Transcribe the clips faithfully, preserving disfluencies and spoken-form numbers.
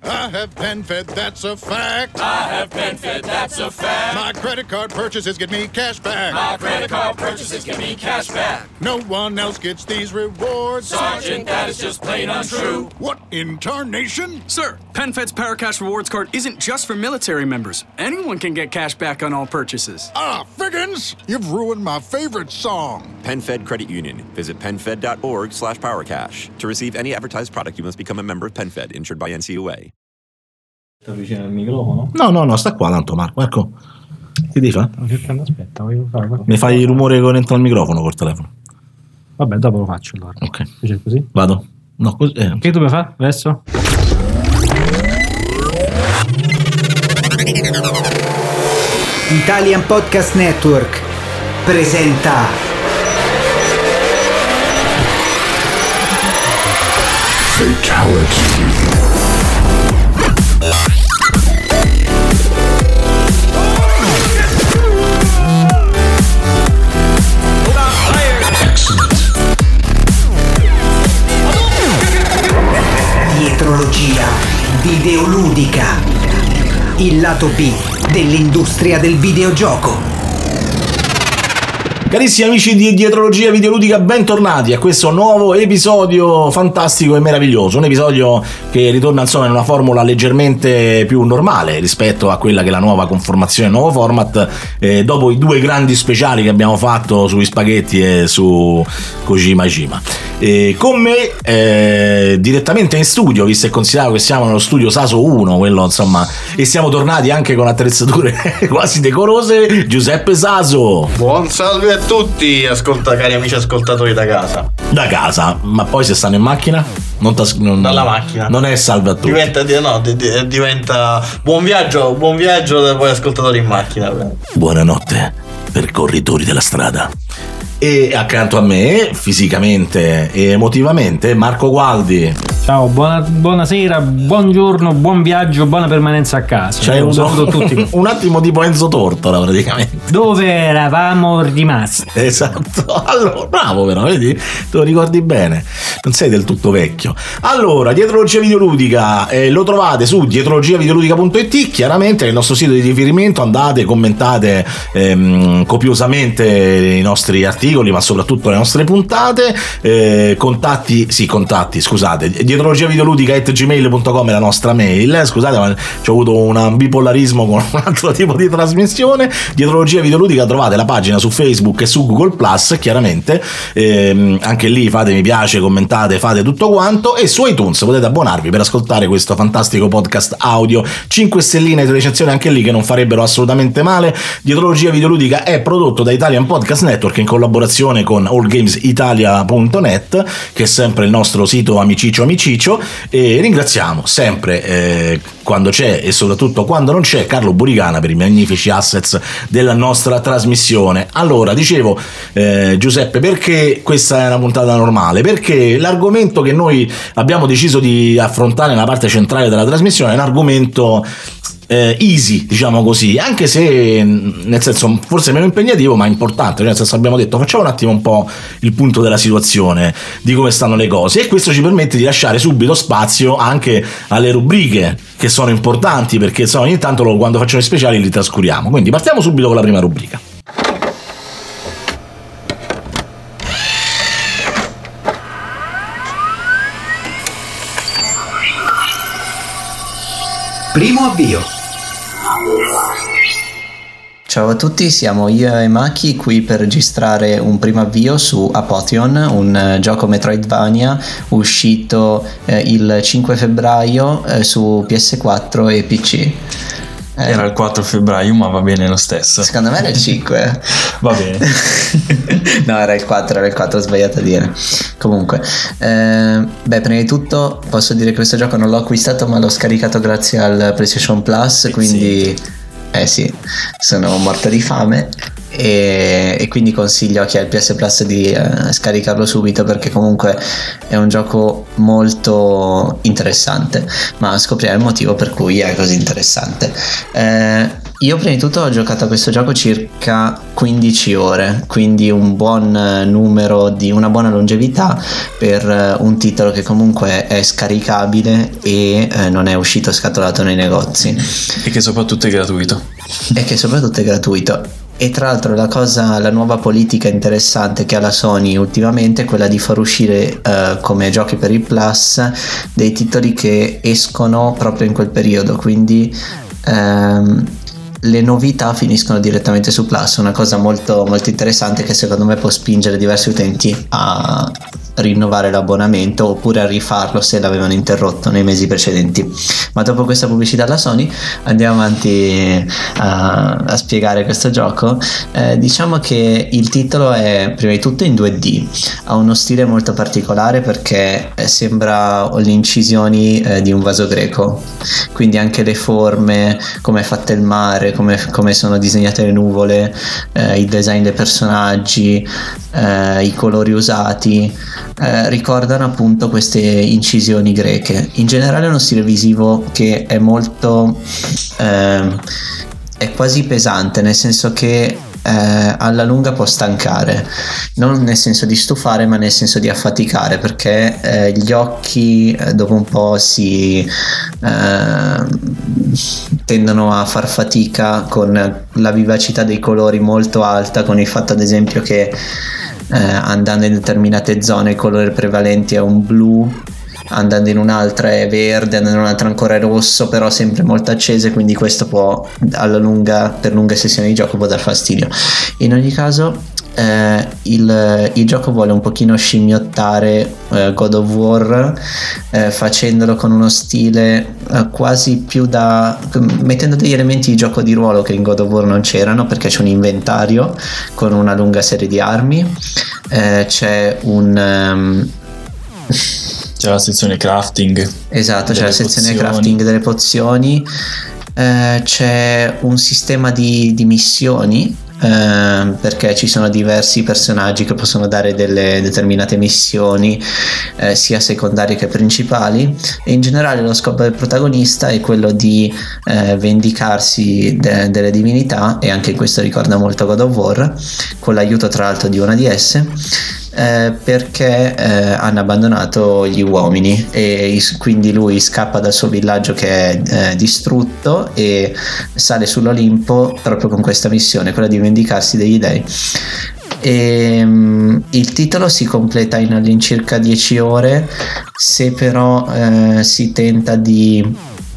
I have PenFed, that's a fact. I have PenFed, that's a fact. My credit card purchases get me cash back. My credit card purchases get me cash back. No one else gets these rewards. Sergeant, that is just plain untrue. What in tarnation? Sir, PenFed's Paracash Rewards Card isn't just for military members. Anyone can get cash back on all purchases. Ah, Figgins, you've ruined my favorite song. PenFed Credit Union. Visit penfed.org slash powercash. To receive any advertised product, you must become a member of PenFed, insured by N C U A. Sta vicino al microfono? No, no, no, sta qua tanto Marco. Marco, che devi fare? Aspetta, voglio fare qualcosa. Mi fai il rumore che entra al microfono col telefono. Vabbè, dopo lo faccio allora. Ok. C'è così? Vado. No, così. Eh. Che dobbiamo fare adesso? Italian Podcast Network presenta Fatality. Dietrologia videoludica, il lato B dell'industria del videogioco. Carissimi amici di Dietrologia Videoludica, bentornati a questo nuovo episodio fantastico e meraviglioso. Un episodio che ritorna insomma in una formula leggermente più normale rispetto a quella che è la nuova conformazione, il nuovo format, eh, dopo i due grandi speciali che abbiamo fatto sugli spaghetti e su Kojima Jima. E con me eh, direttamente in studio, visto e considerato che siamo nello studio Saso uno, quello insomma, e siamo tornati anche con attrezzature quasi decorose, Giuseppe Saso. Buon salve a tutti, ascolta, cari amici ascoltatori da casa. Da casa, ma poi se stanno in macchina? Non tas- non, Dalla macchina. Non è salve a tutti. Diventa, no, di- di- diventa buon viaggio, buon viaggio da voi ascoltatori in macchina. Buonanotte, percorritori della strada. E accanto a me, fisicamente e emotivamente, Marco Gualdi. Ciao, buona, buonasera, buongiorno, buon viaggio, buona permanenza a casa. C'hai un, saluto a tutti. un attimo tipo Enzo Tortora praticamente. Dove eravamo rimasti? Esatto. Allora, bravo però, vedi? Te lo ricordi bene. Non sei del tutto vecchio. Allora, Dietrologia Videoludica eh, lo trovate su dietrologia videoludica punto it, chiaramente nel nostro sito di riferimento. Andate, commentate ehm, copiosamente i nostri articoli, ma soprattutto le nostre puntate. Eh, contatti, sì, contatti, scusate. dietrologia videoludica at gmail punto com è la nostra mail. Scusate, ma c'ho avuto un bipolarismo con un altro tipo di trasmissione. Dietrologia Videoludica, trovate la pagina su Facebook e su Google Plus, chiaramente. Ehm, anche lì fate mi piace, commentate, fate tutto quanto. E su iTunes potete abbonarvi per ascoltare questo fantastico podcast audio. cinque stelline di recensione anche lì che non farebbero assolutamente male. Dietrologia Videoludica è prodotto da Italian Podcast Network in collaborazione con all games italia punto net, che è sempre il nostro sito amiciccio amiciccio, e ringraziamo sempre eh, quando c'è e soprattutto quando non c'è Carlo Buricana per i magnifici assets della nostra trasmissione. Allora, dicevo eh, Giuseppe, perché questa è una puntata normale? Perché l'argomento che noi abbiamo deciso di affrontare nella parte centrale della trasmissione è un argomento Eh, easy, diciamo così, anche se nel senso forse meno impegnativo ma importante, cioè nel senso abbiamo detto facciamo un attimo un po' il punto della situazione, di come stanno le cose, e questo ci permette di lasciare subito spazio anche alle rubriche che sono importanti, perché insomma, ogni tanto quando facciamo i speciali li trascuriamo. Quindi partiamo subito con la prima rubrica. Primo avvio. Ciao a tutti, siamo io e Maki qui per registrare un primo avvio su Apotheon, un uh, gioco Metroidvania uscito uh, il cinque febbraio uh, su P S quattro e P C. Eh, Era il quattro febbraio, ma va bene lo stesso. Secondo me era il cinque. Va bene. No, era il quattro, era il quattro, ho sbagliato a dire. Comunque, eh, beh, prima di tutto posso dire che questo gioco non l'ho acquistato, ma l'ho scaricato grazie al PlayStation Plus, quindi... Sì. Eh sì, sono morto di fame e, e quindi consiglio a chi ha il P S Plus di eh, scaricarlo subito, perché comunque è un gioco molto interessante, ma scopriamo il motivo per cui è così interessante. Eh, Io prima di tutto ho giocato a questo gioco circa quindici ore, quindi un buon numero di una buona longevità per un titolo che comunque è scaricabile e eh, non è uscito scatolato nei negozi. E che soprattutto è gratuito. E che soprattutto è gratuito. E tra l'altro la cosa, la nuova politica interessante che ha la Sony ultimamente è quella di far uscire eh, come giochi per il Plus dei titoli che escono proprio in quel periodo, quindi ehm, le novità finiscono direttamente su Plus, una cosa molto molto interessante che secondo me può spingere diversi utenti a rinnovare l'abbonamento oppure a rifarlo se l'avevano interrotto nei mesi precedenti. Ma dopo questa pubblicità alla Sony andiamo avanti a, a spiegare questo gioco. Eh, diciamo che il titolo è prima di tutto in due D, ha uno stile molto particolare perché sembra le incisioni eh, di un vaso greco, quindi anche le forme, come è fatta il mare, come, come sono disegnate le nuvole, eh, il design dei personaggi, eh, i colori usati eh, ricordano appunto queste incisioni greche. In generale è uno stile visivo che è molto eh, è quasi pesante, nel senso che Eh, alla lunga può stancare, non nel senso di stufare ma nel senso di affaticare, perché eh, gli occhi eh, dopo un po' si eh, tendono a far fatica con la vivacità dei colori molto alta, con il fatto ad esempio che eh, andando in determinate zone il colore prevalente è un blu, andando in un'altra è verde, andando in un'altra ancora è rosso, però sempre molto accese, quindi questo può alla lunga, per lunghe sessioni di gioco, può dar fastidio. In ogni caso eh, il, il gioco vuole un pochino scimmiottare eh, God of War eh, facendolo con uno stile eh, quasi più da mettendo degli elementi di gioco di ruolo che in God of War non c'erano, perché c'è un inventario con una lunga serie di armi, eh, c'è un um, c'è la sezione crafting. Esatto, c'è la sezione crafting delle pozioni, eh, c'è un sistema di, di missioni, eh, perché ci sono diversi personaggi che possono dare delle determinate missioni, eh, sia secondarie che principali, e in generale lo scopo del protagonista è quello di eh, vendicarsi de- delle divinità, e anche questo ricorda molto God of War, con l'aiuto tra l'altro di una di esse. Eh, perché eh, hanno abbandonato gli uomini e is- quindi lui scappa dal suo villaggio che è eh, distrutto e sale sull'Olimpo proprio con questa missione, quella di vendicarsi degli dei. E, um, il titolo si completa in all'incirca dieci ore, se però eh, si tenta di,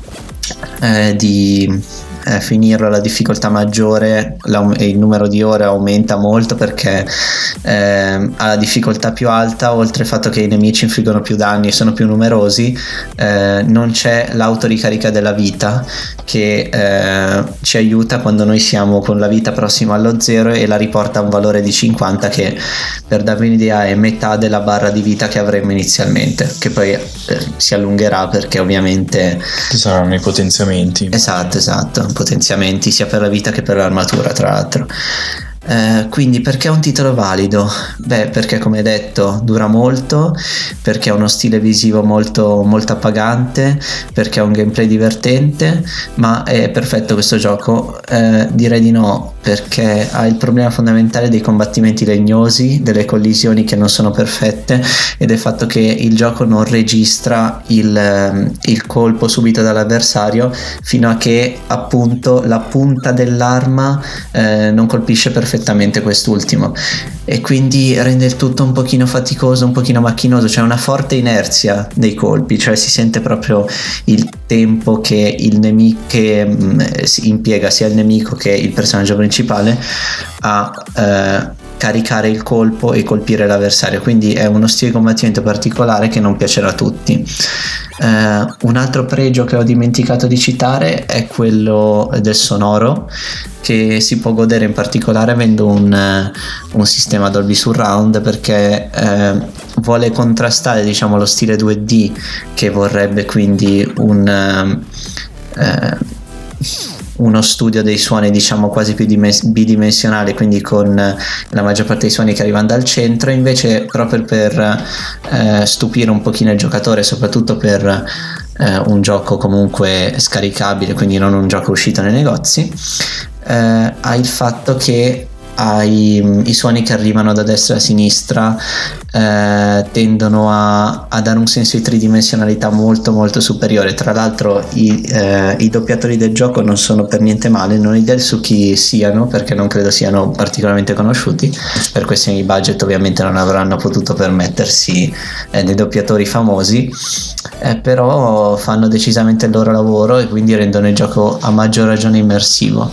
eh, di Eh, finirlo alla difficoltà maggiore, il numero di ore aumenta molto, perché eh, alla difficoltà più alta, oltre al fatto che i nemici infliggono più danni e sono più numerosi, eh, non c'è l'autoricarica della vita che eh, ci aiuta quando noi siamo con la vita prossima allo zero, e la riporta a un valore di cinquanta, che per darvi un'idea è metà della barra di vita che avremmo inizialmente, che poi eh, si allungherà perché ovviamente ci saranno i potenziamenti. Esatto, esatto, potenziamenti sia per la vita che per l'armatura, tra l'altro. Eh, quindi perché è un titolo valido? Beh, perché come detto dura molto, perché ha uno stile visivo molto, molto appagante, perché ha un gameplay divertente, ma è perfetto questo gioco? Eh, direi di no, perché ha il problema fondamentale dei combattimenti legnosi, delle collisioni che non sono perfette, ed è il fatto che il gioco non registra il, il colpo subito dall'avversario fino a che appunto la punta dell'arma eh, non colpisce perfettamente quest'ultimo, e quindi rende il tutto un pochino faticoso, un pochino macchinoso. C'è una forte inerzia dei colpi, cioè si sente proprio il tempo che il nemico che mh, si impiega sia il nemico che il personaggio principale a eh, caricare il colpo e colpire l'avversario, quindi è uno stile di combattimento particolare che non piacerà a tutti. Uh, un altro pregio che ho dimenticato di citare è quello del sonoro, che si può godere in particolare avendo un, uh, un sistema Dolby Surround, perché uh, vuole contrastare, diciamo, lo stile due D, che vorrebbe quindi un uh, uh, uno studio dei suoni, diciamo, quasi più bidimensionale, quindi con la maggior parte dei suoni che arrivano dal centro. Invece, proprio per eh, stupire un pochino il giocatore, soprattutto per eh, un gioco comunque scaricabile, quindi non un gioco uscito nei negozi, eh, ha il fatto che ai, i suoni che arrivano da destra e a sinistra eh, tendono a, a dare un senso di tridimensionalità molto molto superiore. Tra l'altro i, eh, i doppiatori del gioco non sono per niente male, non ho idea su chi siano perché non credo siano particolarmente conosciuti, per questioni di budget ovviamente non avranno potuto permettersi eh, dei doppiatori famosi, eh, però fanno decisamente il loro lavoro e quindi rendono il gioco a maggior ragione immersivo.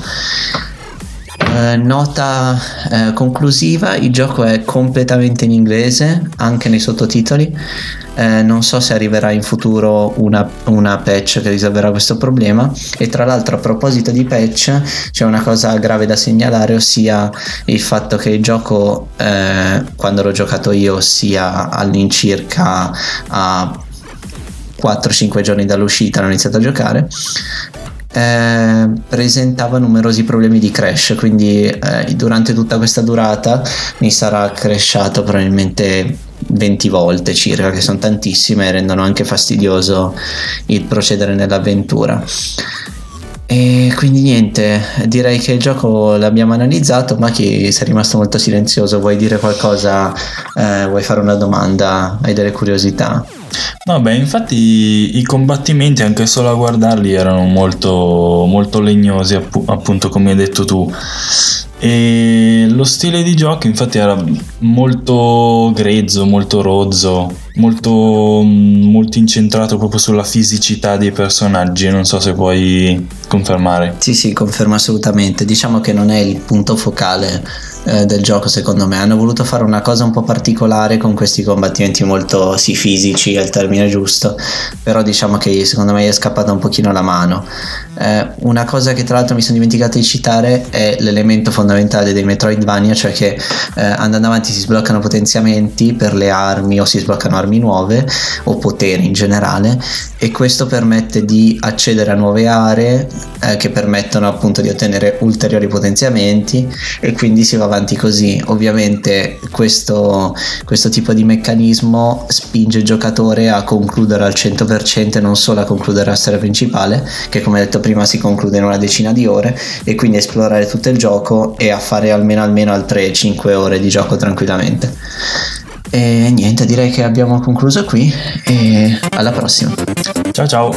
Eh, nota eh, conclusiva: il gioco è completamente in inglese anche nei sottotitoli. Eh, non so se arriverà in futuro una, una patch che risolverà questo problema. E tra l'altro, a proposito di patch, c'è una cosa grave da segnalare, ossia il fatto che il gioco eh, quando l'ho giocato io, ossia all'incirca a quattro cinque giorni dall'uscita, ho iniziato a giocare, Eh, presentava numerosi problemi di crash, quindi eh, durante tutta questa durata mi sarà crashato probabilmente venti volte circa, che sono tantissime e rendono anche fastidioso il procedere nell'avventura. E quindi niente, direi che il gioco l'abbiamo analizzato. Ma chi sei rimasto molto silenzioso, vuoi dire qualcosa? Eh, vuoi fare una domanda? Hai delle curiosità? No, beh, infatti i combattimenti anche solo a guardarli erano molto, molto legnosi, appu- appunto come hai detto tu, e lo stile di gioco infatti era molto grezzo, molto rozzo, molto, molto incentrato proprio sulla fisicità dei personaggi. Non so se puoi confermare. Sì sì, confermo assolutamente. Diciamo che non è il punto focale eh, del gioco, secondo me. Hanno voluto fare una cosa un po' particolare con questi combattimenti molto sì fisici, è il termine giusto, però diciamo che secondo me è scappata un pochino la mano. Eh, una cosa che tra l'altro mi sono dimenticato di citare è l'elemento fondamentale dei Metroidvania, cioè che eh, andando avanti si sbloccano potenziamenti per le armi o si sbloccano armi nuove o poteri in generale, e questo permette di accedere a nuove aree eh, che permettono appunto di ottenere ulteriori potenziamenti, e quindi si va avanti così. Ovviamente questo, questo tipo di meccanismo spinge il giocatore a concludere al cento per cento e non solo a concludere la storia principale, che come detto prima si conclude in una decina di ore, e quindi esplorare tutto il gioco e a fare almeno almeno altre cinque ore di gioco tranquillamente. E niente, direi che abbiamo concluso qui e alla prossima. Ciao ciao.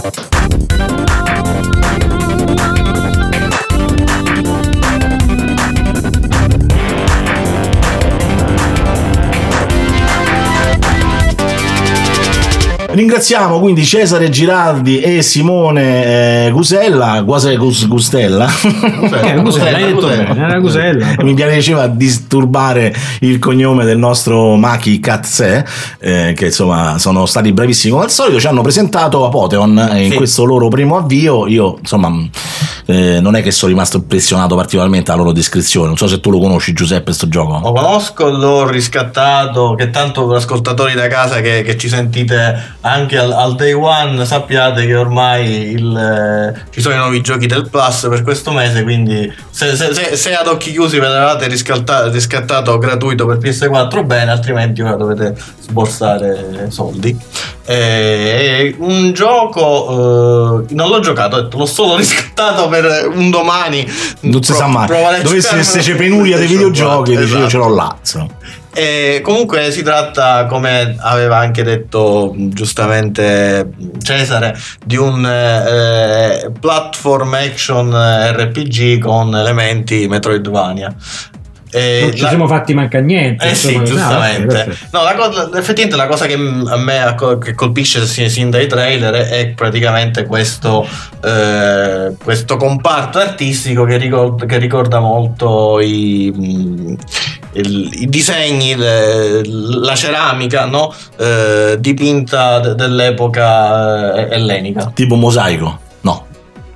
Ringraziamo quindi Cesare Girardi e Simone eh, Gusella, Guase, Gus, Gustella. Eh, Gusella, hai detto bene, era Gusella. Mi piaceva disturbare il cognome del nostro Maki Katse, eh, che insomma sono stati bravissimi come al solito. Ci hanno presentato Apotheon in sì. questo loro primo avvio. Io insomma eh, non è che sono rimasto impressionato particolarmente dalla loro descrizione. Non so se tu lo conosci, Giuseppe, sto gioco. Lo conosco, l'ho riscattato, che tanto per ascoltatori da casa che, che ci sentite anche al, al day one, sappiate che ormai il, eh, ci sono i nuovi giochi del Plus per questo mese, quindi se, se, se, se ad occhi chiusi ve l'avete riscattato, riscattato gratuito per P S quattro, bene, altrimenti ora dovete sborsare soldi. È un gioco eh, non l'ho giocato, l'ho solo riscattato per un domani, non si sa mai, dovesse esserci penuria dei videogiochi, esatto. Dice io ce l'ho là, insomma. E comunque si tratta, come aveva anche detto giustamente Cesare, di un eh, platform action R P G con elementi Metroidvania. E non ci la... siamo fatti manca niente. Eh insomma, sì, giustamente. No, la cosa, effettivamente la cosa che a me che colpisce sin dai trailer è praticamente questo, eh, questo comparto artistico che ricorda, che ricorda molto i, il, i disegni, le, la ceramica, no? Eh, dipinta de, dell'epoca eh, ellenica. Tipo mosaico? No.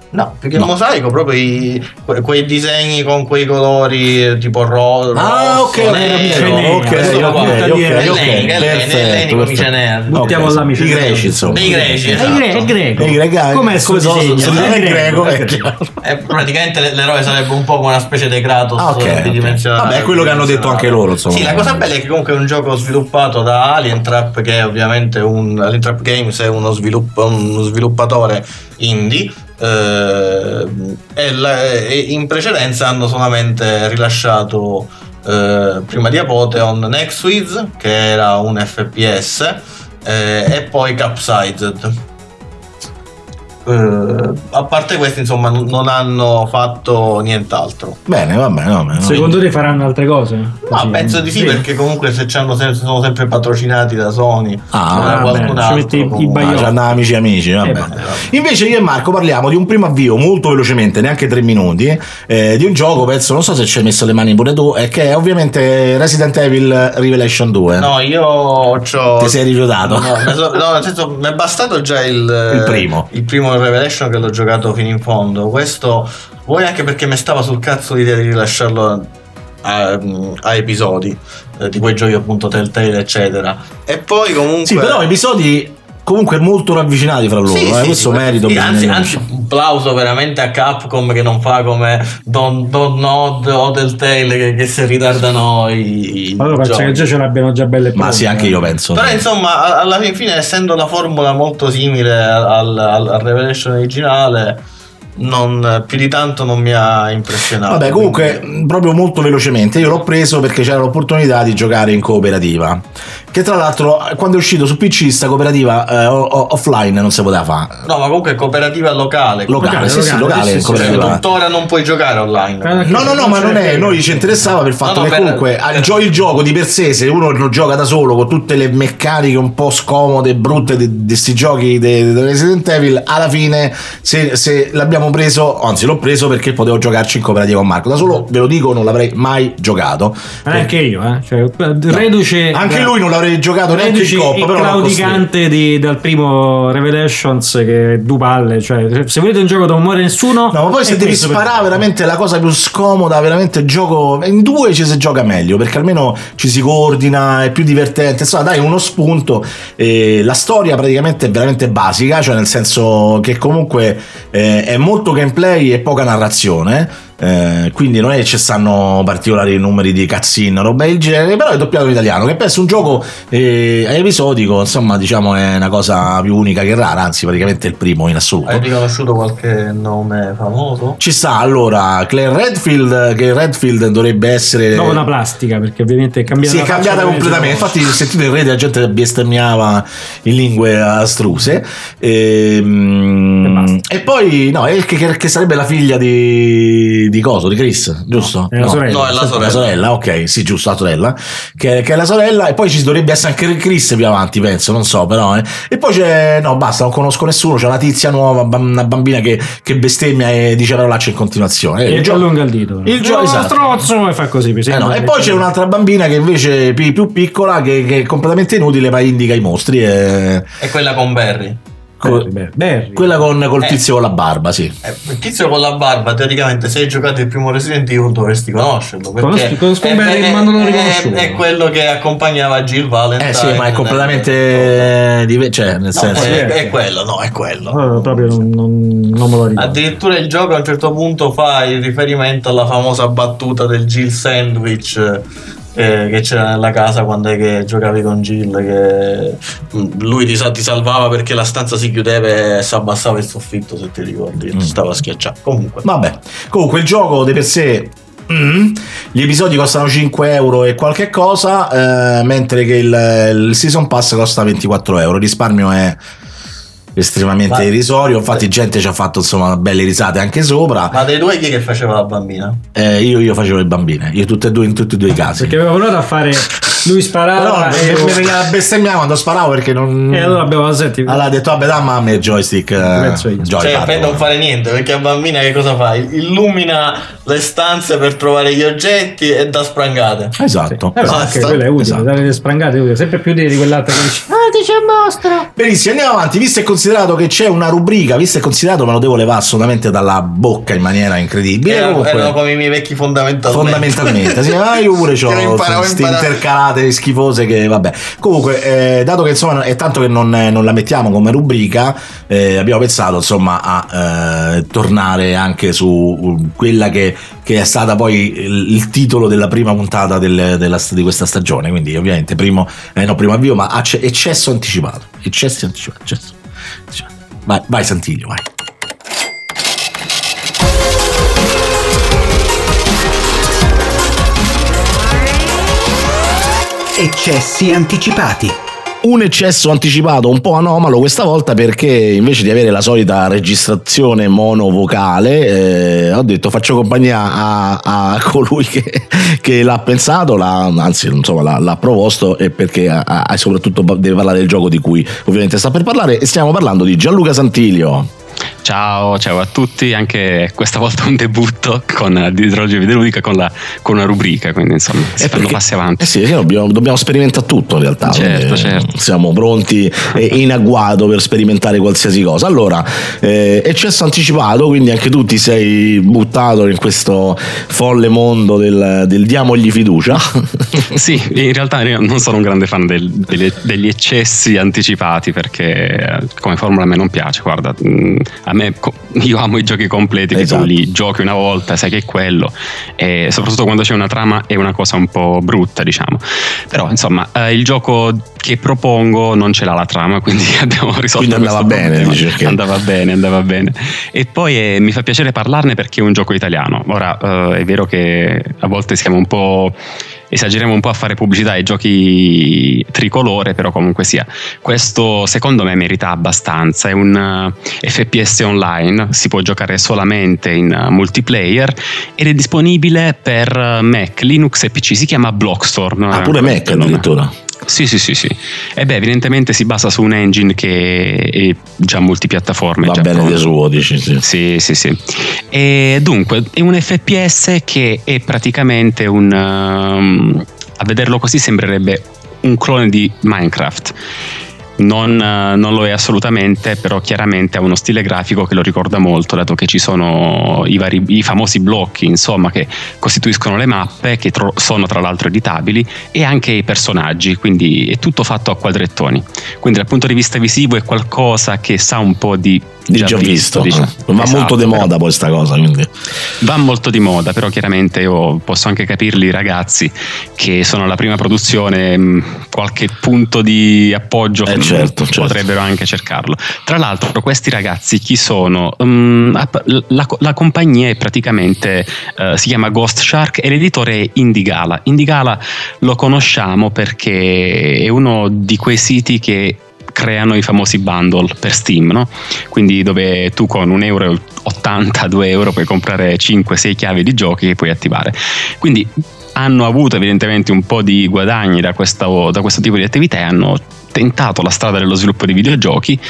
No, perché No. il mosaico proprio i, que- quei disegni con quei colori tipo rosa. Ah, ok, ok, ok, ok, ok, perfetto. Buttiamo là, mi I greci, insomma. Dei greci, È esatto. gre- è greco. Dei greci. Com'è il suo Come disegno? so- È è greco, è greco. E praticamente l- l'eroe sarebbe un po' come una specie di Kratos Ah, ok, ok. bidimensionale. Vabbè, è quello che hanno detto anche loro, insomma. Sì, la cosa bella è che comunque è un gioco sviluppato da Alien Trap, che è ovviamente un Alien Trap Games è uno, svilupp- uno sviluppatore indie. eh, e, la- e in precedenza hanno solamente rilasciato eh, prima di Apotheon Nextwiz, che era un F P S, eh, e poi Capsized. Eh, a parte questi, insomma, n- non hanno fatto nient'altro. Bene, va bene, va bene. Secondo te faranno altre cose? Ma Così. penso di sì, perché comunque se c'hanno sem- sono sempre patrocinati da Sony Ah, o da vabbè, qualcun ci altro. metti i comunque. baglioni. Ah, c'hanno amici amici, vabbè. Eh, vabbè, Invece io e Marco parliamo di un primo avvio molto velocemente, neanche tre minuti, eh, di un gioco, penso, non so se ci hai messo le mani pure tu, eh, che è ovviamente Resident Evil Revelation due. No, io c'ho. Ti sei rifiutato? No, mi so- no, nel senso, mi è bastato già il, Il primo. Il primo Revelation, che l'ho giocato fino in fondo. Questo, vuoi anche perché mi stava sul cazzo l'idea di rilasciarlo a, a episodi, eh, di quei giochi appunto Telltale, eccetera. E poi comunque. Sì, però episodi comunque molto ravvicinati fra loro, Sì, eh, sì, questo sì, merito. sì, bisogna anzi, dire. anzi, un plauso veramente a Capcom, che non fa come Don, Don Nod o Telltale che, che si ritardano i, i Allora penso giochi. che già ce l'abbiano già belle Ma pronte, sì, anche eh. io penso. Però insomma, a- alla fin fine, essendo la formula molto simile al, al, al Revelation originale, non, più di tanto non mi ha impressionato. Vabbè, comunque, quindi- mh, proprio molto velocemente, io l'ho preso perché c'era l'opportunità di giocare in cooperativa. Che tra l'altro, quando è uscito su P C, sta cooperativa eh, o- o- offline non si poteva fare. No, ma comunque è cooperativa locale. Locale, Locale, sì, sì, locale, locale, sì, in sì, cooperativa. Tuttora non puoi giocare online. No, no, no, ma non è, noi ci interessava per il fatto No, no, che per- comunque per- al gio- il gioco di per sé, se uno lo gioca da solo con tutte le meccaniche un po' scomode e brutte di questi giochi di Resident Evil, alla fine se, se l'abbiamo preso, anzi l'ho preso perché potevo giocarci in cooperativa con Marco. Da solo, ve lo dico, non l'avrei mai giocato. Ma neanche io, eh. Cioè, reduce Anche lui non l'avrei giocato neanche in reduce coppa, il però l'ho costretto. claudicante di, dal primo Revelations, che è due palle. Cioè, se volete un gioco dove non muore nessuno, No, ma poi se è devi questo per- sparare veramente la cosa più scomoda, veramente gioco in due ci si gioca meglio, perché almeno ci si coordina, è più divertente, insomma dai uno spunto. Eh, la storia praticamente è veramente basica, cioè nel senso che comunque eh, è molto gameplay e poca narrazione. Eh, quindi non è che ci stanno particolari numeri di cutscene, roba del genere, però è doppiato in italiano, che penso un gioco eh, episodico, insomma, diciamo è una cosa più unica che rara, anzi praticamente è il primo in assoluto. Hai riconosciuto qualche nome famoso? Ci sta allora Claire Redfield, che Redfield dovrebbe essere No, una plastica, perché ovviamente è cambiata. si è la faccia cambiata come completamente. si Infatti, sentite in rete la gente bestemmiava in lingue astruse. E, e poi, no, è che, che, che sarebbe la figlia di, di Coso, di Chris, giusto? è la No. sorella. No, è la sorella. La sorella, ok, sì, giusto, la sorella, che, che è la sorella, e poi ci dovrebbe essere anche Chris più avanti, penso, non so, però. Eh. E poi c'è, no, basta, non conosco nessuno, c'è una tizia nuova, bam- una bambina che, che bestemmia e dice parolacce in continuazione. Eh, E il ci gioco- allunga il dito. il gioco, Oh, esatto. strozzo, e fa così. mi Eh sembra no, e che- poi c'è un'altra bambina che invece è più, più piccola, che, che è completamente inutile, ma indica i mostri. E... È quella con Barry. Barry, Barry, Barry. Quella con col Eh. tizio con la barba, sì. Eh, il tizio con la barba, teoricamente, se hai giocato il primo Resident Evil dovresti conoscerlo. Perché Conosco- conosco è, Barry, è- ma non l'ho è- riconosciuto. È quello che accompagnava Jill Valentine. Eh sì, ma è nel- completamente dive- cioè, nel No, senso. è, è quello, no, è quello. No, proprio non, non, non me lo ricordo. Addirittura il gioco a un certo punto fa il riferimento alla famosa battuta del Jill Sandwich eh, che c'era nella casa quando è che giocavi con Jill, che mm, lui ti, sa- ti salvava perché la stanza si chiudeva e si abbassava il soffitto, se ti ricordi, Mm. ti stava a schiacciare. Comunque, Vabbè, comunque il gioco di per sé. mm, Gli episodi costano cinque euro e qualche cosa, eh, mentre che il, il Season Pass costa ventiquattro euro. Il risparmio è estremamente Ma- irrisorio. Infatti, gente ci ha fatto insomma belle risate anche sopra. ma dei due chi che faceva la bambina? Eh, io, io facevo le bambine, io tutte e due in tutti e due i casi. Perché avevo provato a fare. Lui sparava. Però e, mi, mi veniva a bestemmiare quando sparavo perché non. e allora abbiamo senti. Allora ha detto vabbè dai mamma il joystick eh, Penso io. joypad. Cioè, per non fare niente, perché la bambina che cosa fa? Illumina le stanze per trovare gli oggetti e dà sprangate. Esatto, Eh, esatto. anche quello è utile, Esatto. dare le sprangate è utile, sempre più utile di quell'altra che dice. Ah, ti c'è un mostro! Benissimo, andiamo avanti. Visto e considerato considerato che c'è una rubrica, visto e considerato, me lo devo levare assolutamente dalla bocca in maniera incredibile. Erano, Comunque, erano come i miei vecchi fondamentalmente. Fondamentalmente, sì, ah, io pure c'ho queste intercalate schifose che vabbè. Comunque, eh, dato che insomma è tanto che non, non la mettiamo come rubrica, eh, abbiamo pensato insomma a eh, tornare anche su quella che, che è stata poi il, il titolo della prima puntata del, della, di questa stagione. Quindi, ovviamente, primo, eh, no, primo avvio, ma eccesso anticipato. Eccesso anticipato. Eccesso. Vai, vai Santiglio, vai. Eccessi anticipati. Un eccesso anticipato un po' anomalo questa volta, perché invece di avere la solita registrazione monovocale eh, ho detto faccio compagnia a, a colui che, che l'ha pensato, l'ha, anzi insomma l'ha, l'ha proposto, e perché ha, ha, soprattutto deve parlare del gioco di cui ovviamente sta per parlare, e stiamo parlando di Gianluca Santilio. Ciao, ciao a tutti, anche questa volta un debutto con Dietrologia Videoludica con, la, con una rubrica, quindi insomma si eh fanno perché, passi avanti. Eh sì, dobbiamo, dobbiamo sperimentare tutto in realtà. Certo, certo. Siamo pronti e in agguato per sperimentare qualsiasi cosa. Allora, eh, eccesso anticipato, quindi anche tu ti sei buttato in questo folle mondo del, del diamogli fiducia. Sì, in realtà io non sono un grande fan del, degli, degli eccessi anticipati, perché come formula a me non piace, guarda. A me, io amo i giochi completi, che esatto. tu li giochi una volta, sai che è quello, e soprattutto quando c'è una trama è una cosa un po' brutta, diciamo. Però insomma eh, il gioco che propongo non ce l'ha la trama, quindi abbiamo risolto quindi andava bene, dice che... andava bene andava bene e poi eh, mi fa piacere parlarne perché è un gioco italiano. Ora eh, è vero che a volte siamo un po' esageriamo un po' a fare pubblicità ai giochi tricolore, però comunque sia, questo secondo me merita abbastanza. È un uh, F P S online, si può giocare solamente in uh, multiplayer ed è disponibile per uh, Mac, Linux e P C. Si chiama Blockstorm. Ah, pure Mac addirittura. Sì, sì, sì, sì. E beh, evidentemente si basa su un engine che è già multipiattaforme. Va già bene pronto. di suo, dici, sì. Sì, sì, sì. E dunque, è un F P S che è praticamente un... Um, a vederlo così sembrerebbe un clone di Minecraft. Non, non lo è assolutamente, però chiaramente ha uno stile grafico che lo ricorda molto, dato che ci sono i, vari, i famosi blocchi, insomma, che costituiscono le mappe, che tro- sono tra l'altro editabili, e anche i personaggi, quindi è tutto fatto a quadrettoni. Quindi dal punto di vista visivo è qualcosa che sa un po' di Già, già visto, visto. Diciamo. Va Esatto, molto di moda poi sta cosa, quindi. Va molto di moda, però chiaramente io posso anche capirli i ragazzi che sono alla prima produzione, qualche punto di appoggio eh, certo, potrebbero certo. anche cercarlo. Tra l'altro questi ragazzi chi sono? Um, la, la compagnia è praticamente uh, si chiama Ghost Shark e l'editore è Indigala. Indigala lo conosciamo perché è uno di quei siti che creano i famosi bundle per Steam, no? Quindi dove tu con un euro e ottanta, due euro puoi comprare cinque sei chiavi di giochi che puoi attivare. Quindi hanno avuto evidentemente un po' di guadagni da questo, da questo tipo di attività e hanno tentato la strada dello sviluppo di videogiochi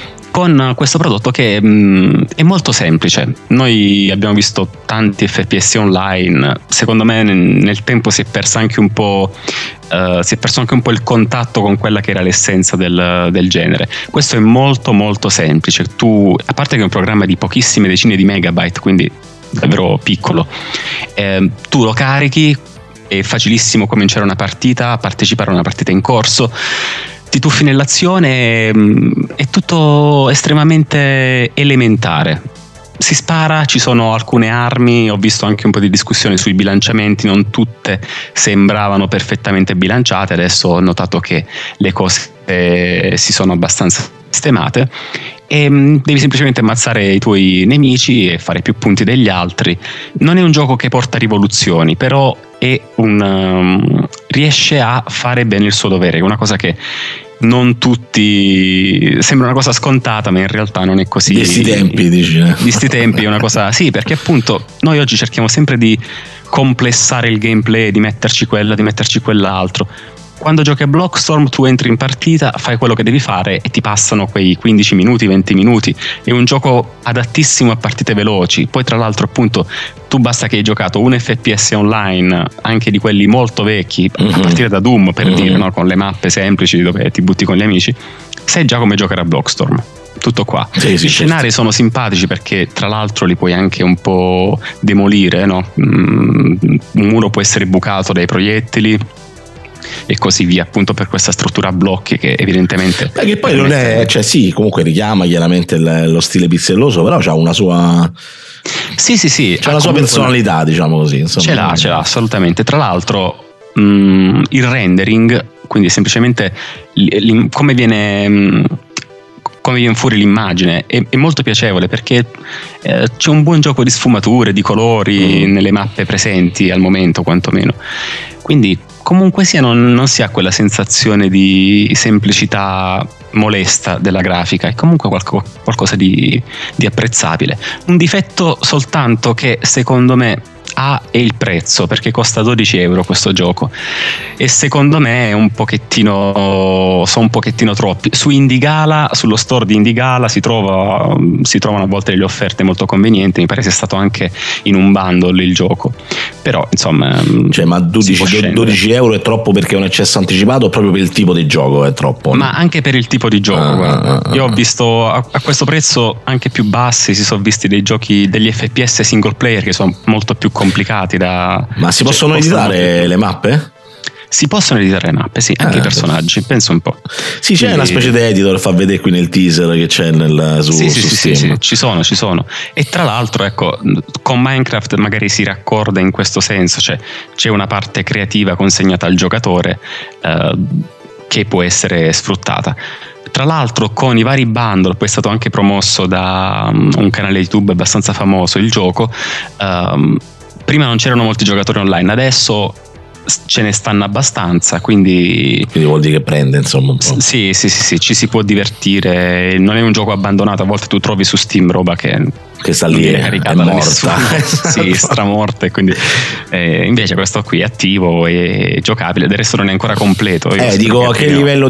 con questo prodotto che mh, è molto semplice. Noi abbiamo visto tanti F P S online, secondo me nel, nel tempo si è perso anche un po' uh, si è perso anche un po' il contatto con quella che era l'essenza del, del genere. Questo è molto molto semplice. Tu, a parte che è un programma di pochissime decine di megabyte, quindi davvero piccolo, eh, tu lo carichi, è facilissimo cominciare una partita, partecipare a una partita in corso, ti tuffi nell'azione, è tutto estremamente elementare. Si spara, ci sono alcune armi, ho visto anche un po' di discussione sui bilanciamenti, non tutte sembravano perfettamente bilanciate, adesso ho notato che le cose eh, si sono abbastanza sistemate e mh, devi semplicemente ammazzare i tuoi nemici e fare più punti degli altri. Non è un gioco che porta rivoluzioni, però è un um, riesce a fare bene il suo dovere, è una cosa che non tutti, sembra una cosa scontata, ma in realtà non è così. Di sti tempi, dici. Di sti tempi è una cosa, sì, perché appunto noi oggi cerchiamo sempre di complessare il gameplay, di metterci quello, di metterci quell'altro. quando giochi a Blockstorm tu entri in partita, fai quello che devi fare e ti passano quei quindici minuti, venti minuti. È un gioco adattissimo a partite veloci. Poi tra l'altro appunto tu basta che hai giocato un F P S online, anche di quelli molto vecchi, mm-hmm. a partire da Doom per mm-hmm. dire, no? Con le mappe semplici dove ti butti con gli amici, sai già come giocare a Blockstorm. Tutto qua. Sì, I sì, scenari certo. sono simpatici perché tra l'altro li puoi anche un po' demolire, no? Mm, un muro può essere bucato dai proiettili e così via, appunto per questa struttura a blocchi che evidentemente Beh, che poi non è, cioè sì, comunque richiama chiaramente il, lo stile pixelloso, però c'ha una sua sì sì sì c'ha una sua personalità una... diciamo così, insomma. Ce l'ha, ce l'ha assolutamente. Tra l'altro mh, il rendering, quindi semplicemente l- l- come viene mh, come viene fuori l'immagine è, è molto piacevole perché eh, c'è un buon gioco di sfumature, di colori mm. nelle mappe presenti al momento quantomeno, quindi comunque sia non, non si ha quella sensazione di semplicità molesta della grafica, è comunque qualco, qualcosa di, di apprezzabile. Un difetto soltanto che secondo me ha è il prezzo, perché costa dodici euro questo gioco e secondo me è un pochettino sono un pochettino troppi. Su Indigala, sullo store di Indigala si trova si trovano a volte delle offerte molto convenienti, mi pare sia stato anche in un bundle il gioco, però insomma, cioè, ma dodici, dodici euro è troppo perché è un eccesso anticipato o proprio per il tipo di gioco è troppo? Ma anche per il tipo di gioco, ah, guarda. Ah, io ho visto a, a questo prezzo anche più bassi, si sono visti dei giochi, degli F P S single player che sono molto più complicati da... Ma si possono cioè, editare più... le mappe? Si possono editare le mappe, sì, anche ah, i personaggi, penso un po'. Sì, c'è Quindi... una specie di editor, fa vedere qui nel teaser che c'è nel su, sì, su sì, Steam. Sì, sì, ci sono, ci sono. E tra l'altro, ecco, con Minecraft magari si raccorda in questo senso, cioè c'è una parte creativa consegnata al giocatore eh, che può essere sfruttata. Tra l'altro con i vari bundle, poi è stato anche promosso da um, un canale YouTube abbastanza famoso il gioco, um, prima non c'erano molti giocatori online, adesso ce ne stanno abbastanza, quindi quindi vuol dire che prende insomma un po'. Sì, sì, sì, sì, ci si può divertire, non è un gioco abbandonato, a volte tu trovi su Steam roba che che sta lì è, è morta sì, stramorta, e quindi eh, invece questo qui è attivo e giocabile, del resto non è ancora completo. Io eh dico a che livello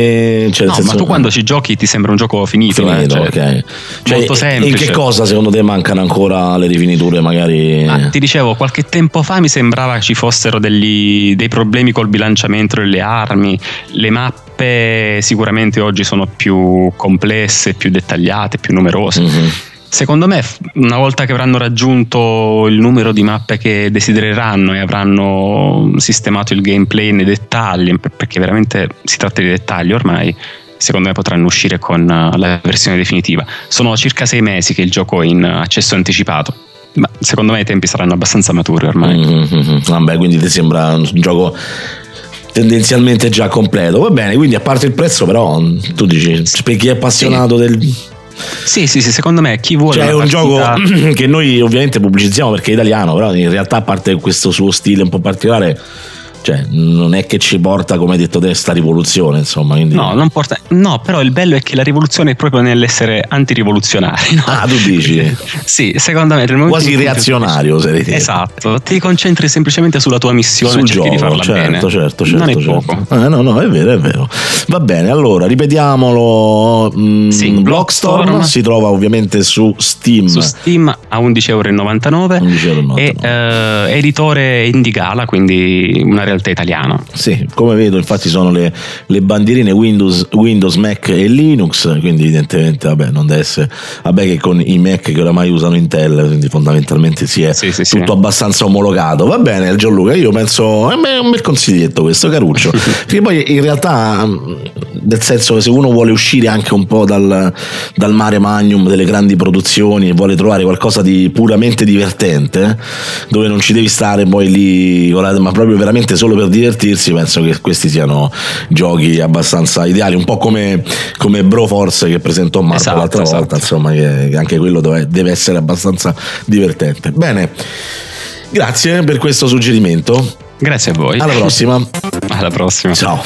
di cioè, no senso... ma tu quando ci giochi ti sembra un gioco finito, finito eh? Cioè, okay. Cioè, molto semplice. In che cosa secondo te mancano ancora le rifiniture magari? Ah, ti dicevo, qualche tempo fa mi sembrava ci fossero degli, dei problemi col bilanciamento delle armi, le mappe sicuramente oggi sono più complesse, più dettagliate, più numerose. Mm-hmm. Secondo me una volta che avranno raggiunto il numero di mappe che desidereranno e avranno sistemato il gameplay nei dettagli, perché veramente si tratta di dettagli ormai, secondo me potranno uscire con la versione definitiva. Sono circa sei mesi che il gioco è in accesso anticipato, ma secondo me i tempi saranno abbastanza maturi ormai. Mm-hmm. Vabbè, quindi ti sembra un gioco tendenzialmente già completo. Va bene, quindi a parte il prezzo, però tu dici, per chi è appassionato sì. del... Sì, sì, sì, secondo me chi vuole. Cioè è un partita... gioco che noi ovviamente pubblicizziamo perché è italiano, però in realtà a parte questo suo stile un po' particolare, cioè non è che ci porta, come hai detto te, sta rivoluzione, insomma. Quindi... No, non porta. No, però il bello è che la rivoluzione è proprio nell'essere antirivoluzionari. No? Ah, tu dici? Sì, secondo me quasi reazionario, se ti... Esatto, ti concentri semplicemente sulla tua missione, sul e cerchi gioco, di farla certo, bene. Certo, certo, non è certo. poco. Eh, no, no, è vero, è vero. Va bene, allora ripetiamolo. Mh, sì, Blockstorm, Blockstorm si trova ovviamente su Steam. Su Steam a undici e novantanove euro e eh, editore Indigala, quindi una realtà italiana. Sì, come vedo infatti sono le, le bandierine Windows, Windows, Mac e Linux, quindi evidentemente vabbè non deve essere, vabbè che con i Mac che oramai usano Intel, quindi fondamentalmente si è sì, sì, tutto sì. abbastanza omologato. Va bene Gianluca, io penso è un bel consiglietto questo, caruccio, perché poi in realtà nel senso che se uno vuole uscire anche un po' dal, dal mare magnum delle grandi produzioni e vuole trovare qualcosa di puramente divertente, dove non ci devi stare poi lì ma proprio veramente solo per divertirsi, penso che questi siano giochi abbastanza ideali, un po' come, come Broforce che presentò Marco esatto, l'altra esatto. volta, insomma, che, che anche quello deve, deve essere abbastanza divertente. Bene, grazie per questo suggerimento. Grazie a voi. Alla prossima. Alla prossima. Ciao.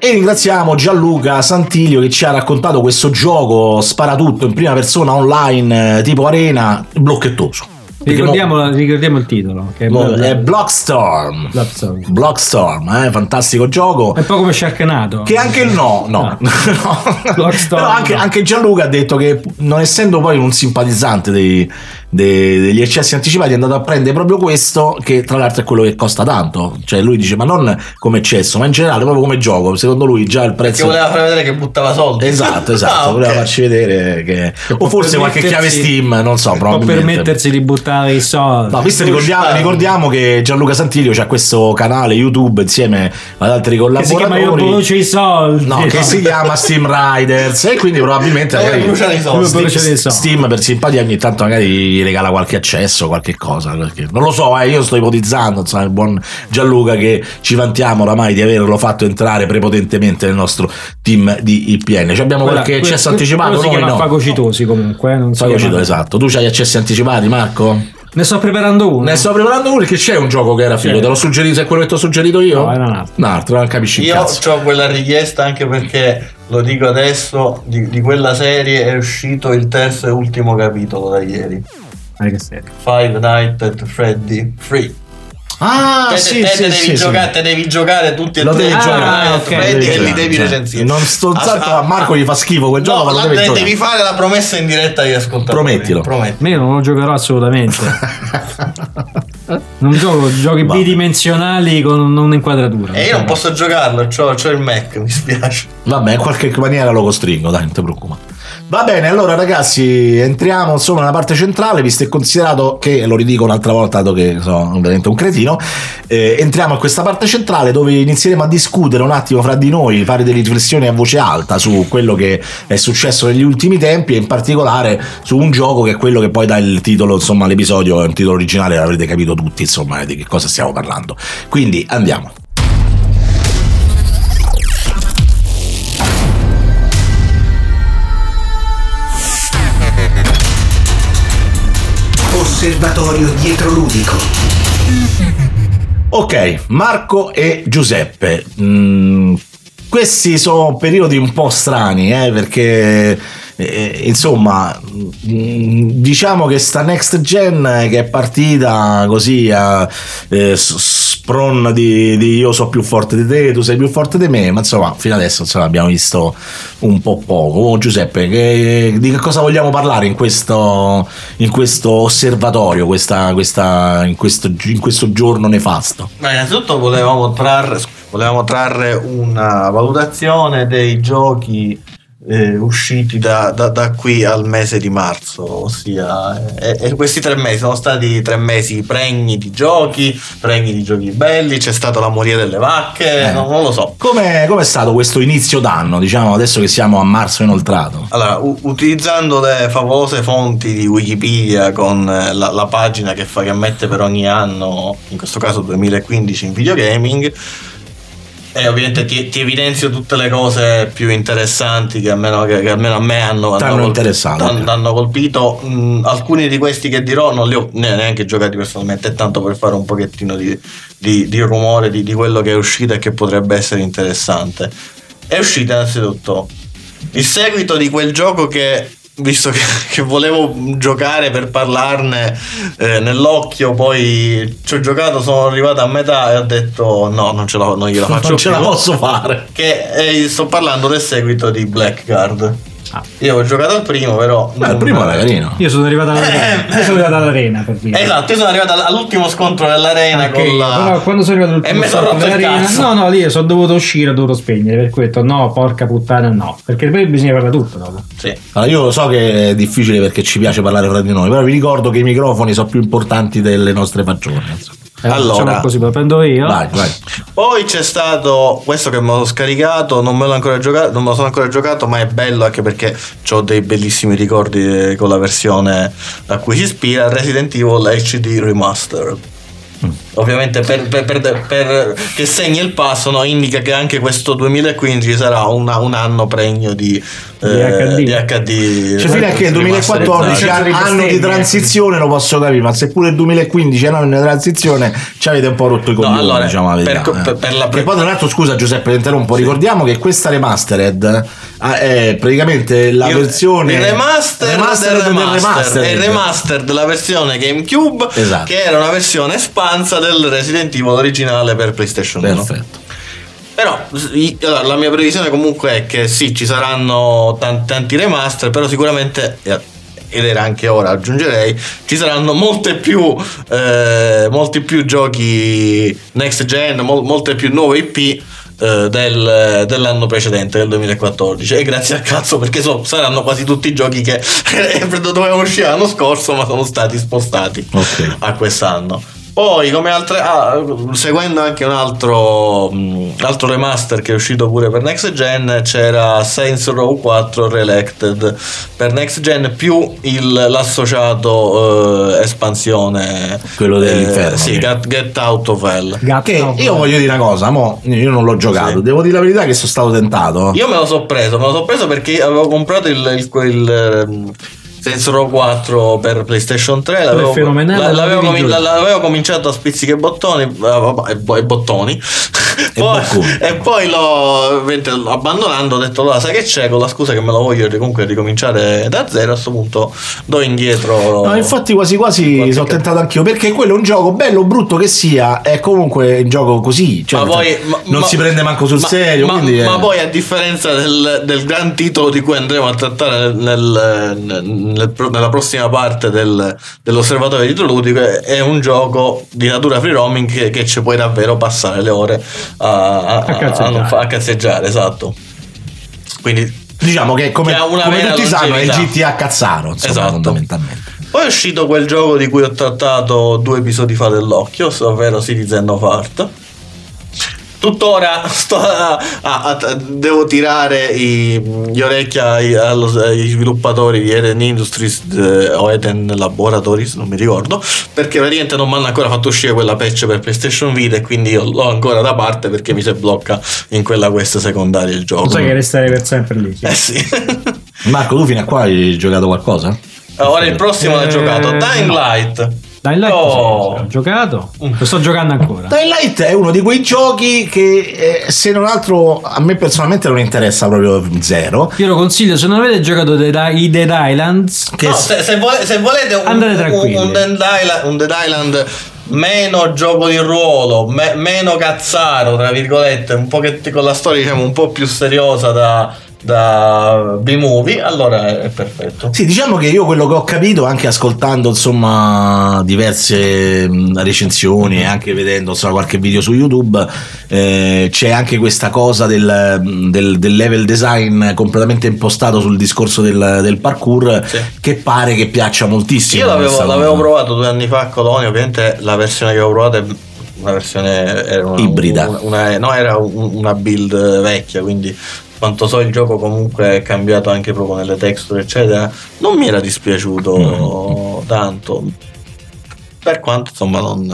E ringraziamo Gianluca Santilio che ci ha raccontato questo gioco sparatutto in prima persona online eh, tipo arena, blocchettoso. Ricordiamo, mo... ricordiamo il titolo che è, mo... è Blockstorm. Blockstorm, Blockstorm eh? Fantastico gioco. È un po' come Sharknado. Che anche il no, no, no. no. Però anche, anche Gianluca ha detto che, non essendo poi un simpatizzante dei, dei, degli accessi anticipati, è andato a prendere proprio questo, che tra l'altro è quello che costa tanto. Cioè lui dice, ma non come accesso, ma in generale proprio come gioco. Secondo lui già il prezzo, che voleva far vedere che buttava soldi. Esatto, esatto. Ah, voleva okay. farci vedere che, che o forse qualche chiave Steam, non so, può permettersi di buttare i soldi. No, visto ricordiamo, ricordiamo che Gianluca Santilio c'ha questo canale YouTube insieme ad altri collaboratori. Che si chiama Io brucio i soldi. No, che si chiama Steam Riders. E quindi probabilmente magari bruciare i soldi. Steam, Steam per simpatia ogni tanto magari gli regala qualche accesso, qualche cosa. Perché non lo so, eh, io sto ipotizzando, insomma, il buon Gianluca, che ci vantiamo oramai di averlo fatto entrare prepotentemente nel nostro team di I P N. Ci abbiamo Quella, qualche accesso que- anticipato? Si noi chiama no. Fagocitosi comunque. Non so Fagocitosi, esatto. Tu c'hai accessi anticipati, Marco? Ne sto preparando uno. Ne sto preparando uno perché c'è un gioco che era figo. Sì. Te l'ho suggerito, è quello che ti ho suggerito io? No, era un altro. Un altro, non capisci io cazzo. Io ho quella richiesta anche perché, lo dico adesso, di, di quella serie è uscito il terzo e ultimo capitolo da ieri. Ma che serie? Five Nights at Freddy Free. Ah, te, sì, te, sì, te, sì, devi sì, giocare, sì. te devi giocare tutti e lo tre devi giocare ah, okay. Freddy e li devi cioè, recensire. Non sto tanto a, a Marco gli fa schifo quel gioco, no, ma lo devi giocare. Devi fare la promessa in diretta agli ascoltatori. Promettilo. Prometti. Io non lo giocherò assolutamente. Non gioco giochi Vabbè. bidimensionali con un'inquadratura. E io non posso giocarlo, c'ho, c'ho il Mac, mi spiace. Vabbè, in qualche maniera lo costringo, dai, non ti preoccupare. Va bene, allora ragazzi, entriamo insomma nella parte centrale, visto e considerato che, lo ridico un'altra volta, dato che sono veramente un cretino, eh, entriamo in questa parte centrale dove inizieremo a discutere un attimo fra di noi, fare delle riflessioni a voce alta su quello che è successo negli ultimi tempi e in particolare su un gioco che è quello che poi dà il titolo, insomma l'episodio è un titolo originale, l'avrete capito tutti insomma di che cosa stiamo parlando. Quindi andiamo. Osservatorio dietroludico. Ok, Marco e Giuseppe. Mm, questi sono periodi un po' strani, eh, perché eh, insomma, mm, diciamo che sta next gen che è partita così a eh, spron di, di io so più forte di te, tu sei più forte di me, ma insomma fino adesso insomma, abbiamo visto un po' poco. Oh, Giuseppe, che, di che cosa vogliamo parlare in questo, in questo osservatorio, questa, questa, in, questo, in questo giorno nefasto? Ma innanzitutto volevamo trarre, volevamo trarre una valutazione dei giochi Eh, usciti da, da, da qui al mese di marzo, ossia eh, eh, questi tre mesi sono stati tre mesi pregni di giochi, pregni di giochi belli, c'è stato la moria delle vacche, eh. non, non lo so. Come è stato questo inizio d'anno, diciamo adesso che siamo a marzo inoltrato? Allora, u- utilizzando le famose fonti di Wikipedia con la, la pagina che fa che ammette per ogni anno, in questo caso duemilaquindici in videogaming, e ovviamente ti, ti evidenzio tutte le cose più interessanti che almeno, che, che almeno a me hanno, hanno, colpito, hanno, hanno colpito. Mm, alcuni di questi che dirò non li ho neanche giocati personalmente, tanto per fare un pochettino di, di, di rumore di, di quello che è uscito e che potrebbe essere interessante. È uscito innanzitutto il seguito di quel gioco che, visto che, che volevo giocare per parlarne eh, nell'occhio, poi ci ho giocato, sono arrivato a metà e ho detto no, non ce la, non gliela faccio non più, ce la posso fare, che eh, sto parlando del seguito di Blackguard. Ah. Io ho giocato al primo, però Beh, il primo era carino. Io sono arrivato all'arena, io sono arrivato all'arena per dire. Esatto, io sono arrivato all'ultimo scontro dell'arena okay, con la... però quando sono arrivato all'ultimo scontro dell'arena, no no lì sono dovuto uscire, ho dovuto spegnere, per cui ho detto no, porca puttana no, perché poi bisogna parlare tutto dopo. Sì. Allora, io lo so che è difficile perché ci piace parlare fra di noi, però vi ricordo che i microfoni sono più importanti delle nostre fagione, insomma. Eh, allora così lo prendo io. Vai, vai. Poi c'è stato questo che me l'ho scaricato, non me l'ho ancora giocato, non me lo sono ancora giocato, ma è bello anche perché ho dei bellissimi ricordi con la versione a cui si ispira, Resident Evil H D Remaster. ovviamente per, per, per, per che segna il passo, no? Indica che anche questo duemilaquindici sarà una, un anno pregno di, di eh, H D, di H D cioè fino a che il duemilaquattordici anno di transizione lo posso capire, ma se pure il duemilaquindici è un anno di transizione ci avete un po' rotto i coglioni, no, allora, diciamo la verità, per, per, per la pre- e poi tra l'altro, scusa Giuseppe ti interrompo, sì. Ricordiamo che questa remastered è praticamente la il, versione il remaster, remaster del remaster, remaster. È il remaster della versione GameCube, esatto, che era una versione espansa del Resident Evil originale per PlayStation uno. Perfetto. Però la mia previsione comunque è che sì, ci saranno tanti, tanti remaster, però sicuramente, ed era anche ora, aggiungerei, ci saranno molte più eh, molti più giochi next gen, mol, molte più nuove I P eh, del, dell'anno precedente, del duemilaquattordici, e grazie a cazzo, perché so, saranno quasi tutti i giochi che dovevano uscire l'anno scorso ma sono stati spostati okay. a quest'anno. Poi come altre ah, seguendo anche un altro mh, altro remaster che è uscito pure per Next Gen, c'era Saints Row quattro Reelected per Next Gen più il, l'associato eh, espansione, quello dell'inferno, eh, sì, Get, Get Out of Hell, che io voglio dire una cosa, mo, io non l'ho giocato, sì. Devo dire la verità che sono stato tentato. Io me lo so preso, me lo so preso perché avevo comprato il, il, il Saints Row quattro per PlayStation tre, l'avevo, fenomenale, l'avevo, comin- l'avevo cominciato a spizziche e bottoni e bottoni e, poi, e poi l'ho abbandonando, ho detto allora sai che c'è, con la scusa che me lo voglio comunque ricominciare da zero, a questo punto do indietro. No, infatti quasi quasi sono tentato anch'io, perché quello è un gioco bello o brutto che sia, è comunque un gioco così, cioè, ma poi, non ma, si prende manco sul ma, serio, ma, quindi ma è... poi a differenza del, del gran titolo di cui andremo a trattare nel, nel, nel, nella prossima parte del, dell'osservatorio idroludico, è un gioco di natura free roaming che, che ci puoi davvero passare le ore a, a, a, cazzeggiare. a, a cazzeggiare, esatto. Quindi diciamo che come, che come tutti sanno è il G T A cazzaro, insomma, esatto. Fondamentalmente. Poi è uscito quel gioco di cui ho trattato due episodi fa dell'occhio, ovvero Citizen of Art. Tuttora sto a, a, a, devo tirare i, gli orecchi ai, allo, agli sviluppatori di Eden Industries eh, o Eden Laboratories, non mi ricordo, perché praticamente non mi hanno ancora fatto uscire quella patch per PlayStation Vita, e quindi io l'ho ancora da parte perché mi si blocca in quella quest secondaria il gioco. Sai che restare per sempre lì. Sì. Eh sì. Marco, tu fino a qua hai giocato qualcosa? Ora il prossimo eh, l'ha giocato Dying no. Light. Dying Light oh. sì, ho giocato, lo sto giocando ancora. Dying Light è uno di quei giochi che eh, se non altro a me personalmente non interessa proprio zero. Io lo consiglio, se non avete giocato i Dead Islands, che no, se, se, vole, se volete un, andate tranquilli. un, un, Dead Island, un Dead Island meno gioco di ruolo, me, meno cazzaro tra virgolette, un pochettino con la storia diciamo un po' più seriosa da da B-movie, allora è perfetto. Sì, diciamo che io quello che ho capito anche ascoltando insomma diverse recensioni e anche vedendo insomma qualche video su YouTube, eh, c'è anche questa cosa del, del, del level design completamente impostato sul discorso del, del parkour, sì. Che pare che piaccia moltissimo. Io l'avevo, l'avevo provato due anni fa a Colonia, ovviamente la versione che avevo provato è una versione era una, ibrida, una, una, no era una build vecchia, quindi quanto so il gioco comunque è cambiato anche proprio nelle texture eccetera, non mi era dispiaciuto mm. tanto, per quanto insomma non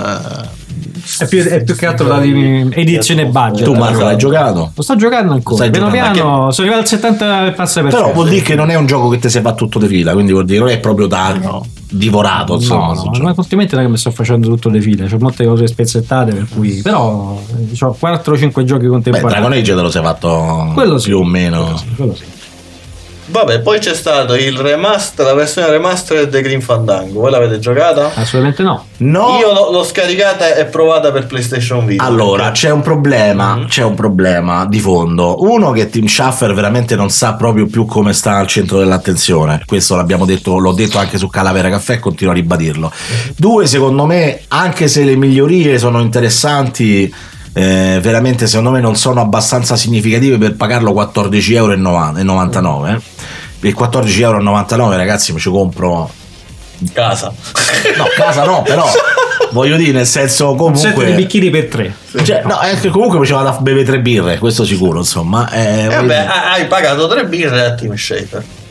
è più, è più che altro la edizione budget. Tu Marco l'hai giocato? Lo sto giocando ancora, Stai piano giocando piano anche... sono arrivato al settanta per cento. Però vuol dire che non è un gioco che ti si fa tutto di fila, quindi vuol dire non è proprio da no. divorato insomma. No, no, ma ultimamente non è che mi sto facendo tutto di fila, c'ho molte cose spezzettate per cui, però ho quattro o cinque giochi contemporanei. Beh, Dragon Age te lo sei fatto quello più sì, o meno quello sì, quello sì. Vabbè, poi c'è stato il remaster, la versione remastered di Grim Fandango. Voi l'avete giocata? Assolutamente no. No. Io l'ho, l'ho scaricata e provata per PlayStation Vita. Allora, perché... c'è un problema, mm-hmm. c'è un problema di fondo. Uno, che Tim Schafer veramente non sa proprio più come sta al centro dell'attenzione. Questo l'abbiamo detto, l'ho detto anche su Calavera Caffè e continuo a ribadirlo. Due, secondo me, anche se le migliorie sono interessanti, Eh, veramente secondo me non sono abbastanza significative per pagarlo quattordici euro e novantanove. Eh. Il quattordici euro e novantanove, ragazzi, mi ci compro casa. No, casa no, però voglio dire, nel senso, comunque un set di bicchieri per tre. Cioè, no, è che comunque mi ci vado a bere tre birre, questo sicuro, insomma. Eh, eh vabbè, hai pagato tre birre a Tim Schafer.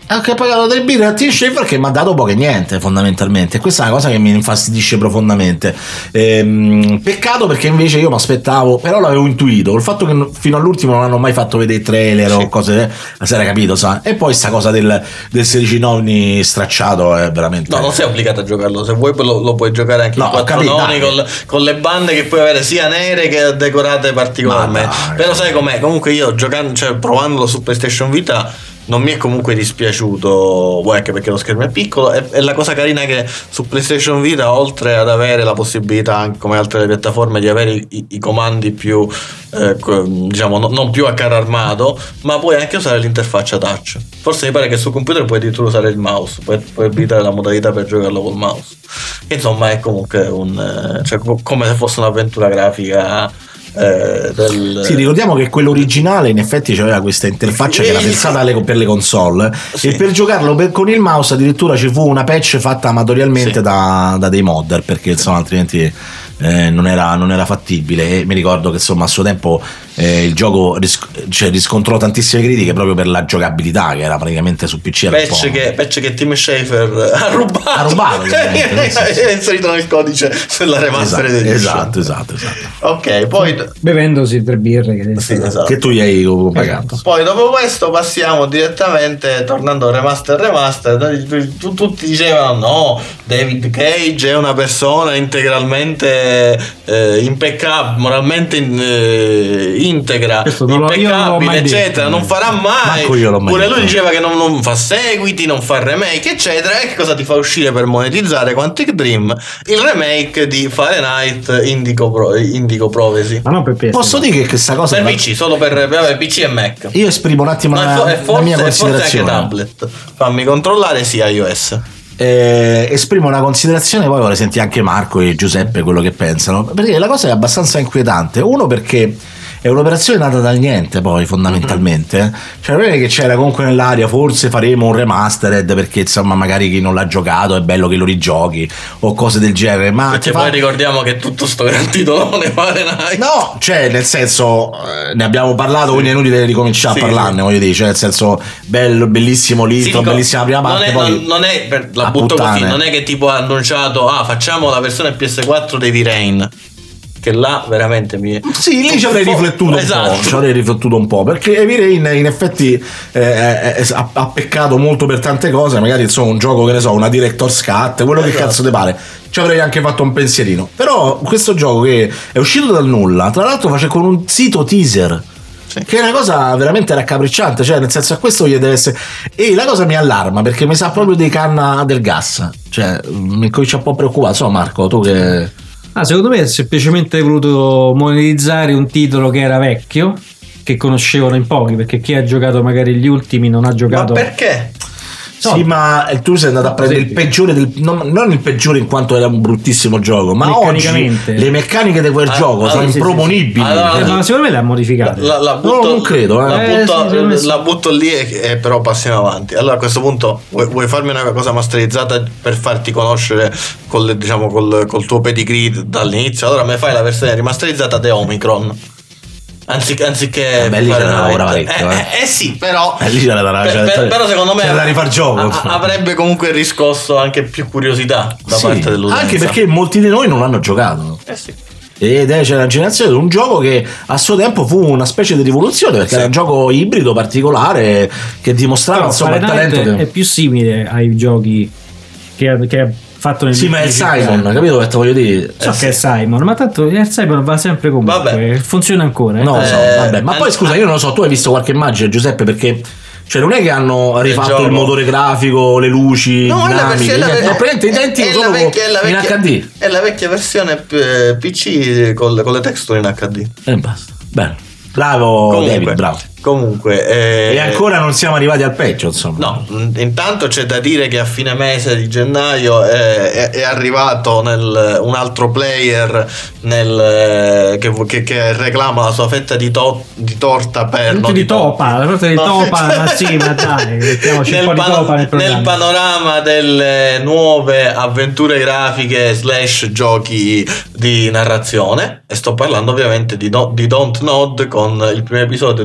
Anche pagato delle birre a Tim Schafer che mi ha dato poco e niente fondamentalmente. Questa è una cosa che mi infastidisce profondamente. Ehm, peccato perché invece io mi aspettavo, però l'avevo intuito, il fatto che fino all'ultimo non hanno mai fatto vedere trailer sì. o cose, si era capito, sa? E poi sta cosa del, del sedici nonni stracciato è veramente... No, non sei obbligato a giocarlo, se vuoi lo, lo puoi giocare anche no, in quattro nonni con, con le bande che puoi avere sia nere che decorate particolarmente. Però sai com'è? Comunque io giocando, cioè provandolo su PlayStation Vita non mi è comunque dispiaciuto, vuoi anche perché lo schermo è piccolo, e, e la cosa carina è che su PlayStation Vita, oltre ad avere la possibilità anche come altre piattaforme di avere i, i comandi più eh, diciamo no, non più a carro armato, ma puoi anche usare l'interfaccia touch. Forse mi pare che sul computer puoi addirittura usare il mouse, puoi, puoi abilitare la modalità per giocarlo col mouse. Insomma è comunque un cioè, come se fosse un'avventura grafica. Eh, del... Sì, ricordiamo che quello originale in effetti aveva questa interfaccia che era pensata alle, per le console sì. e per giocarlo per, con il mouse addirittura ci fu una patch fatta amatorialmente sì. da, da dei modder perché insomma altrimenti eh, non, era, non era fattibile. E mi ricordo che insomma a suo tempo eh, il gioco ris- cioè, riscontrò tantissime critiche proprio per la giocabilità che era praticamente su P C. Patch che, patch che Tim Schafer ha rubato, ha rubato è inserito nel codice sulla remaster esatto, esatto, esatto, esatto. Ok, poi bevendosi tre birre che, sì, esatto. che tu gli hai pagato. Esatto. Poi dopo questo passiamo direttamente, tornando remaster remaster, tutti dicevano no, David Cage è una persona integralmente eh, impeccabile, moralmente in, eh, integra, impeccabile, eccetera, non farà mai. Pure lui diceva che non, non fa seguiti, non fa remake, eccetera. E che cosa ti fa uscire per monetizzare Quantic Dream? Il remake di Fahrenheit Indigo, Pro, Indigo Prophecy. Ma non per P S. Posso dire che questa cosa per P C, solo per, per P C e Mac. Io esprimo un attimo no, la, forse, la mia considerazione. Anche tablet. Fammi controllare sì iOS. Eh, esprimo una considerazione, poi vorrei sentire anche Marco e Giuseppe quello che pensano, perché la cosa è abbastanza inquietante. Uno perché è un'operazione nata dal niente, poi fondamentalmente mm-hmm. cioè non è che c'era comunque nell'aria forse faremo un remastered perché insomma magari chi non l'ha giocato è bello che lo rigiochi o cose del genere, ma perché poi fa... ricordiamo che tutto sto gran titolone Fahrenheit no, cioè nel senso eh, ne abbiamo parlato sì. quindi è inutile ricominciare sì, a parlarne sì. voglio dire, cioè nel senso bello, bellissimo l'intro, sì, bellissima prima parte, non è, poi non, non è per, la butto puttane. Così, non è che tipo ha annunciato ah facciamo la versione P S quattro dei V-Rain, che là veramente mi sì lì ci avrei riflettuto esatto. un po' ci avrei riflettuto un po' perché Heavy Rain in effetti eh, eh, ha, ha peccato molto per tante cose, magari insomma un gioco che ne so una Director's Cut, quello esatto. che cazzo te pare, ci avrei anche fatto un pensierino, però questo gioco che è uscito dal nulla tra l'altro face con un sito teaser sì. che è una cosa veramente raccapricciante, cioè nel senso a questo gli deve essere, e la cosa mi allarma perché mi sa proprio di canna del gas, cioè mi comincia un po' preoccupato. Insomma Marco, tu che Ah, secondo me è semplicemente voluto monetizzare un titolo che era vecchio, che conoscevano in pochi, perché chi ha giocato magari gli ultimi non ha giocato. Ma perché? No. Sì, ma tu sei andato a prendere il peggiore del, non, non il peggiore in quanto era un bruttissimo gioco, ma oggi le meccaniche di quel ah, gioco ah, sono sì, improponibili. Sì, sì. Allora, eh, ma secondo me l'ha modificato. La, la butto, no, non credo. Eh. La, eh, butto, sì, la butto lì e, e però passiamo avanti. Allora a questo punto vuoi, vuoi farmi una cosa masterizzata per farti conoscere col, diciamo, col, col tuo pedigree dall'inizio? Allora me fai la versione rimasterizzata di Omicron. Anziché, anziché eh beh, lì c'era lavora parecchio, eh, eh. eh sì, però eh, lì c'era da, per, cioè, per, però secondo me c'era da rifar gioco, a, avrebbe comunque riscosso anche più curiosità da sì, parte dell'utenza, anche perché molti di noi non l'hanno giocato. Eh sì. Ed è c'era la generazione di un gioco che a suo tempo fu una specie di rivoluzione perché sì. era un gioco ibrido particolare che dimostrava però, insomma il talento che... che... è più simile ai giochi che, che fatto nel sì ma è il Simon, capito che te voglio dire? So eh, che sì. è Simon, ma tanto il Simon va sempre comunque, vabbè. funziona ancora. Eh? No, eh, so, vabbè, ma poi scusa, io non lo so, tu hai visto qualche immagine, Giuseppe, perché cioè non è che hanno rifatto il, il motore grafico, le luci, no, dinamiche, è la no, praticamente identico solo vecchia, in vecchia, acca di. È la vecchia versione P C con, con le texture in acca di. E basta. Bene. Bravo comunque, David, bravo. Comunque eh, e ancora non siamo arrivati al peggio, insomma. No, intanto c'è da dire che a fine mese di gennaio è, è, è arrivato nel, un altro player nel, che, che, che reclama la sua fetta di, to, di torta per non di topa, la torta di no, topa, ma sì, ma dai, mettiamoci un po' di topa nel programma. Nel panorama delle nuove avventure grafiche slash giochi di narrazione, e sto parlando ovviamente di, do, di Don't Nod con il primo episodio di Life is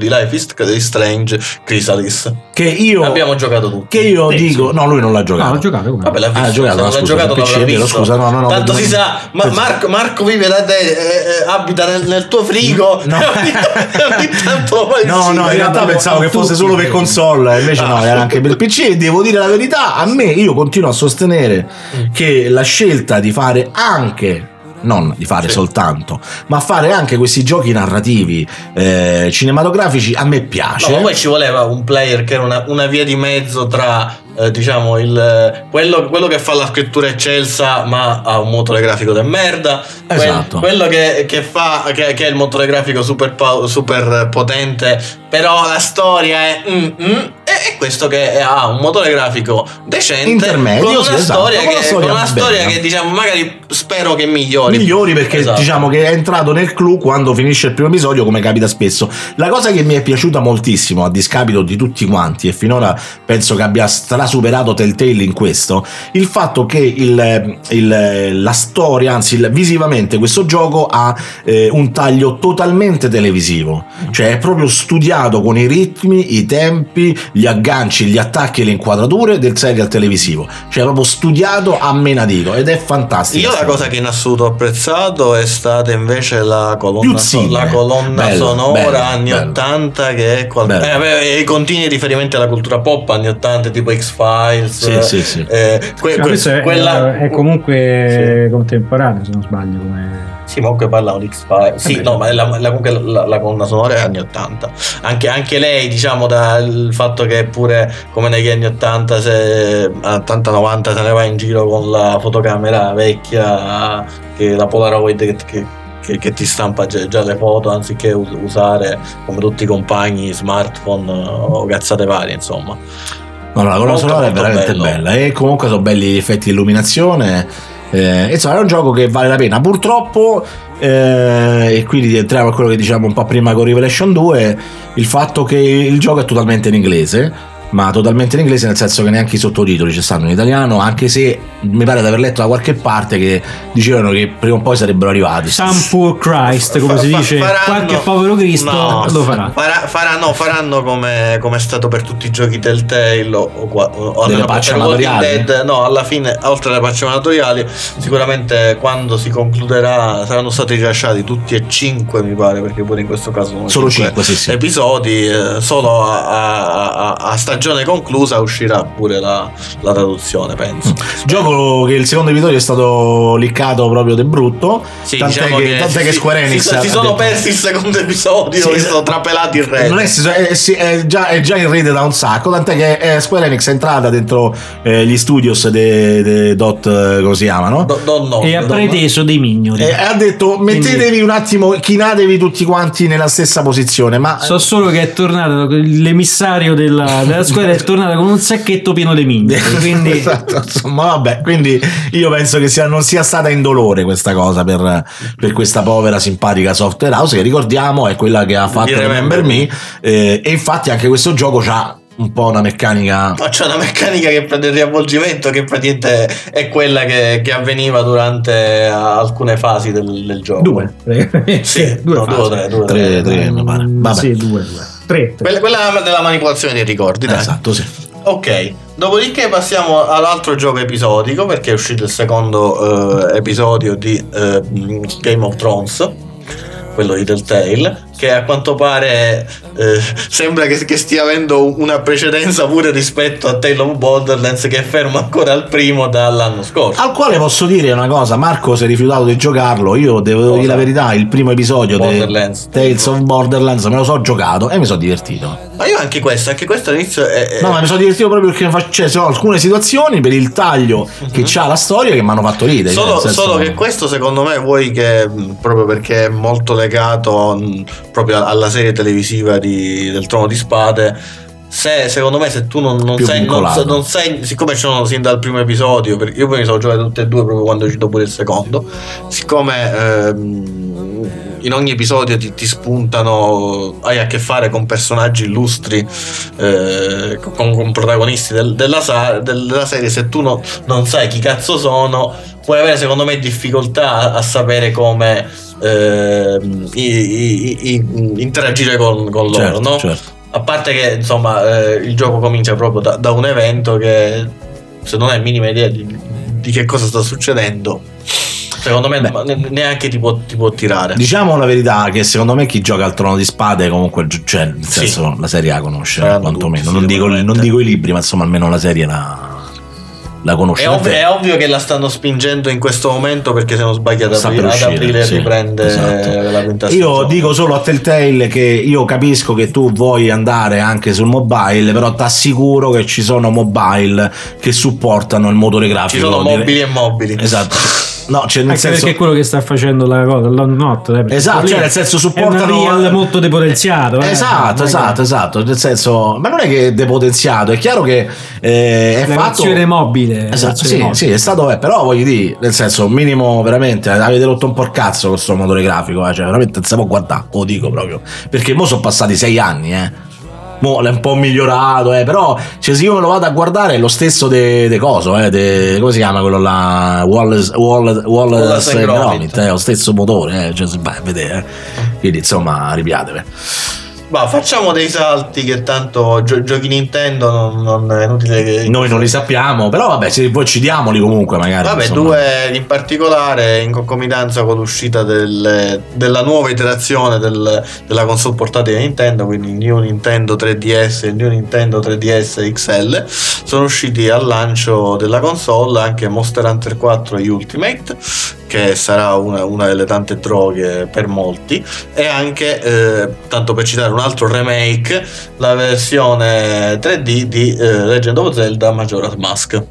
Chrysalis, di Strange Chrysalis. Che io abbiamo giocato tutti. Che io sì, dico, sì. no, lui non l'ha giocato. No, l'ha giocato. Come? Vabbè, l'ha visto. Ah, giocato, se non no, l'ha scusa, giocato, non l'ha visto. Scusa, no, no, no, Tanto no, si no, sa, ma penso... Marco, Marco vive da te, eh, eh, abita nel, nel tuo frigo. No, ogni tanto lo fai no, no, in realtà pensavo che fosse solo per console, invece no, era anche per il P C. E devo dire la verità, a me, io continuo a sostenere che la scelta di fare anche, non di fare sì. soltanto, ma fare anche questi giochi narrativi eh, cinematografici a me piace. No, ma poi ci voleva un player che era una, una via di mezzo tra eh, diciamo il quello, quello che fa la scrittura eccelsa ma ha un motore grafico de merda, esatto. quel, quello che, che fa che, che è il motore grafico super, super potente, però la storia è mm, mm, e questo che ha un motore grafico decente, intermedio, con una sì, storia, esatto, che, con una con una storia, storia che diciamo magari spero che migliori migliori perché esatto. diciamo che è entrato nel clou quando finisce il primo episodio, come capita spesso. La cosa che mi è piaciuta moltissimo a discapito di tutti quanti, e finora penso che abbia strasuperato Telltale in questo, il fatto che il, il, la storia, anzi il, visivamente questo gioco ha eh, un taglio totalmente televisivo, cioè è proprio studiato con i ritmi, i tempi, gli agganci, gli attacchi e le inquadrature del serial televisivo, cioè proprio studiato a menadito, ed è fantastico. Io la cosa che in assoluto ho apprezzato è stata invece la colonna, so, la colonna bello, sonora bello, anni bello. ottanta, che è qual- eh, i continui riferimenti alla cultura pop anni ottanta, tipo X-Files, sì, sì, sì. Eh, que- no, que- è, quella... è comunque sì. contemporaneo, se non sbaglio, come... Sì, ma comunque parla di X-Files. Sì, no, ma la, la, comunque la, la colonna sonora è anni ottanta. Anche, anche lei, diciamo, dal fatto che pure come negli anni ottanta, se ottanta novanta se ne va in giro con la fotocamera vecchia, che la Polaroid che, che, che, che ti stampa già, già le foto, anziché usare come tutti i compagni smartphone o cazzate varie, insomma. No, no, la colonna sonora è veramente bello. bella. E comunque sono belli gli effetti di illuminazione. Eh, insomma, è un gioco che vale la pena. Purtroppo, eh, e quindi entriamo a quello che diciamo un po' prima con Revelation due, il fatto che il gioco è totalmente in inglese, ma totalmente in inglese nel senso che neanche i sottotitoli ci stanno in italiano, anche se mi pare di aver letto da qualche parte che dicevano che prima o poi sarebbero arrivati. Some poor Christ, come si dice, faranno, qualche povero Cristo no, lo farà. farà faranno, faranno come, come è stato per tutti i giochi Telltale o, o, o delle patch amatoriali. Dead, no, alla fine, oltre alle patch amatoriali, sicuramente quando si concluderà saranno stati rilasciati tutti e cinque, mi pare, perché pure in questo caso sono solo cinque, sì, sì. episodi, eh, solo a, a, a, a stagione conclusa uscirà pure la, la traduzione, penso. Mm. Gioco che il secondo episodio è stato liccato proprio de brutto, sì, tant'è, diciamo che, che tant'è si, che Square Enix si, si sono detto... persi il secondo episodio, sì, si sono trapelati il resto. Non è, è, è, già, è già in rete da un sacco, tant'è che è Square Enix è entrata dentro eh, gli studios de, de Dot, come si chiamano? Do, do, no, e ha preteso no. dei mignoli e ha detto mettetevi Quindi... un attimo, chinatevi tutti quanti nella stessa posizione, ma so solo che è tornato l'emissario della, della squadra, è tornato con un sacchetto pieno di mignoli, quindi... esatto, insomma, vabbè, quindi io penso che sia, non sia stata indolore questa cosa per, per questa povera simpatica software house, che ricordiamo è quella che ha fatto Remember Me, eh, e infatti anche questo gioco c'ha un po' una meccanica, no, c'è una meccanica che prende il riavvolgimento, che praticamente è quella che, che avveniva durante alcune fasi del, del gioco. Due, sì, due, no, fasi. due o tre, due, tre, tre, tre, mi pare. Vabbè. Sì, due, due. Tre, tre. Quella, quella della manipolazione dei ricordi, dai. Esatto, sì. Ok, dopodiché passiamo all'altro gioco episodico, perché è uscito il secondo uh, episodio di uh, Game of Thrones, quello di Telltale, che a quanto pare eh, sembra che, che stia avendo una precedenza pure rispetto a Tale of Borderlands, che è fermo ancora al primo dall'anno scorso. Al quale posso dire una cosa, Marco si è rifiutato di giocarlo, io devo cosa? dire la verità, il primo episodio di Tales of Borderlands me lo so giocato e mi sono divertito. Ma io anche questo, anche questo all'inizio è, è... No, ma mi sono divertito proprio perché cioè, sono alcune situazioni per il taglio uh-huh. che c'ha la storia che mi hanno fatto ridere. Solo, senso... solo che questo secondo me vuoi che proprio perché è molto legato mh, proprio alla serie televisiva di, del Trono di Spade, se secondo me se tu non, non sei non, non sei siccome ci sono sin dal primo episodio, perché io poi mi sono giocato tutte e due proprio quando è uscito pure il secondo, siccome ehm, in ogni episodio ti, ti spuntano, hai a che fare con personaggi illustri, eh, con, con protagonisti del, della, della serie, se tu no, non sai chi cazzo sono, puoi avere secondo me difficoltà a, a sapere come eh, i, i, i, interagire con, con loro, certo, no? Certo. A parte che insomma eh, il gioco comincia proprio da, da un evento che se non hai minima idea di, di che cosa sta succedendo, secondo me Beh, neanche ti può, ti può tirare. Diciamo la verità che secondo me chi gioca al Trono di Spade comunque, cioè nel senso sì. la serie la conosce, quantomeno. Non, dico, non dico i libri, ma insomma almeno la serie la... la conosce. È ovvio, è ovvio che la stanno spingendo in questo momento, perché se non sbaglio ad aprile, ad aprile sì, riprende esatto. la quinta stagione. Io dico solo a Telltale che io capisco che tu vuoi andare anche sul mobile, però ti assicuro che ci sono mobile che supportano il motore grafico. Ci sono mobili e mobili. Esatto. No, cioè nel anche senso... perché è quello che sta facendo la cosa, not, eh, esatto, cioè nel senso supportano è un real molto depotenziato. Eh. Esatto, esatto, che... esatto. Nel senso, ma non è che è depotenziato, è chiaro che eh, è la fatto versione mobile. Esatto, sì, mobile. Sì, è stato, eh, però voglio dire, nel senso, minimo veramente avete rotto un po' il cazzo con questo motore grafico, eh, cioè veramente non si può guardare, lo dico proprio, perché mo sono passati sei anni, eh. Mo l'è un po' migliorato, eh, però cioè, se io me lo vado a guardare è lo stesso de, de coso, eh, de, come si chiama quello là? Wallace, Wallace, Wallace and Gromit, eh, lo stesso motore, eh, cioè, vai a vedere, eh. Quindi insomma ripiatevi. Ma facciamo dei salti che tanto gio- giochi Nintendo non, non è inutile che... Noi non li sappiamo, però vabbè, se poi ci diamoli comunque magari. Vabbè, insomma. Due in particolare in concomitanza con l'uscita del, della nuova iterazione del, della console portatile Nintendo, quindi il New Nintendo tre D S e il New Nintendo tre D S X L, sono usciti al lancio della console anche Monster Hunter quattro e Ultimate, che sarà una, una delle tante droghe per molti, e anche, eh, tanto per citare un altro remake, la versione tre D di eh, Legend of Zelda Majora's Mask.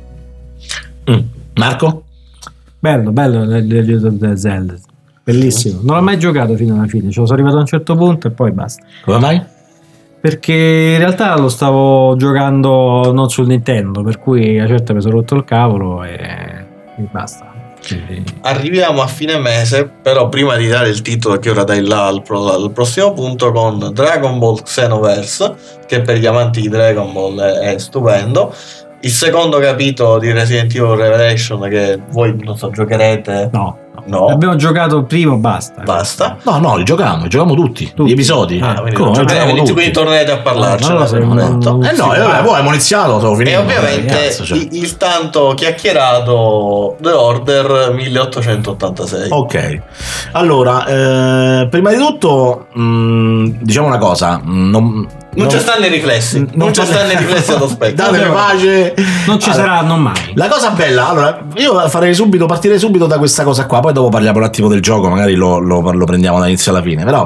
Mm. Marco? Bello, bello Legend of Zelda, bellissimo. Non l'ho mai giocato fino alla fine, cioè, sono arrivato a un certo punto e poi basta. Come mai? Perché in realtà lo stavo giocando non sul Nintendo, per cui a certo mi sono rotto il cavolo e, e basta. Arriviamo a fine mese, però prima di dare il titolo che ora dai là al, pro, al prossimo punto, con Dragon Ball Xenoverse, che per gli amanti di Dragon Ball è, è stupendo. Il secondo capitolo di Resident Evil Revelation, che voi non so giocherete. No, no. Abbiamo giocato il primo, basta. Basta? No, no, li giochiamo, li giochiamo tutti, tutti. Gli episodi. Ah, quindi, Come, giochiamo quindi, tutti. Quindi tornerete a parlarci. No, no, no, no, no. Eh no, vabbè, poi abbiamo iniziato, stavo finendo. E ovviamente eh, cazzo, cioè. il, il tanto chiacchierato The Order milleottocentottantasei. Ok, allora, eh, prima di tutto, mh, diciamo una cosa, non... Non, non ci stanno i riflessi, non, non ci stanno i riflessi allo specchio. Datemi pace. Non ci allora, saranno mai. La cosa bella, allora, io farei subito, partirei subito da questa cosa qua, poi dopo parliamo un attimo del gioco, magari lo, lo, lo prendiamo dall'inizio alla fine, però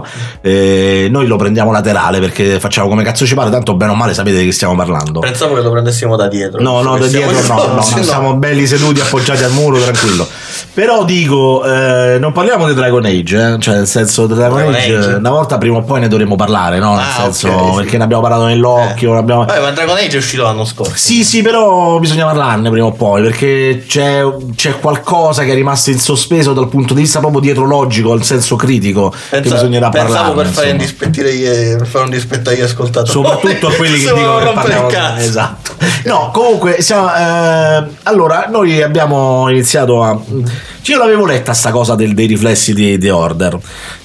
eh, noi lo prendiamo laterale perché facciamo come cazzo ci pare, tanto bene o male sapete di che stiamo parlando. Pensavo che lo prendessimo da dietro. No, no, da dietro no, no, no, siamo belli seduti appoggiati al muro, tranquillo. Però dico, eh, non parliamo di Dragon Age, eh? Cioè nel senso di Dragon, Dragon Age, Age, una volta prima o poi ne dovremo parlare, no? Nel ah, senso, okay, perché sì. Ne abbiamo parlato nell'occhio. Eh. Abbiamo... Vabbè, ma Dragon Age è uscito l'anno scorso. Sì, sì, però bisogna parlarne prima o poi, perché c'è, c'è qualcosa che è rimasto in sospeso dal punto di vista proprio dietrologico, al senso critico, Pensa, che bisognerà parlare. Pensavo per fare, indispettire, per fare un dispetto agli ascoltatori. Soprattutto a quelli che dicono che parliamo. Esatto. No, comunque, siamo, eh, allora, noi abbiamo iniziato a... Io l'avevo letta sta cosa del, dei riflessi di The Order,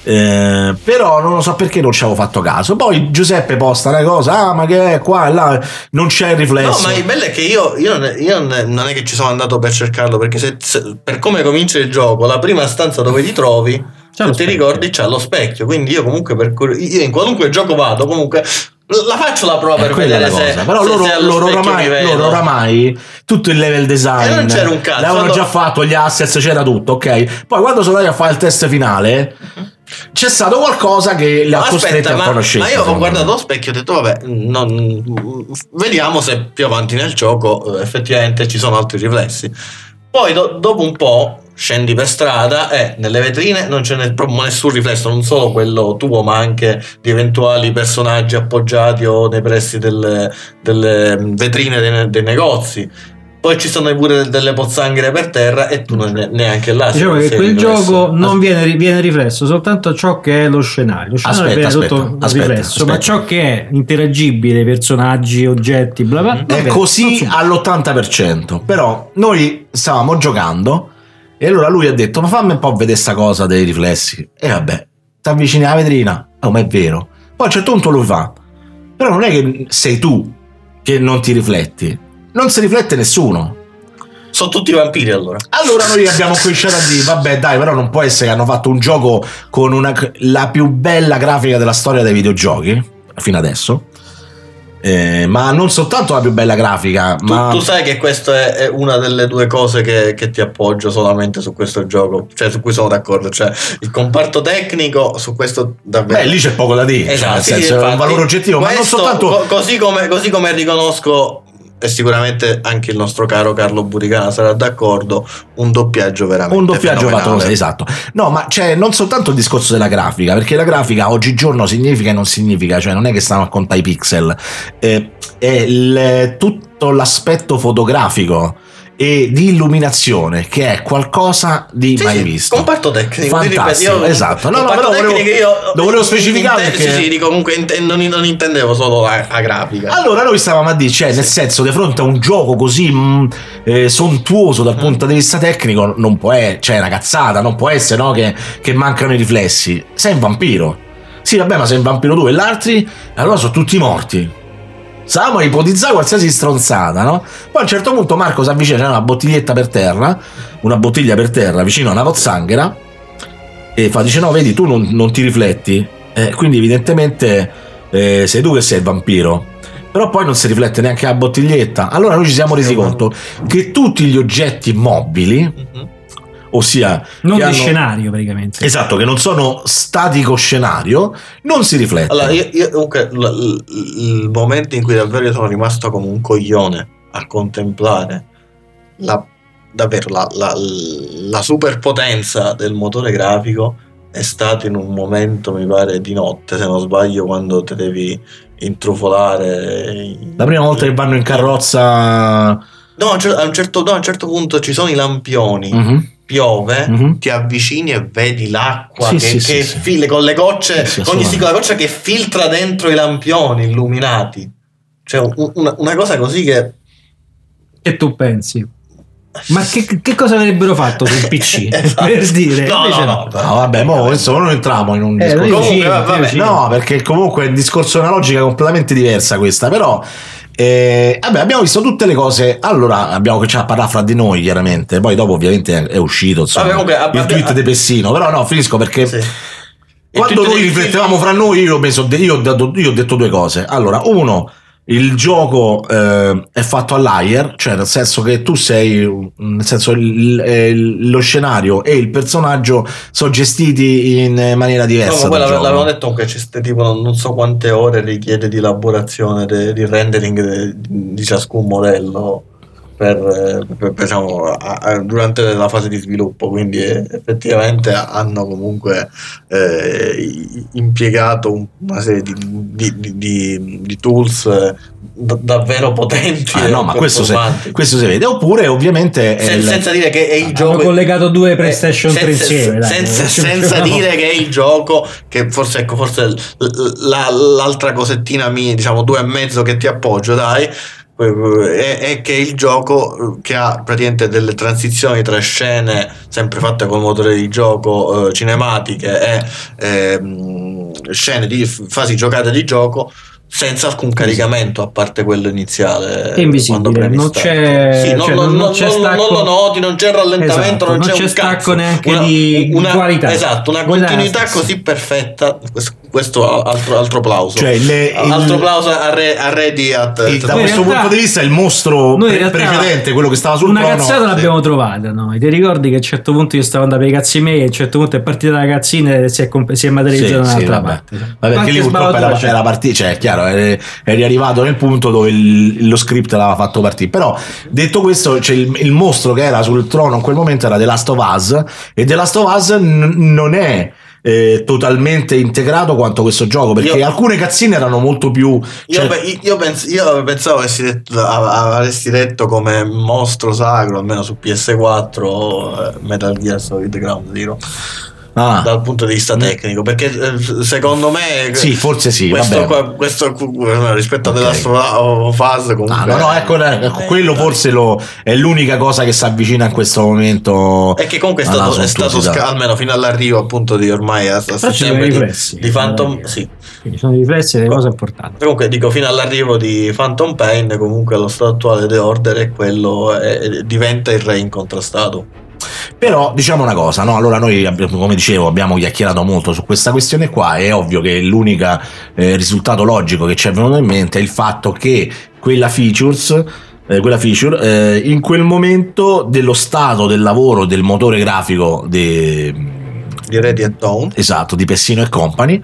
eh, però non lo so perché non ci avevo fatto caso. Poi Giuseppe posta una cosa, ah ma che è qua e là, non c'è il riflesso. No, ma il bello è che io, io, io non è che ci sono andato per cercarlo, perché se, se, per come comincia il gioco, la prima stanza dove ti trovi, se ti ricordi, c'è lo specchio. Quindi io comunque per io in qualunque gioco vado, comunque la faccio la prova per vedere se, però se, loro, se loro, oramai, loro oramai tutto il level design e non c'era un cazzo, l'avevano allora... già fatto, gli assets, c'era tutto, ok. Poi quando sono andati a fare il test finale c'è stato qualcosa che li ha costretti a conoscere. Ma io ho guardato lo specchio e ho detto vabbè, non... vediamo se più avanti nel gioco effettivamente ci sono altri riflessi. Poi do, dopo un po' scendi per strada e nelle vetrine non c'è ne, proprio nessun riflesso, non solo quello tuo ma anche di eventuali personaggi appoggiati o nei pressi delle, delle vetrine dei, dei negozi. Poi ci sono pure delle pozzanghere per terra e tu non neanche là. Diciamo che quel gioco non viene, viene riflesso soltanto ciò che è lo scenario. Lo scenario aspetta, viene aspetta, tutto aspetta, riflesso, aspetta. ma ciò che è interagibile, personaggi, oggetti, bla bla, è così all'ottanta per cento. Però noi stavamo giocando E allora lui ha detto: ma fammi un po' vedere sta cosa dei riflessi. E vabbè, ti avvicini alla vetrina, oh, ma è vero. Poi a un certo punto lo fa. Però non è che sei tu che non ti rifletti, non si riflette nessuno. Sono tutti vampiri allora. Allora noi abbiamo cominciato a dire: vabbè dai, però non può essere che hanno fatto un gioco con una, la più bella grafica della storia dei videogiochi fino adesso, eh, ma non soltanto la più bella grafica, tu, ma tu sai che questa è, è una delle due cose che, che ti appoggio solamente su questo gioco, cioè su cui sono d'accordo, cioè il comparto tecnico su questo davvero. Beh, lì c'è poco da dire, esatto, cioè, nel sì, senso, infatti, è un valore oggettivo, ma non questo, soltanto co- così come, così come riconosco, e sicuramente anche il nostro caro Carlo Buricana sarà d'accordo, un doppiaggio veramente un doppiaggio fenomenale. fatto, esatto. No, ma c'è non soltanto il discorso della grafica, perché la grafica oggigiorno significa e non significa, cioè non è che stanno a contare i pixel, eh, è il, tutto l'aspetto fotografico e di illuminazione che è qualcosa di sì, mai sì, visto. Comparto tecnico, fantastico, io, esatto. No, no, comparto però tecnico volevo, io lo volevo specificare inte- perché sì, sì, dico, comunque inte- non, non intendevo solo la, la grafica. Allora noi stavamo a dire, cioè sì. nel senso, di fronte a un gioco così mh, eh, sontuoso dal mm. punto di vista tecnico, non può essere, cioè una cazzata, non può essere, no, che, che mancano i riflessi. Sei un vampiro. Sì, vabbè, ma sei un vampiro tu e gli altri, allora sono tutti morti. Stavamo a ipotizzare qualsiasi stronzata, no? Poi a un certo punto Marco si avvicina, c'è una bottiglietta per terra, una bottiglia per terra vicino a una pozzanghera, e fa, dice: no, vedi, tu non, non ti rifletti, eh, quindi evidentemente eh, sei tu che sei il vampiro. Però poi non si riflette neanche la bottiglietta. Allora noi ci siamo resi conto che tutti gli oggetti mobili, mm-hmm. ossia non di hanno, scenario praticamente, esatto, che non sono statico scenario, non si riflettono. Allora io, io comunque l, l, il momento in cui davvero io sono rimasto come un coglione a contemplare la, davvero la, la, la superpotenza del motore grafico è stato in un momento, mi pare di notte se non sbaglio, quando te devi intrufolare la prima volta che vanno in carrozza. No, a un certo, no, a un certo punto ci sono i lampioni, mm-hmm. piove, mm-hmm. ti avvicini e vedi l'acqua sì, che, sì, che sì, file con le gocce, sì, con ogni singola goccia che filtra dentro i lampioni illuminati. Cioè una, una cosa così che... E tu pensi? Ma che, che cosa avrebbero fatto sul P C? Esatto. Per dire? No, no, no, no, no, vabbè, mo adesso non entriamo in un eh, discorso. Comunque, vabbè, no, perché comunque il discorso è una logica completamente diversa questa, però eh, vabbè, abbiamo visto tutte le cose. Allora abbiamo cominciato a parlare fra di noi, chiaramente. Poi dopo ovviamente è uscito insomma, vabbè, comunque, vabbè, il tweet vabbè, di Pessino. Però no, finisco perché sì. Quando noi riflettevamo fra noi, io ho, messo, io, ho dato, io ho detto due cose. Allora, uno, il gioco eh, è fatto all'ayer, cioè nel senso che tu sei, nel senso il, il, lo scenario e il personaggio sono gestiti in maniera diversa. No, ma poi l'avevano detto che c'è tipo non so quante ore richiede di elaborazione, de, di rendering de, di ciascun modello per, per, per diciamo a, a, durante la fase di sviluppo, quindi eh, effettivamente hanno comunque eh, impiegato una serie di, di, di, di, di tools eh, d- davvero potenti. Ah, no, ma questo si, questo si vede. Oppure ovviamente Sen, il... senza dire che è il gioco, hanno collegato due PlayStation tre insieme, dai, senza, senza dire che è il gioco che forse ecco forse la, l'altra cosettina mia, diciamo due e mezzo che ti appoggio, dai, è, è che il gioco che ha praticamente delle transizioni tra scene sempre fatte col motore di gioco, eh, cinematiche e eh, scene di fasi giocate di gioco senza alcun caricamento a parte quello iniziale. È invisibile, non c'è, sì, non, cioè, non, non, non, c'è non, stacco, non lo noti, non c'è rallentamento, esatto, non, non c'è, c'è un stacco cazzo, neanche una, di, una, di qualità. Esatto, una continuità così perfetta. Questo altro, altro plauso. Cioè le, altro il, plauso a Re, a Rediat. Da questo realtà, punto di vista il mostro pre- precedente, quello che stava sul una trono, cazzata sì. l'abbiamo trovata noi. Ti ricordi che a un certo punto io stavo andando per i cazzi miei e a un certo punto è partita la cazzina e si è, comp- si è materializzata sì, un'altra sì, parte. Vabbè, vabbè perché lì purtroppo era, era partita, cioè è chiaro, eri, eri arrivato nel punto dove il, lo script l'aveva fatto partire. Però detto questo, cioè il, il mostro che era sul trono in quel momento era The Last of Us, e The Last of Us n- non è Eh, totalmente integrato quanto questo gioco, perché io, alcune cazzine erano molto più cioè... io, io, pens- io pensavo avessi detto, avresti detto come mostro sacro almeno su P S quattro eh, Metal Gear Solid Ground Zero. ah. dal punto di vista tecnico, perché eh, secondo me sì, forse sì, questo, qua, questo rispetto okay. a The Last of Us comunque ah, no no ecco, ecco quello forse lo, è l'unica cosa che si avvicina in questo momento, e che comunque è stato, è stato sca- almeno fino all'arrivo appunto di ormai a, a settembre di, di Phantom sì. Quindi sono riflessi delle cose importanti. Comunque dico, fino all'arrivo di Phantom Pain comunque allo stato attuale The Order è quello, è, diventa il re incontrastato. Però diciamo una cosa, no? Allora noi, come dicevo, abbiamo chiacchierato molto su questa questione qua. È ovvio che l'unico eh, risultato logico che ci è venuto in mente è il fatto che quella features eh, quella feature eh, in quel momento dello stato del lavoro del motore grafico de, di Ready at Dawn, esatto, di Pessino e Company,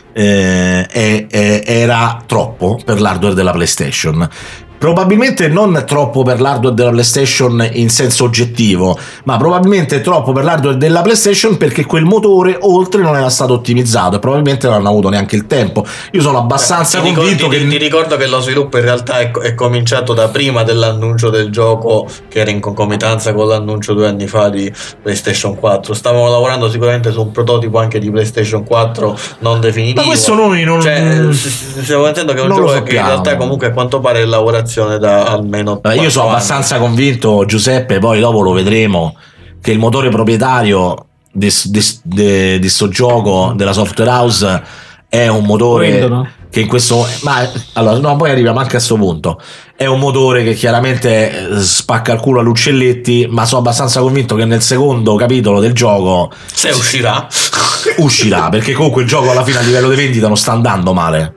eh, è, è, era troppo per l'hardware della PlayStation. Probabilmente non troppo per l'hardware della PlayStation in senso oggettivo, ma probabilmente troppo per l'hardware della PlayStation perché quel motore oltre non era stato ottimizzato e probabilmente non hanno avuto neanche il tempo. Io sono abbastanza Beh, ti convinto ricordi, che... Ti ricordo che lo sviluppo in realtà è, è cominciato da prima dell'annuncio del gioco, che era in concomitanza con l'annuncio due anni fa di PlayStation quattro. Stavano lavorando sicuramente su un prototipo anche di PlayStation quattro non definitivo. Ma questo noi non... Cioè, stiamo mettendo che è un non gioco che in realtà comunque a quanto pare è lavorazione da almeno Vabbè, io sono abbastanza anni. convinto, Giuseppe, poi dopo lo vedremo, che il motore proprietario di questo gioco della software house è un motore Prendono. che in questo ma allora no, poi arriviamo anche a questo punto, è un motore che chiaramente spacca il culo agli uccelletti, ma sono abbastanza convinto che nel secondo capitolo del gioco, se uscirà uscirà perché comunque il gioco alla fine a livello di vendita non sta andando male.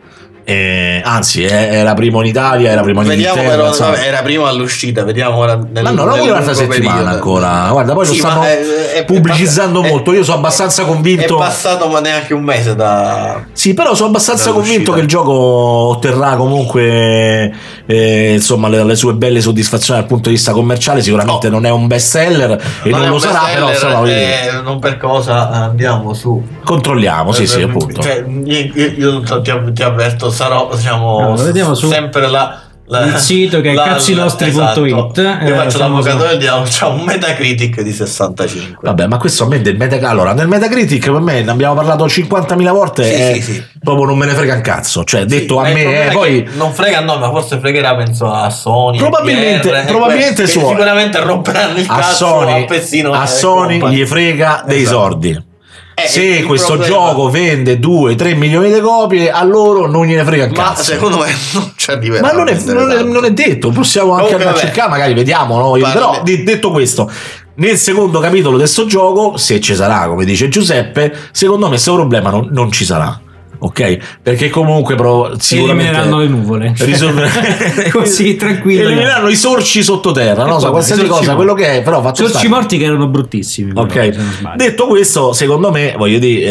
Eh, anzi eh, era primo in Italia, era primo in vediamo Inghilterra, però, vabbè, era primo all'uscita, vediamo ora nel, ma no, non un'altra settimana periodo. Ancora guarda, poi sì, lo stanno è, è, pubblicizzando è, molto, io sono abbastanza convinto, è passato ma neanche un mese da sì, però sono abbastanza convinto che il gioco otterrà comunque eh, insomma le, le sue belle soddisfazioni dal punto di vista commerciale. Sicuramente oh. non è un best seller e non, non lo sarà, però sarà eh, non per cosa andiamo su, controlliamo, sì sì appunto, cioè, io, io ti, ti avverto, sarò diciamo allora, vediamo su sempre la, la il sito che è cazzilostri punto it. Esatto. Io eh, faccio l'avvocato del diavolo, c'ha un Metacritic di sessantacinque. Vabbè, ma questo a me del Metacritic, allora nel Metacritic per me ne abbiamo parlato cinquantamila volte sì, e sì, sì. proprio non me ne frega un cazzo, cioè sì, detto a me eh, poi non frega a noi, ma forse fregherà penso a Sony, probabilmente, P R, probabilmente que- so, sicuramente romperanno il a cazzo Sony, a Pessino, a Sony gli frega dei esatto. sordi. Eh, se questo problema... gioco vende due tre milioni di copie, a loro non gliene frega un ma cazzo. Secondo me non ci arriverà. Ma non è, non, è, non è detto, possiamo anche andare a cercare, magari vediamo, no? Però de- detto questo, nel secondo capitolo di questo gioco, se ci sarà, come dice Giuseppe, secondo me questo problema non, non ci sarà. Ok, perché comunque però sicuramente elimineranno le nuvole risolve... così tranquillo, elimineranno i sorci sottoterra, no? So, qualsiasi cosa, quello che è, però fatto sorci stare. morti che erano bruttissimi. Ok, però, detto questo, secondo me, voglio dire,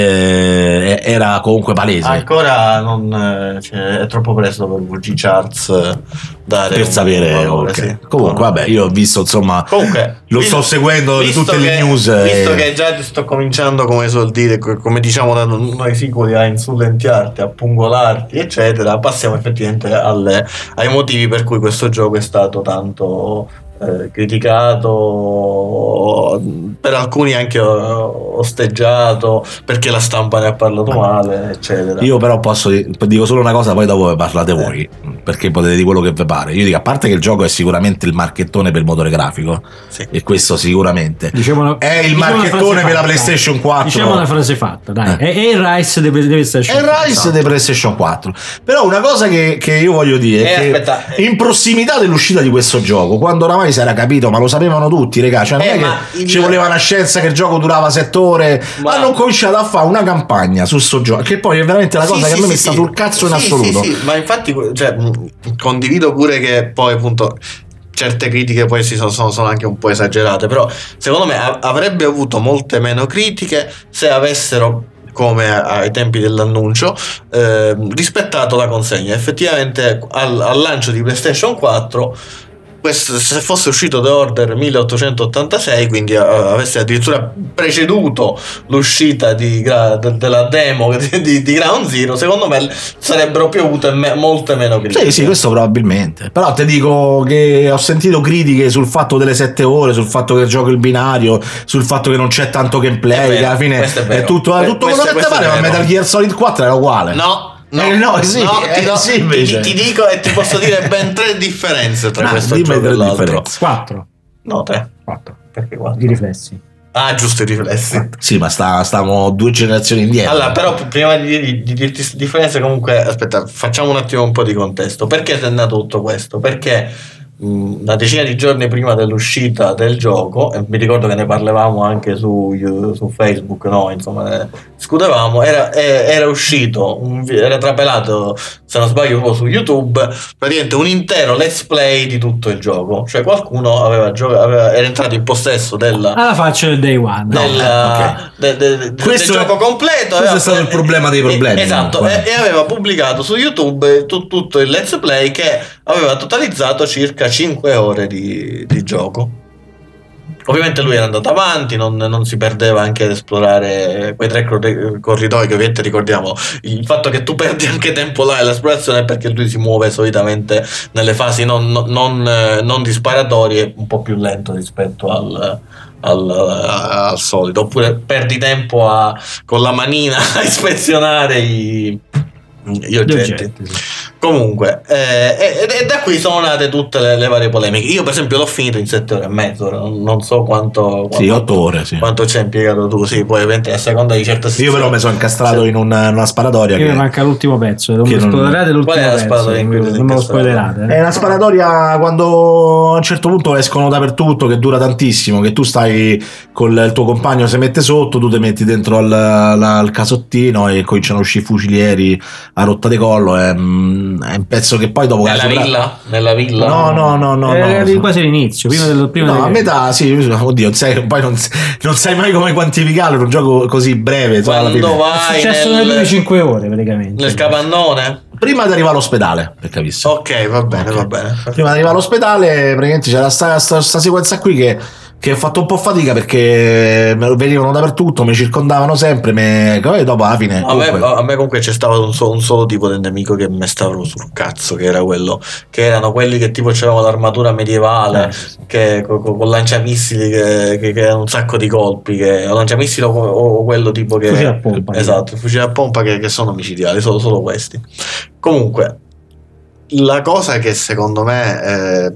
eh, era comunque palese. Ancora non cioè, è troppo presto per V G Charts dare per sapere valore, okay. sì. Comunque vabbè, io ho visto insomma, comunque lo visto, sto seguendo tutte che, le news visto e... che già sto cominciando, come suol dire, come diciamo da noi sicuri, a insullentarti, a pungolarti eccetera, passiamo effettivamente alle, ai motivi per cui questo gioco è stato tanto eh, criticato, per alcuni anche osteggiato, perché la stampa ne ha parlato male eccetera. Io però posso dico solo una cosa, poi dopo parlate voi, eh. perché potete dire quello che vi pare. Io dico, a parte che il gioco è sicuramente il marchettone per il motore grafico, sì. e questo sicuramente diciamo una, è il diciamo marchettone per la PlayStation quattro. Diciamo una frase fatta, dai. Eh. È, è il Rise di PlayStation quattro. È il Rise di PlayStation quattro. Però una cosa che, che io voglio dire è eh, che aspetta, in prossimità dell'uscita di questo gioco, quando oramai si era capito, ma lo sapevano tutti, regà, cioè non eh, è che il... ci voleva una scienza che il gioco durava sette ore, ma hanno cominciato a fare una campagna su sto gioco, che poi è veramente la cosa sì, che sì, a me mi sta sul cazzo in sì, assoluto. Sì, sì, ma infatti cioè, condivido pure che poi appunto certe critiche poi si sono, sono, sono anche un po' esagerate, però secondo me avrebbe avuto molte meno critiche se avessero, come ai tempi dell'annuncio, eh, rispettato la consegna. Effettivamente al, al lancio di PlayStation quattro questo, se fosse uscito The Order milleottocentottantasei, quindi uh, avesse addirittura preceduto l'uscita di, de, della demo di, di, di Ground Zero, secondo me sarebbero piovute me, molte meno critiche. Sì, sì, questo probabilmente. Però ti dico che ho sentito critiche sul fatto delle sette ore, sul fatto che gioco il binario, sul fatto che non c'è tanto gameplay, vero, che alla fine è, è tutto, è tutto quello che ti pare, ma Metal Gear Solid quattro era uguale. No. No, eh no, sì, no, eh, ti, do, sì, ti, ti dico e ti posso dire ben tre differenze tra ah, questo gioco e l'altro. quattro. No, tre. quattro. Perché quattro? I riflessi. Ah, giusto, i riflessi. Sì, ma sta, stiamo due generazioni indietro. Allora, però prima di, di, di dirti differenze, comunque, aspetta, facciamo un attimo un po' di contesto. Perché è nato tutto questo? Perché mh, una decina di giorni prima dell'uscita del gioco, e mi ricordo che ne parlavamo anche su, su Facebook, no? Insomma, discutevamo, era, era uscito, un, era trapelato, se non sbaglio, proprio su YouTube, praticamente un intero let's play di tutto il gioco. Cioè qualcuno aveva giocato, aveva, era entrato in possesso della alla faccia del day one, della, okay. de, de, de, del gioco completo. Questo è stato il problema dei problemi. Esatto, e, e aveva pubblicato su YouTube tu, tutto il let's play che aveva totalizzato circa cinque ore di, di gioco. Ovviamente lui era andato avanti, non, non si perdeva anche ad esplorare quei tre corridoi che ovviamente ricordiamo. Il fatto che tu perdi anche tempo là all'esplorazione è perché lui si muove solitamente nelle fasi non, non, non disparatorie, un po' più lento rispetto al, al, al solito. Oppure perdi tempo a, con la manina a ispezionare i, gli oggetti. Gli oggetti sì. Comunque, eh, e, e da qui sono nate tutte le, le varie polemiche. Io, per esempio, l'ho finito in sette ore e mezzo. Non, non so quanto, quanto, sì, otto ore, sì. quanto ci hai impiegato tu. Sì, poi ovviamente a seconda di certe sezioni. Io, però, mi sono incastrato sì. in una, una sparatoria. Io che mi manca l'ultimo pezzo. Non mi spoilerate l'ultimo Qual è la pezzo. sparatoria in cui non me lo spoilerate. Eh? È una sparatoria quando a un certo punto escono dappertutto, che dura tantissimo. Che tu stai con il tuo compagno, si mette sotto, tu ti metti dentro al, al casottino e cominciano a uscire fucilieri a rotta di collo. È, è un pezzo che poi dopo nella sopra... villa nella villa no no no no, eh, no. quasi l'inizio prima del prima no del... a metà sì, oddio sai, poi non, non sai mai come quantificarlo un gioco così breve. Quando vai è successo nel... nelle cinque ore praticamente nel capannone prima di arrivare all'ospedale, per capirsi. Ok, va bene, okay. va bene. Prima di arrivare all'ospedale praticamente c'era sta, sta, sta sequenza qui che che ho fatto un po' fatica perché venivano dappertutto, mi circondavano sempre, me... e dopo alla fine a me, a me comunque c'è stato un, so, un solo tipo di nemico che mi stava sul cazzo, che era quello che erano quelli che tipo c'avevano l'armatura medievale, eh. che con, con lanciamissili che, che, che erano un sacco di colpi, che o lanciamissili o, o quello tipo che fucile a pompa, esatto, il fucile a pompa che, che sono micidiali, solo, solo questi. Comunque la cosa che secondo me eh,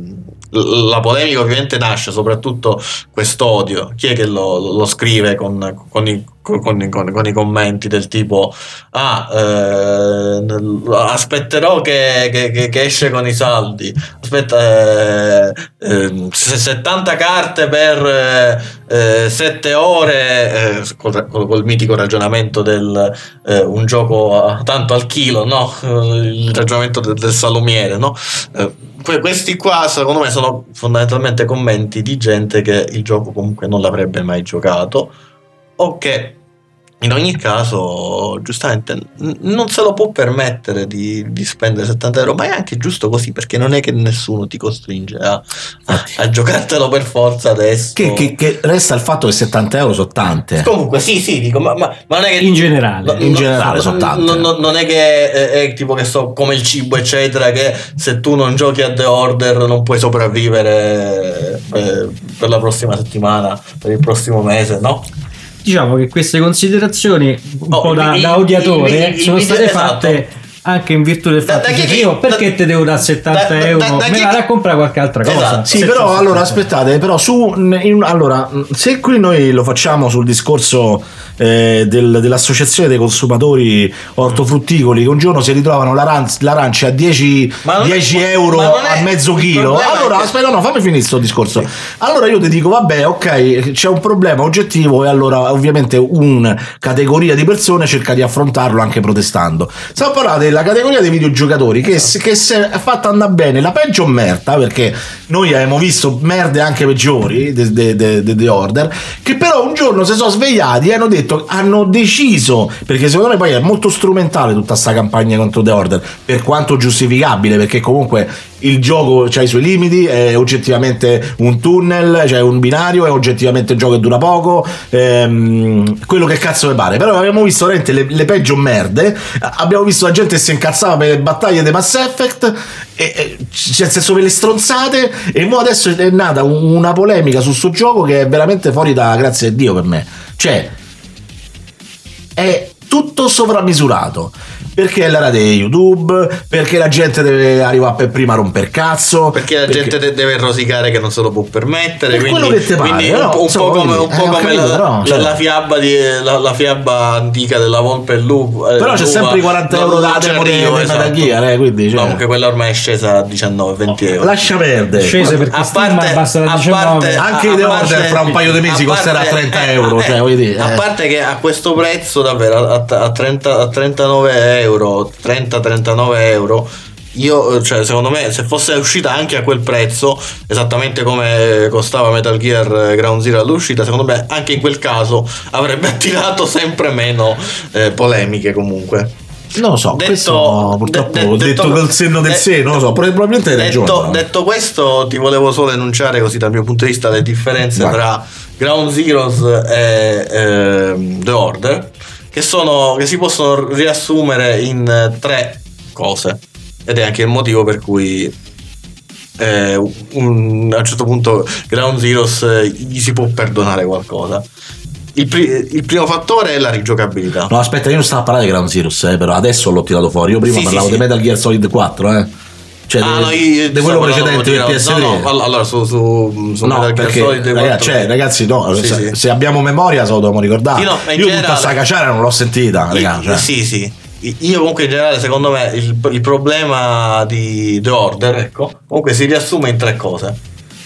la polemica ovviamente nasce soprattutto quest'odio. Chi è che lo, lo scrive con, con, i, con, con, con i commenti del tipo ah eh, aspetterò che, che, che esce con i saldi, aspetta eh, eh, settanta carte per eh, sette ore eh, col, col mitico ragionamento del eh, un gioco tanto al chilo, no? Il ragionamento del, del salumiere, no? Eh, questi qua secondo me sono fondamentalmente commenti di gente che il gioco comunque non l'avrebbe mai giocato o che in ogni caso giustamente n- non se lo può permettere di, di spendere settanta euro, ma è anche giusto così, perché non è che nessuno ti costringe a, a, a giocartelo per forza adesso. Che, che, che resta il fatto che settanta euro sono tante. Comunque sì sì dico ma, ma, ma non è che in generale no, in no, generale no, sono tante no, no, non è che è, è tipo che so come il cibo eccetera, che se tu non giochi a The Order non puoi sopravvivere per, per la prossima settimana, per il prossimo mese, no? Diciamo che queste considerazioni un oh, po' da, il, da odiatore il, il, sono il, state esatto. fatte anche in virtù del fatto da, da che chi, io perché da, te devo dare settanta da, euro da, da, me chi, la da comprare qualche altra cosa. Esatto. Sì, però allora aspettate, però su in, allora se qui noi lo facciamo sul discorso eh, del, dell'associazione dei consumatori ortofrutticoli che un giorno si ritrovano l'aranz, l'arancia a dieci, dieci euro a mezzo chilo, allora che... aspetta no fammi finire questo discorso. Sì. Allora io ti dico vabbè ok c'è un problema oggettivo e allora ovviamente una categoria di persone cerca di affrontarlo anche protestando. Stiamo parlando della categoria dei videogiocatori che, esatto. che si è fatta andare bene la peggio merda, perché noi abbiamo visto merde anche peggiori di The Order, che però un giorno si sono svegliati e hanno detto, hanno deciso, perché secondo me poi è molto strumentale tutta sta campagna contro The Order, per quanto giustificabile, perché comunque il gioco ha i suoi limiti, è oggettivamente un tunnel, cioè un binario, è oggettivamente un gioco che dura poco, ehm, quello che cazzo mi pare. Però abbiamo visto veramente le, le peggio merde, abbiamo visto la gente che si incazzava per le battaglie di Mass Effect, e, e, cioè, nel senso, per le stronzate, e mo adesso è nata una polemica su sto gioco che è veramente fuori da grazie a Dio per me. Cioè è tutto sovrammisurato, perché è l'era di YouTube, perché la gente deve arrivare per prima a romper cazzo, perché la perché... gente deve rosicare che non se lo può permettere, per quindi, quello che te pare, quindi no? un, un so, po' come, un po' eh, come capito, la, però, cioè... la, la fiaba di la, la fiaba antica della volpe e il lupo, eh, però c'è sempre i quaranta euro da demo di Metal Gear, eh, quindi cioè... no, comunque quella ormai è scesa a diciannove venti euro. Lascia perdere, scese perché a parte, basta da a parte anche i The Order fra un paio di mesi costerà trenta euro, eh, cioè, vuoi dire, a eh. parte che a questo prezzo davvero a, a, trenta, a trentanove euro, trenta trentanove euro, io, cioè, secondo me, se fosse uscita anche a quel prezzo, esattamente come costava Metal Gear Ground Zero all'uscita, secondo me anche in quel caso avrebbe attirato sempre meno eh, polemiche comunque. Non lo so, detto, questo purtroppo de, de, detto col senno del de, sé, non lo so, probabilmente hai ragione. Detto, detto questo, ti volevo solo enunciare così dal mio punto di vista le differenze Vai. tra Ground Zeroes e eh, The Order, che sono che si possono riassumere in tre cose, ed è anche il motivo per cui eh, un, a un certo punto Ground Zeroes eh, gli si può perdonare qualcosa. Il, pri- il primo fattore è la rigiocabilità. No, aspetta, io non stavo a parlare di Ground Zeroes, eh, però adesso l'ho tirato fuori. Io prima sì, parlavo sì, di sì. Metal Gear Solid quattro, eh. Cioè, ah, de, no, io, di quello precedente del P S tre. No, no, allora su, su, su no, Metal Gear perché, Solid ragazzi, cioè, ragazzi, no, sì, se, sì. se abbiamo memoria se lo dobbiamo ricordare. Sì, no, io generale, tutta sta cacciara non l'ho sentita, io, ragazzi. Cioè. Sì, sì. Io comunque in generale, secondo me, il, il problema di The Order, ecco, comunque si riassume in tre cose.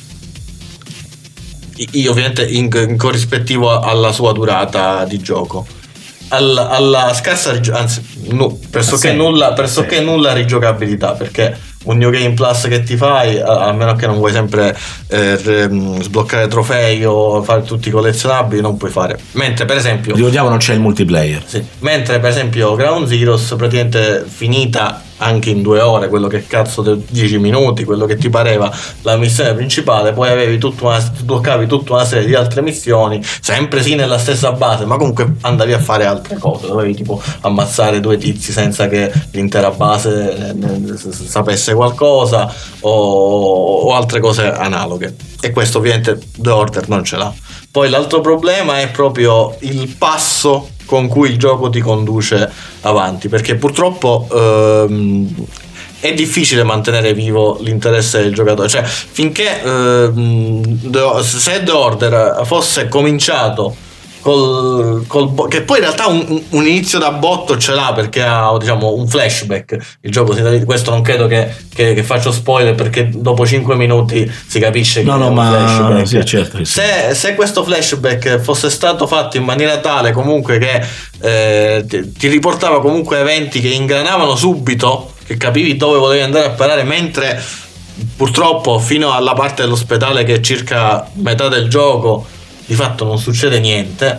Io ovviamente in, in corrispettivo alla sua durata di gioco, alla, alla scarsa, anzi no, pressoché, nulla, pressoché sì. nulla rigiocabilità, perché un New Game Plus che ti fai, a, a meno che non vuoi sempre eh, sbloccare trofei o fare tutti i collezionabili, non puoi fare. Mentre per esempio ricordiamo non c'è il multiplayer, sì. mentre per esempio Ground Zeroes praticamente finita anche in due ore, quello che cazzo dieci minuti, quello che ti pareva la missione principale, poi avevi tutta una, sbloccavi tutta una serie di altre missioni, sempre sì nella stessa base, ma comunque andavi a fare altre cose, dovevi tipo ammazzare due tizi senza che l'intera base sapesse qualcosa o, o altre cose analoghe, e questo ovviamente The Order non ce l'ha. Poi l'altro problema è proprio il passo con cui il gioco ti conduce avanti, perché purtroppo ehm, è difficile mantenere vivo l'interesse del giocatore, cioè finché ehm, The, se The Order fosse cominciato col, col che poi in realtà un, un inizio da botto ce l'ha, perché ha, diciamo, un flashback il gioco, questo non credo che, che, che faccio spoiler, perché dopo cinque minuti si capisce che no, è no, un ma flashback. Sì, certo, sì. se, se questo flashback fosse stato fatto in maniera tale comunque che eh, ti, ti riportava comunque eventi che ingranavano subito, che capivi dove volevi andare a parare, mentre purtroppo fino alla parte dell'ospedale, che è circa metà del gioco, di fatto non succede niente,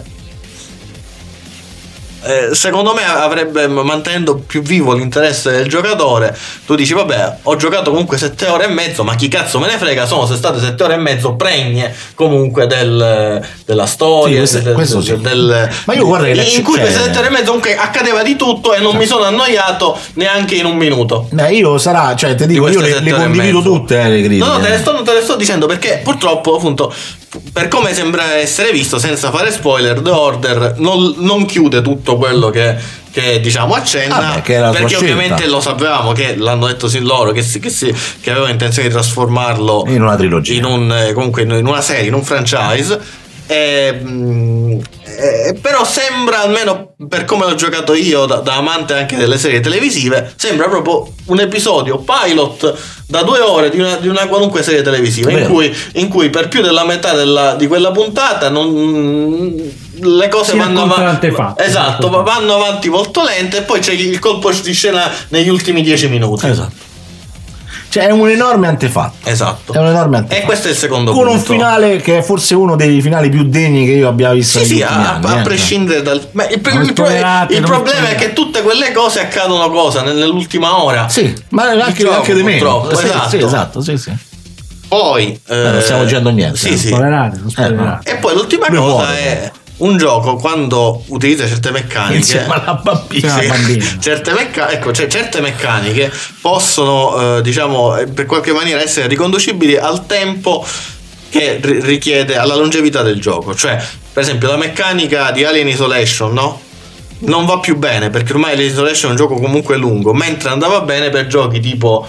eh, secondo me avrebbe, mantenendo più vivo l'interesse del giocatore, tu dici vabbè, ho giocato comunque sette ore e mezzo, ma chi cazzo me ne frega, sono state sette ore e mezzo pregne comunque del, della storia, sì, del, questo del, sì. del, ma io guarda che in cui queste sette ore e mezzo comunque accadeva di tutto e non sì. mi sono annoiato neanche in un minuto. Beh, io sarà, cioè ti dico, io le, le condivido tutte eh, le critiche. No, no, te le, sto, te le sto dicendo perché purtroppo appunto, per come sembra essere visto, senza fare spoiler, The Order non, non chiude tutto quello che, che diciamo accenna, ah, beh, perché ovviamente lo sapevamo, che l'hanno detto sì loro, che, si, che, si, che avevano intenzione di trasformarlo in una trilogia, in un, comunque in una serie, in un franchise. Eh, eh, però sembra, almeno per come l'ho giocato io da, da amante anche delle serie televisive, sembra proprio un episodio pilot da due ore di una, di una qualunque serie televisiva, in cui, in cui per più della metà della, di quella puntata non, le cose si vanno avanti, esatto, fatte. vanno avanti molto lente, e poi c'è il colpo di scena negli ultimi dieci minuti. Esatto. Cioè è un enorme antefatto. Esatto. È un enorme antefatto. E questo è il secondo con punto. un finale che è forse uno dei finali più degni che io abbia visto Sì, negli sì, ultimi a, anni, a eh. prescindere dal. Ma il, il, Non il, pro- spoilerate, il non problema è spoilerate. che tutte quelle cose accadono cosa nell'ultima ora. Sì, ma anche, gioco, anche di meno. purtroppo, Sì, esatto. sì, esatto, sì, sì. Poi Eh, non stiamo dicendo niente. Sì, eh. sì. Spoilerate, non Eh, spoilerate. E poi l'ultima Lui cosa muore. è un gioco quando utilizza certe meccaniche. Insieme alla bambina. Sì, la bambina. Certe, mecca- ecco, cioè, certe meccaniche possono, eh, diciamo, eh, per qualche maniera essere riconducibili al tempo che ri- richiede, alla longevità del gioco. Cioè, per esempio, la meccanica di Alien Isolation, no? Non va più bene perché ormai Alien Isolation è un gioco comunque lungo, mentre andava bene per giochi tipo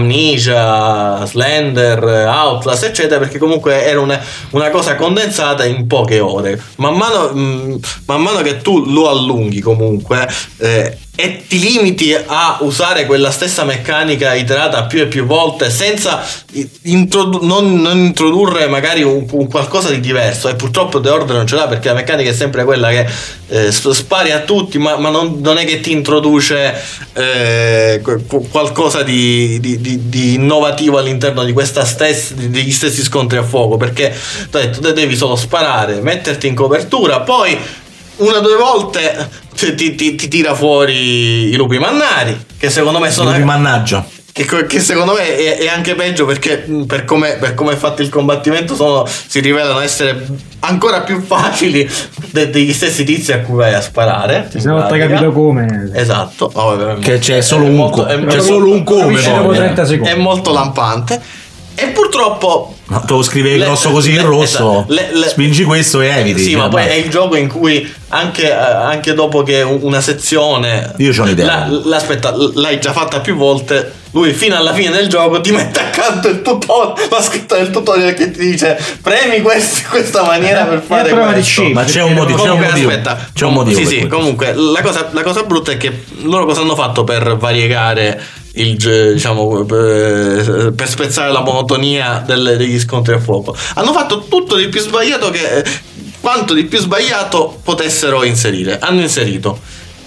Amnesia, Slender, Outlast, eccetera, perché comunque era una, una cosa condensata in poche ore. Man mano, mh, man mano che tu lo allunghi comunque eh, e ti limiti a usare quella stessa meccanica iterata più e più volte senza introdu- non, non introdurre magari un, un qualcosa di diverso, e purtroppo The Order non ce l'ha perché la meccanica è sempre quella che eh, spari a tutti, ma, ma non, non è che ti introduce eh, qualcosa di, di, di, di innovativo all'interno di questa stessa, degli stessi scontri a fuoco, perché tu hai detto, te devi solo sparare, metterti in copertura, poi una o due volte ti, ti, ti, ti tira fuori i lupi mannari, che secondo me sono Lupi mannaggia. che, che secondo me è, è anche peggio, perché per come, per come è fatto il combattimento sono, si rivelano essere ancora più facili de, degli stessi tizi a cui vai a sparare. Ci siamo capito come. Esatto. Oh, vabbè, Che c'è solo è un molto- co- è c'è molto- solo un come, Capisci dopo poi, eh. trenta secondi. è molto lampante. E purtroppo No, te lo scrivevi le- grosso così le- in rosso, esatto, le- le- spingi questo e eviti. Sì, ma cioè, poi basta. è il gioco in cui anche, eh, anche dopo che un- una sezione Io c'ho un'idea. la- l'aspetta, l'hai già fatta più volte, lui fino alla fine del gioco ti mette accanto il tutorial, la scritta del tutorial che ti dice premi questi, questa maniera per fare prova di questo. shape. Ma c'è un motivo, c'è un Comunque, motivo. aspetta, C'è un motivo. Sì, per sì, questo. comunque la cosa, la cosa brutta è che loro cosa hanno fatto per variegare il, ge- diciamo, per, per spezzare la monotonia delle- degli scontri a fuoco? Hanno fatto tutto di più sbagliato che quanto di più sbagliato potessero inserire. Hanno inserito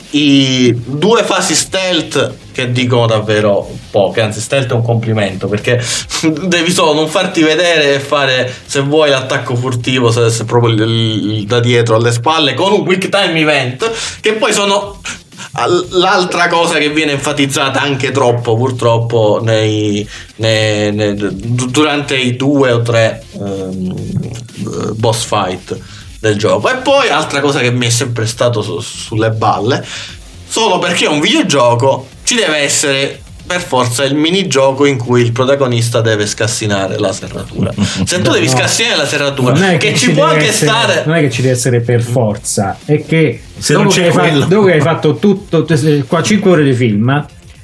i due fasi stealth che dicono davvero poche, anzi stealth è un complimento, perché devi solo non farti vedere e fare, se vuoi, l'attacco furtivo, se, se proprio il- il- da dietro alle spalle, con un quick time event, che poi sono l'altra cosa che viene enfatizzata anche troppo purtroppo nei, nei- nei- durante i due o tre ehm, boss fight del gioco. E poi altra cosa che mi è sempre stato su- sulle balle, solo perché è un videogioco ci deve essere per forza il minigioco in cui il protagonista deve scassinare la serratura. Se tu devi No. scassinare la serratura, Non è che, ci ci può deve anche essere- stare. non è che ci deve essere per forza, è che Se dopo, non che c'è hai, fatto, quello. dopo che hai fatto tutto te- qua cinque ore di film,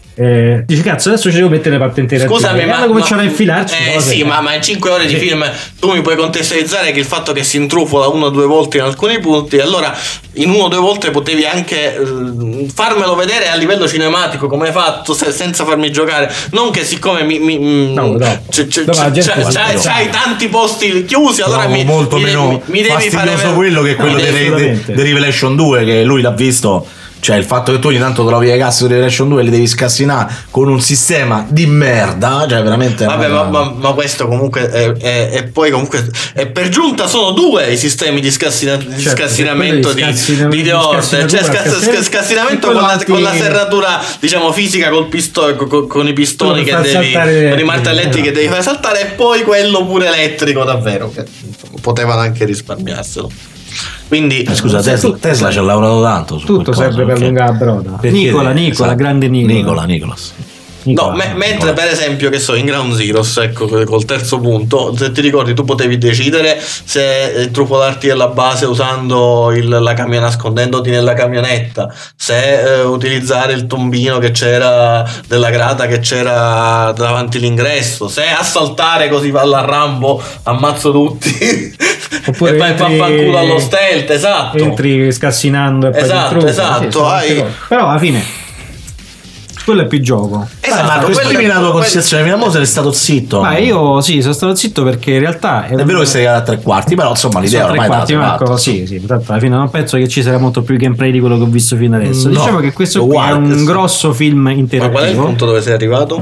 eh, dici cazzo adesso ci devo mettere le parti interattive. Scusami, E ma allora cominciano ma- a infilarci eh, cose. sì, ma, ma in cinque ore di Sì. film tu mi puoi contestualizzare che il fatto che si intrufola uno o due volte in alcuni punti, allora in uno o due volte potevi anche eh, farmelo vedere a livello cinematico come hai fatto, se- senza farmi giocare, non che siccome mi, mi mm, No, dopo. c'è- c'è- Dopo la c'è- gente c'è- si c'hai, gioca. c'hai tanti posti chiusi, allora Trovo mi, molto mi, meno mi, mi devi fare fastidioso quello che quello mi di, devi- di, assolutamente. di Revelation due, che lui l'ha visto. Cioè il fatto che tu ogni tanto trovi le casse di Revelation due e le devi scassinare con un sistema di merda, cioè veramente. Vabbè, ma, una- ma- ma questo comunque è, è- e poi comunque e per giunta sono due i sistemi di, scassina- di Certo, scassinamento quello di, di scassinam- di di The Order, cioè scassinatura, scas- scassin- sc- scassinamento e con la, quello con la anti- serratura diciamo fisica col pisto- con, con i pistoni Quello che per far devi, saltare- con i martelletti che esatto. devi fare saltare, e poi quello pure elettrico davvero che insomma, potevano anche risparmiarselo. Quindi Eh, Scusa, Tesla, Tesla ci ha lavorato tanto su tutto qualcosa, serve per perché- allungare la broda. perché- Nicola, Nicola, esatto. grande Nicola. Nicola, Nicolas. No, Nicola. me- mentre per esempio che so in Ground Zeroes, ecco, col terzo punto, se ti ricordi tu potevi decidere se eh, trufolarti alla base usando il, la camionetta, nascondendoti nella camionetta, se eh, utilizzare il tombino che c'era della grata che c'era davanti l'ingresso, se assaltare così alla Rambo, ammazzo tutti Oppure e poi entri- fanculo allo stealth, esatto. Entri scassinando e poi Esatto, ti intrufi, esatto, sì, sono tante hai- cose. Però alla fine quello è più gioco. Esatto, Marco, quello- esprimi la tua considerazione, fino a mo' sei stato zitto. Ma io sì, sono stato zitto perché in realtà È vero che sei arrivato a tre quarti, però insomma l'idea sono tre ormai quarti, è data, Marco, fatta. sì, sì, tanto alla fine non penso che ci sarà molto più gameplay di quello che ho visto fino adesso. No, Diciamo che questo qui uguale, è un sì. grosso film Ma qual è il interattivo. punto dove sei arrivato?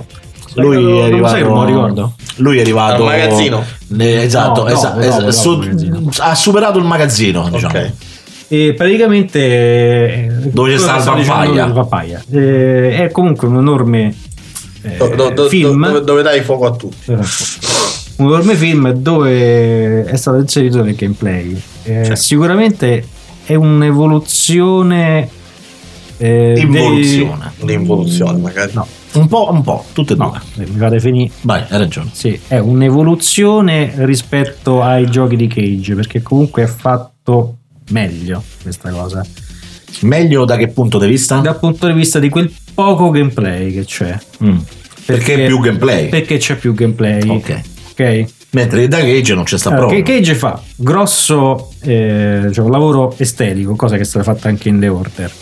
Lui non, è arrivato, sai, non me lo ricordo. Lui è arrivato al magazzino. eh, esatto, No, esa- dopo, esa- dopo, su- dopo il magazzino. ha superato il magazzino, diciamo. Ok. E praticamente eh, Dove c'è quello sta che il stavo dicendo Vampire. del Vampire. Eh, è comunque un enorme eh, Do- do- do- film dove, dove dai fuoco a tutti. un enorme film dove è stato inserito nel gameplay. Eh, Certo. Sicuramente è un'evoluzione eh, Involuzione. L'involuzione magari. No, Un po', un po', tutte e due. no, mi fate finire. Vai, hai ragione. Sì, è un'evoluzione rispetto ai giochi di Cage, perché comunque è fatto meglio questa cosa. Meglio da che punto di vista? Dal punto di vista di quel poco gameplay che c'è. Mm. Perché più gameplay. Perché c'è più gameplay. Ok. Ok. Mentre da Cage non c'è sta Allora, proprio. che Cage fa grosso eh, cioè un lavoro estetico, cosa che è stata fatta anche in The Order.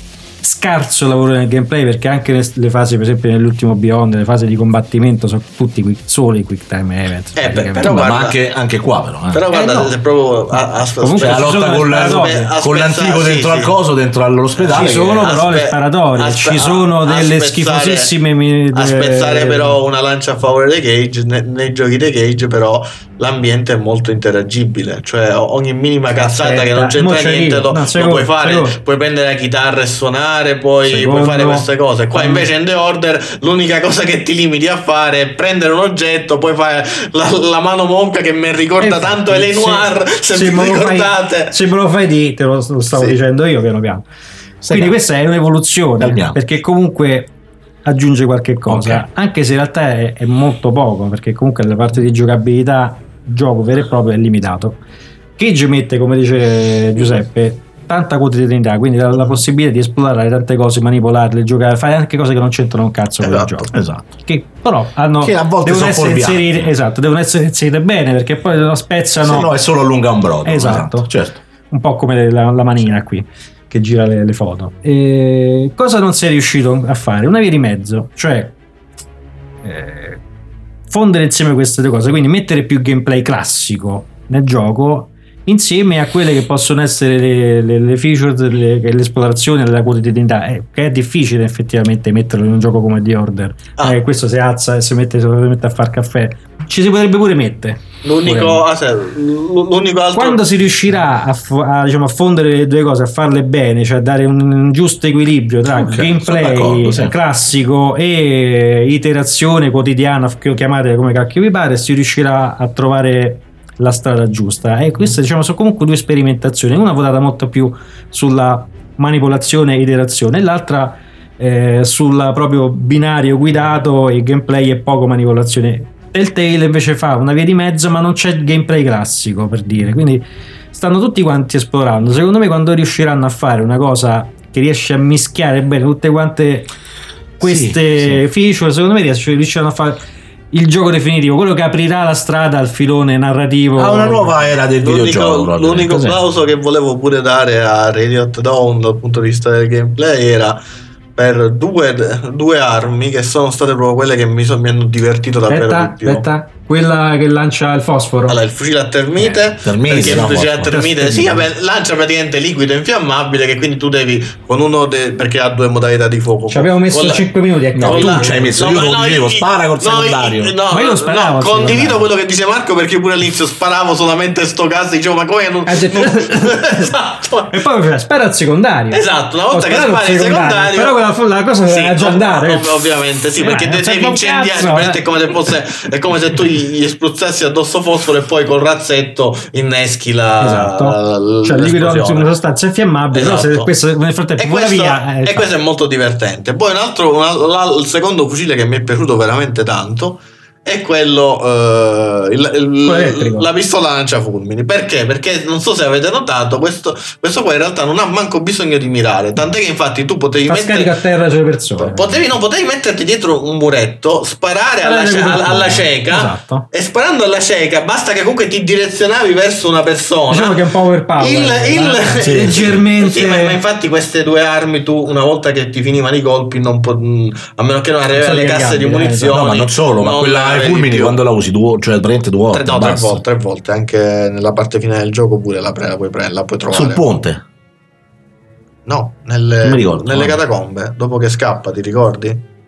Scarso lavoro nel gameplay, perché anche le, le fasi, per esempio nell'ultimo Beyond, le fasi di combattimento sono tutti quick, solo i quick time event. Eh, beh, praticamente. però Ma guarda- anche, anche qua però. Eh. Però guarda, Eh, no. se proprio a, a, Comunque Cioè, la ci lotta sono con, le la- sparatorie. a con l'antico spezzare- dentro sì, al sì. coso, dentro all'ospedale. Ci sono che- però le Aspe- sparatorie, aspe- ci sono a- a delle spezzare- schifosissime mi- a eh, spezzare però una lancia a favore dei Cage. Ne- nei giochi dei Cage però l'ambiente è molto interagibile, cioè ogni minima cazzata che non Aspetta, mo c'entra c'è niente io. lo, No, lo secondo, puoi fare, secondo. puoi prendere la chitarra e suonare, puoi, puoi Secondo. fare queste cose. Qua Quando- invece in The Order l'unica cosa che ti limiti a fare è prendere un oggetto, poi fare la, la mano monca che mi ricorda Infatti, tanto L A. Noir, se, se vi me lo fai- ricordate. se me lo fai di, te lo, lo stavo Sì. dicendo io piano piano. Stai Quindi calmo. questa è un'evoluzione, Calmiamo. perché comunque aggiunge qualche cosa, Ok. anche se in realtà è, è molto poco, perché comunque la parte di giocabilità, gioco vero e proprio, è limitato. Cage mette, come dice Giuseppe, tanta quotidianità, quindi la, la possibilità di esplorare tante cose, manipolarle, giocare, fare anche cose che non c'entrano un cazzo con il Esatto, gioco. esatto. Che però hanno, Che a volte devono sono essere fuorvianti. inserite, esatto, devono essere inserite bene, perché poi lo spezzano. Se no è solo lunga un brodo. Esatto. Certo. Un po' come la, la manina qui che gira le, le foto. E cosa non sei riuscito a fare? Una via di mezzo, cioè eh, fondere insieme queste due cose, quindi mettere più gameplay classico nel gioco insieme a quelle che possono essere le, le, le features, le, l'esplorazione della quotidianità, eh, che è difficile effettivamente metterlo in un gioco come The Order. Ah. Eh, questo si alza e si mette, si mette a far caffè, ci si potrebbe pure mettere. L'unico, ah, se- l'unico altro Quando si riuscirà a, f- a, diciamo, a fondere le due cose, a farle bene, cioè a dare un, un giusto equilibrio tra Ok, sono d'accordo, gameplay sì. classico e iterazione quotidiana, che chiamate come cacchio vi pare, si riuscirà a trovare la strada giusta. E queste, diciamo, sono comunque due sperimentazioni, una votata molto più sulla manipolazione e iterazione, e l'altra eh, sul proprio binario guidato e gameplay e poco manipolazione. Telltale invece fa una via di mezzo, ma non c'è il gameplay classico, per dire, quindi stanno tutti quanti esplorando. Secondo me quando riusciranno a fare una cosa che riesce a mischiare bene tutte quante queste Sì, feature, secondo me riusciranno a fare il gioco definitivo, quello che aprirà la strada al filone narrativo Ha una nuova era del L'unico, videogioco. proprio. l'unico Cos'è? applauso che volevo pure dare a Radiant Dawn dal punto di vista del gameplay era per due, due armi che sono state proprio quelle che mi, so- mi hanno divertito davvero aspetta, di più. aspetta, quella che lancia il fosforo. Allora, il fucile a termite, Eh, termite, perché il no, fucile a fosforo. termite sì, vabbè, lancia praticamente liquido infiammabile, che quindi tu devi con uno de- perché ha due modalità di fuoco. Ci abbiamo messo Con la- cinque minuti a No, con tu la- ci hai messo, io ma lo dicevo, io- spara col no, secondario. io- no, Ma io non sparavo no, al condivido secondario. quello che dice Marco, perché io pure all'inizio sparavo solamente sto caso, dicevo ma come non... Ha detto- esatto. E poi faceva, spara al secondario. Esatto, una Ho volta che sparato al spari il secondario, però quella, la cosa sì, doveva già ov- andare. ov- ovviamente sì, Eh, perché non te serve devi un incendiare, cazzo, praticamente eh. è come se fosse è come se tu gli gli spruzzassi addosso fosforo e poi col razzetto inneschi la Esatto. la- Cioè il liquido è l'esplosione. una sostanza infiammabile, però se Esatto. questo nel frattempo E vola questo, via. eh, e questo è molto divertente. Poi un altro, un al- la- il secondo fucile che mi è piaciuto veramente tanto è quello eh, il- il- Quello elettrico. la pistola lanciafulmini. Perché? Perché non so se avete notato, questo, questo qua in realtà non ha manco bisogno di mirare, tant'è che infatti tu potevi fa mettere scarica a terra sulle persone. Potevi, no, potevi metterti dietro un muretto, sparare Sparare alla, ce- con il alla- alla culo. cieca, Esatto. e sparando alla cieca basta che comunque ti direzionavi verso una persona. Diciamo che è un power power. Il, il, eh, sì. leggermente. Sì, ma, ma infatti queste due armi tu una volta che ti finivano i colpi non po- a meno che non arrivi Non alle sono casse di ricaricabili, eh, munizioni, No, ma non solo, ma non quella ai avevi fulmini più. quando la usi due, cioè praticamente due volte. tre, no, tre basta. volte, tre volte anche nella parte finale del gioco pure la, pre- la puoi prendere, la puoi trovare. Sul ponte. No, nelle, Non mi ricordo, nelle no. catacombe, dopo che scappa, ti ricordi?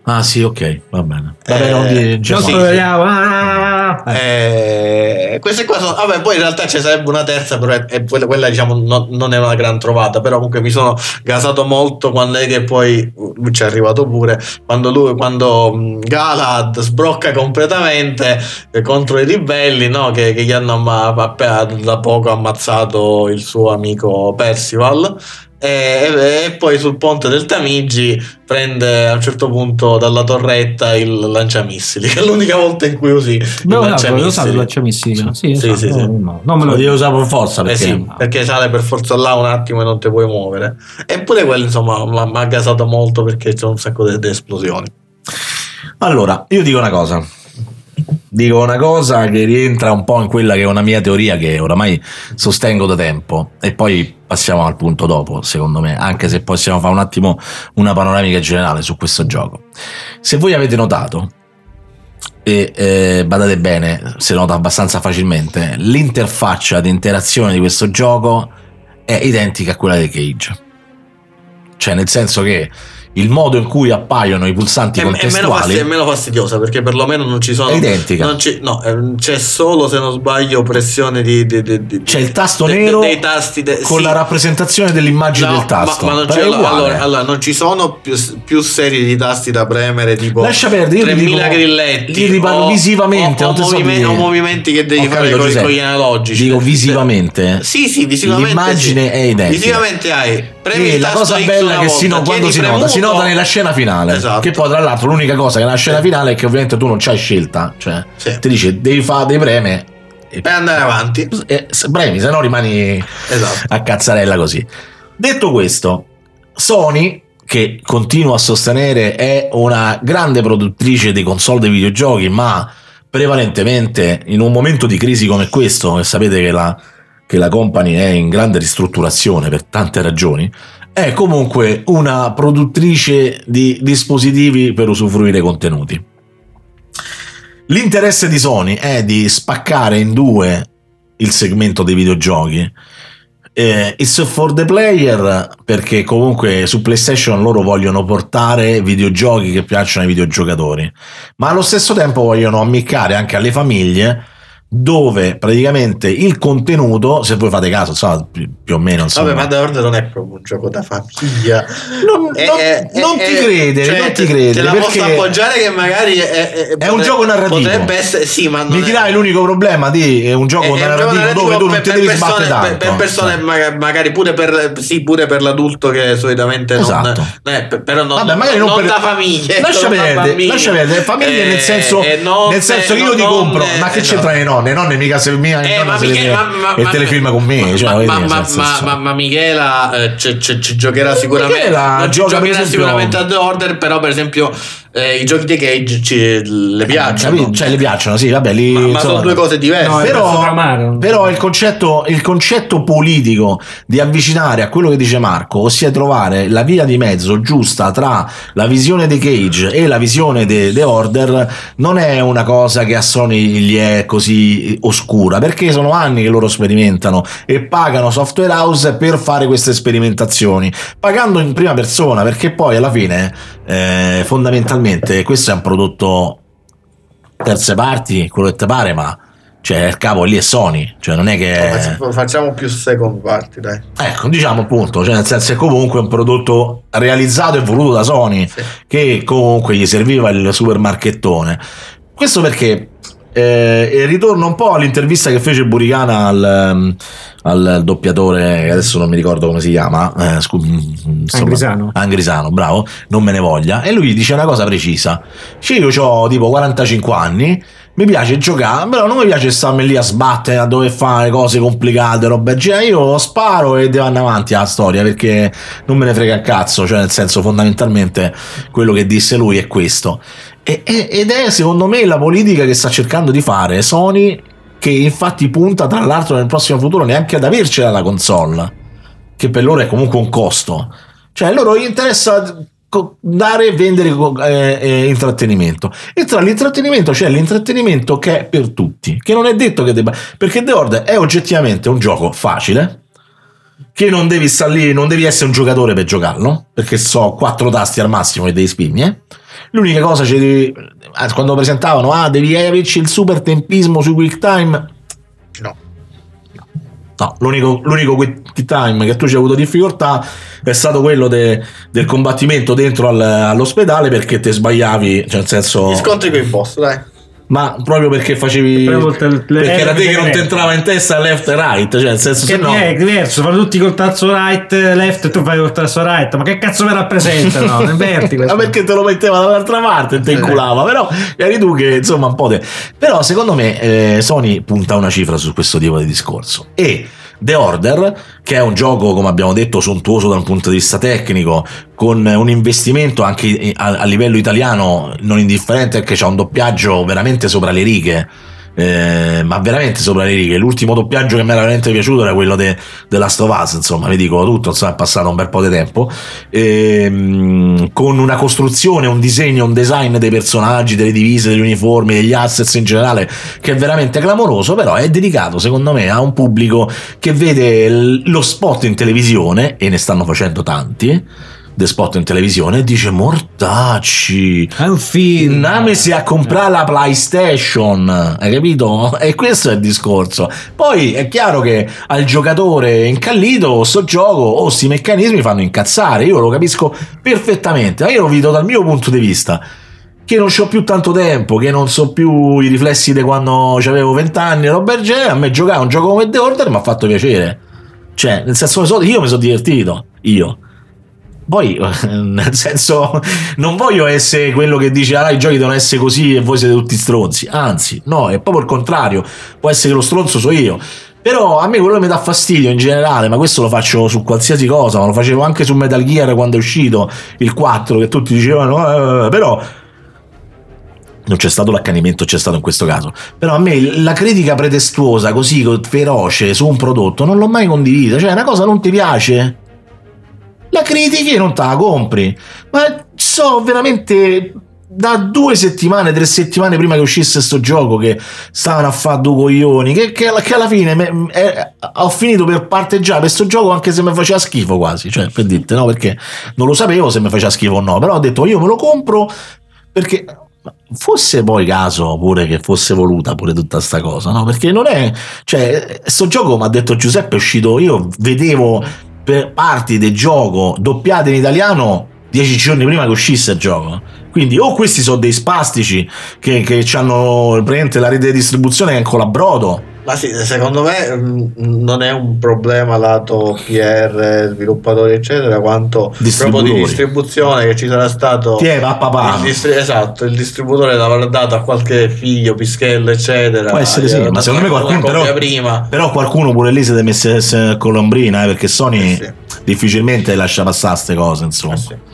Ah sì, ok, va bene. Vabbè, Eh, non di sì, sì. Ah, Eh, queste qua sono, vabbè, poi in realtà ci sarebbe una terza, però è, è quella, quella, diciamo no- non è una gran trovata, però comunque mi sono gasato molto quando è che poi lui ci è arrivato pure, quando lui quando mh, Galahad sbrocca completamente eh, contro i ribelli, no? che, che gli hanno amma- appena da poco ammazzato il suo amico Percival. E, e poi sul ponte del Tamigi prende a un certo punto dalla torretta il lanciamissili, che è l'unica volta in cui usi il Beh, lo lanciamissili. usato il lanciamissili. Sì, Sì, esatto. sì, sì. No, no, non me Lo lo devo usare per forza Eh perché sì, perché sale per forza là un attimo e non ti puoi muovere. Eppure quello insomma mi ha gasato molto perché c'è un sacco di esplosioni. Allora, io dico una cosa. Dico una cosa che rientra un po' in quella che è una mia teoria che oramai sostengo da tempo e poi passiamo al punto dopo, secondo me, anche se possiamo fare un attimo una panoramica generale su questo gioco. Se voi avete notato, e eh, badate bene, si nota abbastanza facilmente, l'interfaccia di interazione di questo gioco è identica a quella di Cage. Cioè, nel senso che il modo in cui appaiono i pulsanti È, è, meno contestuali fasti- è meno fastidiosa perché perlomeno non ci sono. è identica. Non ci, no, eh, c'è solo, se non sbaglio, pressione di. di, di, di C'è il tasto de- de- nero dei tasti de- con sì. la rappresentazione dell'immagine No, del tasto. Ma, ma non, Però c'è, è uguale. allora, allora, non ci sono più, più serie di tasti da premere, tipo Lascia perdere, io ti tremila dico- grilletti. io ti parlo o- visivamente, o, non ti o, so movime- dire. o movimenti che devi Ho fare capito, con, Giuseppe. con gli analogici. Dico visivamente. Sì, sì, visivamente. L'immagine sì. è identica. Visivamente hai. Premi E il la tasto cosa X bella una è che si volta, no- quando tieni si nota, premuto- si nota nella scena finale. Esatto. Che poi, tra l'altro, l'unica cosa che nella scena finale è che ovviamente tu non c'hai scelta. Cioè, Sì. ti dice devi fare dei preme e Per andare avanti. e se- premi, se no rimani Esatto. a cazzarella così. Detto questo, Sony, che continuo a sostenere è una grande produttrice di console dei videogiochi, ma prevalentemente in un momento di crisi come questo, e sapete che la, che la company è in grande ristrutturazione per tante ragioni, è comunque una produttrice di dispositivi per usufruire contenuti. L'interesse di Sony è di spaccare in due il segmento dei videogiochi. Eh, it's for the player, perché comunque su PlayStation loro vogliono portare videogiochi che piacciono ai videogiocatori, ma allo stesso tempo vogliono ammiccare anche alle famiglie, dove praticamente il contenuto, se voi fate caso, insomma, più, più o meno, insomma, Vabbè, ma The Order non è proprio un gioco da famiglia. Non- È- non- è- non è- ti credere, cioè, non ti te- credere, Te la perché posso appoggiare che magari è, è, è un potre- gioco narrativo. Potrebbe essere, sì, ma non mi è- dirai l'unico problema di è un gioco è- è un narrativo, gioco narrativo dove tu non per- ti per devi persone- sbattere per- tanto, per persone cioè. maga- magari pure per sì, pure per l'adulto che solitamente Esatto. non eh, per- però non, Vabbè, magari non non per- da famiglie, lascia non da perdere, bambini. lascia perdere famiglie Eh, nel senso, e nonne, nel senso che io ti nonne, compro, ma che esatto. c'entrano le nonne? Le nonne mica se mia Eh, nonna ma se Michele- vede ma- ma- il ma- telefilm con me, cioè, ma, voglio ma, dire, ma, nel senso- ma- ma Michela eh, ci, ci- ci giocherà sicuramente Michela non ci gioca, per giocherà esempio- sicuramente a The Order, però per esempio eh, i giochi di Cage ci, le piacciono. Capito? Cioè le piacciono, sì, vabbè, lì, Ma- ma insomma, sono due cose diverse. No, è però, pezzo d'amaro. però il concetto, il concetto politico di avvicinare a quello che dice Marco, ossia trovare la via di mezzo giusta tra la visione di Cage e la visione di The Order, non è una cosa che a Sony gli è così oscura, perché sono anni che loro sperimentano e pagano software house per fare queste sperimentazioni, pagando in prima persona, perché poi alla fine eh, fondamentalmente questo è un prodotto terze parti, quello che ti pare, ma cioè il capo lì è Sony, cioè non è che Facciamo più second party, dai. ecco, diciamo appunto, cioè nel senso che comunque è un prodotto realizzato e voluto da Sony, Sì. che comunque gli serviva il supermarchettone. Questo perché eh, e ritorno un po' all'intervista che fece Buricana al, um, al doppiatore, che adesso non mi ricordo come si chiama, eh, scu- insomma, Angrisano. Angrisano, bravo, non me ne voglia, e lui dice una cosa precisa: cioè io ho tipo quarantacinque anni, mi piace giocare, però non mi piace starmi lì a sbattere, a dover fare cose complicate, roba, cioè io sparo e devo andare avanti alla storia, perché non me ne frega il cazzo, cioè nel senso, fondamentalmente quello che disse lui è questo. E- e- ed è secondo me la politica che sta cercando di fare Sony, che infatti punta tra l'altro nel prossimo futuro neanche ad avercela la console, che per loro è comunque un costo, cioè a loro gli interessa co- dare e vendere eh, eh, intrattenimento, e tra l'intrattenimento c'è l'intrattenimento che è per tutti, che non è detto che debba, perché The Order è oggettivamente un gioco facile, che non devi stare lì, non devi essere un giocatore per giocarlo, perché so quattro tasti al massimo e devi spigne, L'unica cosa c'è di, quando presentavano ah devi averci il super tempismo su Quick Time, no. No, l'unico, l'unico quick time che tu ci hai avuto difficoltà è stato quello de, del combattimento dentro al, all'ospedale, perché te sbagliavi, cioè nel senso gli scontri con i boss, dai. Ma proprio perché facevi perché era te che non ti entrava in testa left e right, cioè nel senso, che se no è diverso, fanno tutti col tasto right left e tu fai col tasto right, ma che cazzo mi rappresenta? No, nel vertigo. Ma perché te lo metteva dall'altra parte e te inculava, però eri tu che insomma un po' te. Però secondo me eh, Sony punta una cifra su questo tipo di discorso. E The Order, che è un gioco, come abbiamo detto, sontuoso da un punto di vista tecnico, con un investimento anche a, a livello italiano non indifferente, perché c'ha un doppiaggio veramente sopra le righe, eh, ma veramente sopra le righe. L'ultimo doppiaggio che mi era veramente piaciuto era quello de, de Last of Us, insomma, vi dico tutto, insomma, è passato un bel po' di tempo, e, con una costruzione, un disegno, un design dei personaggi, delle divise, degli uniformi, degli assets in generale, che è veramente clamoroso, però è dedicato secondo me a un pubblico che vede lo spot in televisione, e ne stanno facendo tanti The spot in televisione, e dice mortacci, è un film, namesi a comprare la PlayStation, hai capito? E questo è il discorso. Poi è chiaro che al giocatore incallito sto gioco o sti meccanismi fanno incazzare, io lo capisco perfettamente, ma io lo vedo dal mio punto di vista, che non c'ho più tanto tempo, che non so più i riflessi di quando avevo vent'anni, Robert G. A me giocare un gioco come The Order mi ha fatto piacere, cioè nel senso io mi sono divertito, io poi nel senso non voglio essere quello che dice ah i giochi devono essere così e voi siete tutti stronzi, anzi no, è proprio il contrario, può essere che lo stronzo so io. Però a me quello che mi dà fastidio in generale, ma questo lo faccio su qualsiasi cosa, ma lo facevo anche su Metal Gear quando è uscito il quattro, che tutti dicevano eh, però non c'è stato l'accanimento, c'è stato in questo caso. Però a me la critica pretestuosa così feroce su un prodotto non l'ho mai condivisa, cioè una cosa non ti piace, la critichi e non te la compri. Ma so veramente da due settimane, tre settimane prima che uscisse sto gioco che stavano a fare due coglioni, che, che, che alla fine me, eh, ho finito per parteggiare per sto gioco anche se mi faceva schifo quasi, cioè per dirte, no, perché non lo sapevo se mi faceva schifo o no, però ho detto io me lo compro perché fosse poi caso pure che fosse voluta pure tutta sta cosa, no, perché non è, cioè sto gioco, mi ha detto Giuseppe, è uscito, io vedevo per parti del gioco doppiate in italiano dieci giorni prima che uscisse il gioco, quindi o questi sono dei spastici che, che hanno praticamente la rete di distribuzione che è ancora brodo. Ma sì, secondo me mh, non è un problema lato P R, sviluppatori eccetera, quanto proprio di distribuzione, che ci sarà stato Tiè, va, papà. Il distri- esatto, il distributore l'avrà dato a qualche figlio, pischello eccetera. Può essere sì, ma secondo me qualcuno però, prima. però qualcuno pure lì si deve mettere colombrina, eh, perché Sony eh sì. difficilmente lascia passare queste cose, insomma. Eh sì.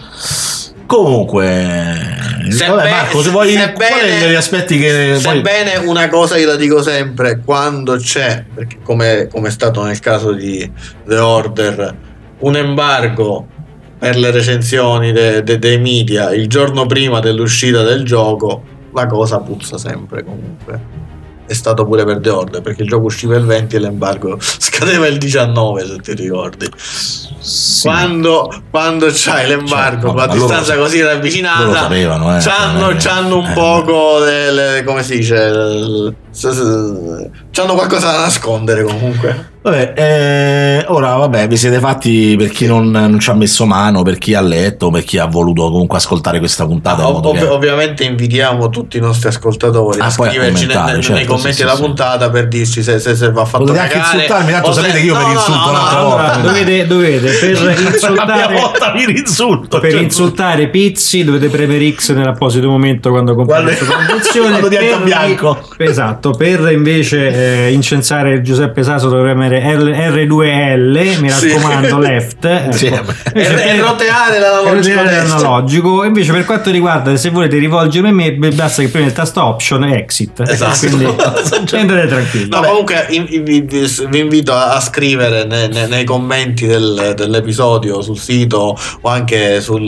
Comunque, sebbene, vabbè, Marco, se vuoi quali gli aspetti che sebbene poi... una cosa io la dico sempre, quando c'è, perché come, come è stato nel caso di The Order, un embargo per le recensioni de, de, dei media il giorno prima dell'uscita del gioco, la cosa puzza sempre comunque. È stato pure per The Order, perché il gioco usciva il venti e l'embargo scadeva il diciannove, se ti ricordi. Sì. Quando, quando c'hai l'embargo, cioè, no, a distanza loro, così ravvicinata, lo sapevano, eh, c'hanno, c'hanno un eh, poco le, le, come si dice, le, c'hanno qualcosa da nascondere comunque. Vabbè, eh, ora vabbè, vi siete fatti, per chi non, non ci ha messo mano, per chi ha letto, per chi ha voluto comunque ascoltare questa puntata. Ov- ov- che... Ovviamente invitiamo tutti i nostri ascoltatori ah, a scriverci nei, certo, nei commenti sì, della sì, puntata sì. per dirci se, se, se va fatto potete cagare. Potete anche insultarmi, tanto sapete che io no, per insulto no, no, un'altra no, volta. No, dovete, dovete per insultare volta mi insulto, per cioè, insultare Pizzi dovete premere X nell'apposito momento quando compare questa condizione. Quando diventa bianco. Esatto, per invece eh, incensare Giuseppe Saso dovremmo R due L, mi raccomando, sì. left, ecco. Sì, e roteare l'analogico, l'analogico. Invece per quanto riguarda, se volete rivolgermi a me, basta che premete il tasto option e exit, esatto. Quindi andate tranquilli. No, comunque vi, vi invito a scrivere nei, nei, nei commenti del, dell'episodio sul sito o anche sul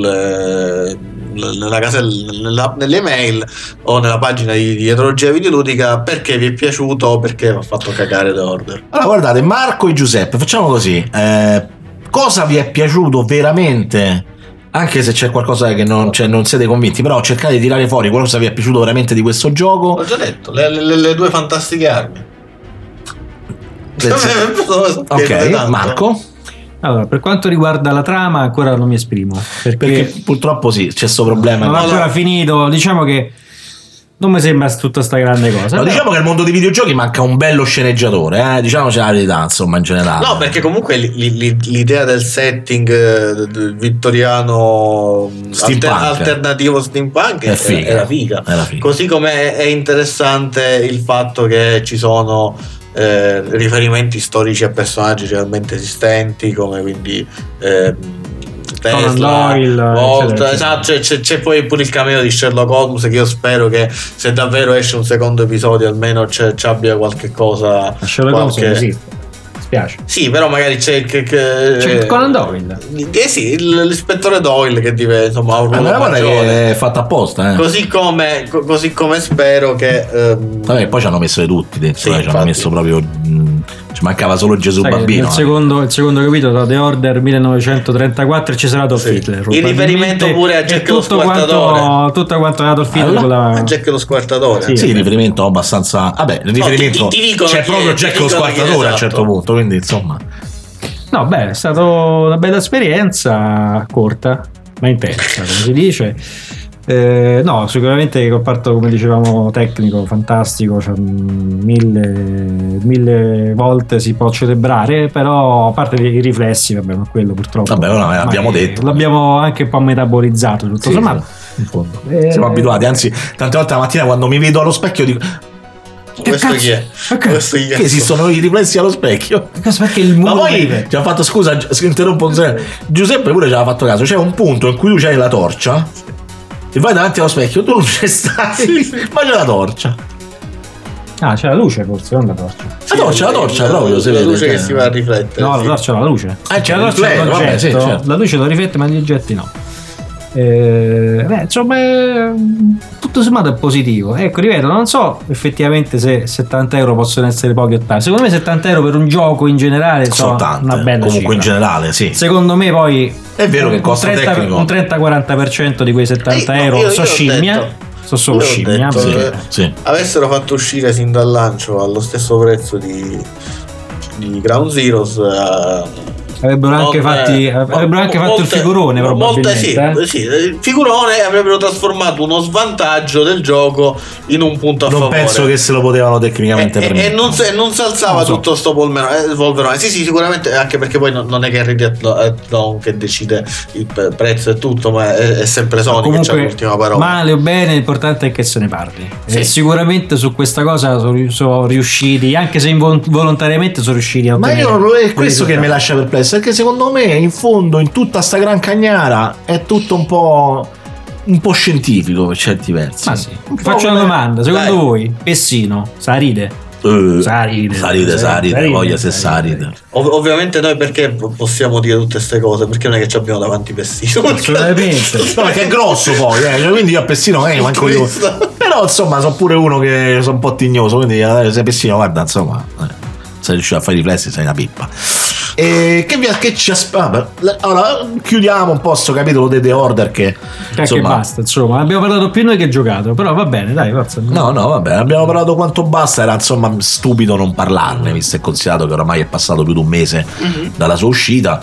nella casella, nelle email o nella pagina di Dietrologia Videoludica, perché vi è piaciuto o perché vi ha fatto cagare The Order. Allora guardate, Marco e Giuseppe, facciamo così, eh, cosa vi è piaciuto veramente Anche se c'è qualcosa che non, cioè, non siete convinti, però cercate di tirare fuori qualcosa che vi è piaciuto veramente di questo gioco. Ho già detto, le, le, le due fantastiche armi. Ok, Marco? Allora, per quanto riguarda la trama ancora non mi esprimo, perché, perché purtroppo sì, c'è questo problema. Non ho ancora finito, diciamo che non mi sembra tutta sta grande cosa. No, diciamo che al mondo dei videogiochi manca un bello sceneggiatore, eh? Diciamoci la verità, insomma, in generale. No, perché comunque l- l- l'idea del setting eh, vittoriano alter- alternativo steampunk è figa. era figa. Era figa. Così come è interessante il fatto che ci sono eh, riferimenti storici a personaggi realmente esistenti, come quindi eh, Tesla, Doyle, Volta, esatto, c'è, c'è, c'è poi pure il cameo di Sherlock Holmes, che io spero che se davvero esce un secondo episodio almeno c'è, c'è abbia qualche cosa. Sherlock Holmes qualche... non esiste. Spiace. Sì, però magari c'è il che, che, c'è Conan Doyle. Eh sì, l'ispettore Doyle che diventa insomma un ruolo maggiore. Che è fatto apposta, eh. Così come co- così come spero che ehm... vabbè, poi ci hanno messo tutti dentro, sì, eh, ci hanno messo proprio mh, ci mancava solo Gesù Sai bambino. Il secondo, il secondo capitolo, The Order millenovecentotrentaquattro, ci sarà Adolf sì. Hitler. Il riferimento pure a Jack lo Squartatore. Quanto, tutto quanto Adolf Hitler. Allora, la... Jack lo Squartatore. Sì, sì, il riferimento abbastanza. Vabbè, il riferimento no, ti, ti dicono c'è proprio è, Jack lo Squartatore esatto. A un certo punto, quindi insomma. No, beh, è stata una bella esperienza, corta, ma intensa, come si dice. Eh, no, sicuramente il comparto, come dicevamo, tecnico, fantastico, cioè, mille, mille volte si può celebrare, però a parte i riflessi, vabbè, ma quello purtroppo. Vabbè, no, l'abbiamo detto. L'abbiamo anche un po' metabolizzato, tutto sì, sommato. In fondo. Eh, siamo abituati, anzi, tante volte la mattina quando mi vedo allo specchio dico. Questo chi è? Questo chi è? Che esistono i riflessi allo specchio? Perché il muro. Ma poi ci ha fatto scusa, interrompo un secondo. Giuseppe pure ci aveva fatto caso. C'è un punto in cui tu c'hai la torcia e vai davanti allo specchio, tu non ci stai, sì, sì. Ma c'è la torcia. Ah, c'è la luce forse, non la torcia. La torcia, la torcia, proprio. La luce che si va a riflettere. No, la torcia, la luce. Ah, c'è la torcia, rifletto, vabbè, sì, certo. La luce lo riflette, ma gli oggetti no. Eh, beh, insomma, tutto sommato è positivo. Ecco, ripeto, non so effettivamente se settanta euro possono essere pochi o tanti. Secondo me settanta euro per un gioco in generale sono tante, una bella comunque cifra. In generale, sì. Secondo me poi è vero che costa un trenta, tecnico. Un trenta quaranta per cento di quei settanta Ehi, euro io, io sono scimmia. detto, sono solo scimmia. Detto, sì, eh, sì. Avessero fatto uscire sin dal lancio allo stesso prezzo di, di Ground Zeroes. Uh, Avrebbero anche, non, fatti, eh, avrebbero anche molte, fatto il figurone, probabilmente. Sì, eh? sì, il figurone avrebbero trasformato uno svantaggio del gioco in un punto a non favore. Non penso che se lo potevano tecnicamente e, prendere. E non, e non si alzava no, so. tutto sto polverone. polverone. Sì, sì, sicuramente, anche perché poi non, non è che è Riddick che decide il prezzo e tutto, ma è, è sempre Sony comunque, che c'ha l'ultima parola. Male o bene, l'importante è che se ne parli. Sì. E sicuramente su questa cosa sono, sono riusciti, anche se involontariamente sono riusciti a ottenere. Ma io è questo che mi lascia perplesso, perché secondo me in fondo in tutta sta gran cagnara è tutto un po' un po' scientifico per certi versi. Ma sì. Faccio una domanda, secondo Dai. voi Pessino sa ride? Uh, saride, saride, saride, voglia se saride. Ov- ovviamente noi perché possiamo dire tutte queste cose? Perché non è che ci abbiamo davanti Pessino. Assolutamente. No, perché è grosso poi, eh. Quindi io a Pessino eh, manco io. Però insomma sono pure uno che sono un po' tignoso, quindi eh, se Pessino guarda insomma eh, sei riuscito a fare i riflessi sei una pippa. E che, vi, che ci aspetta? Allora chiudiamo un po' sto capitolo di The Order che, che insomma, che basta, insomma abbiamo parlato più noi che giocato, però va bene, dai, forza. No, no, va bene, abbiamo parlato quanto basta, era insomma stupido non parlarne, visto e considerato che oramai è passato più di un mese mm-hmm. dalla sua uscita.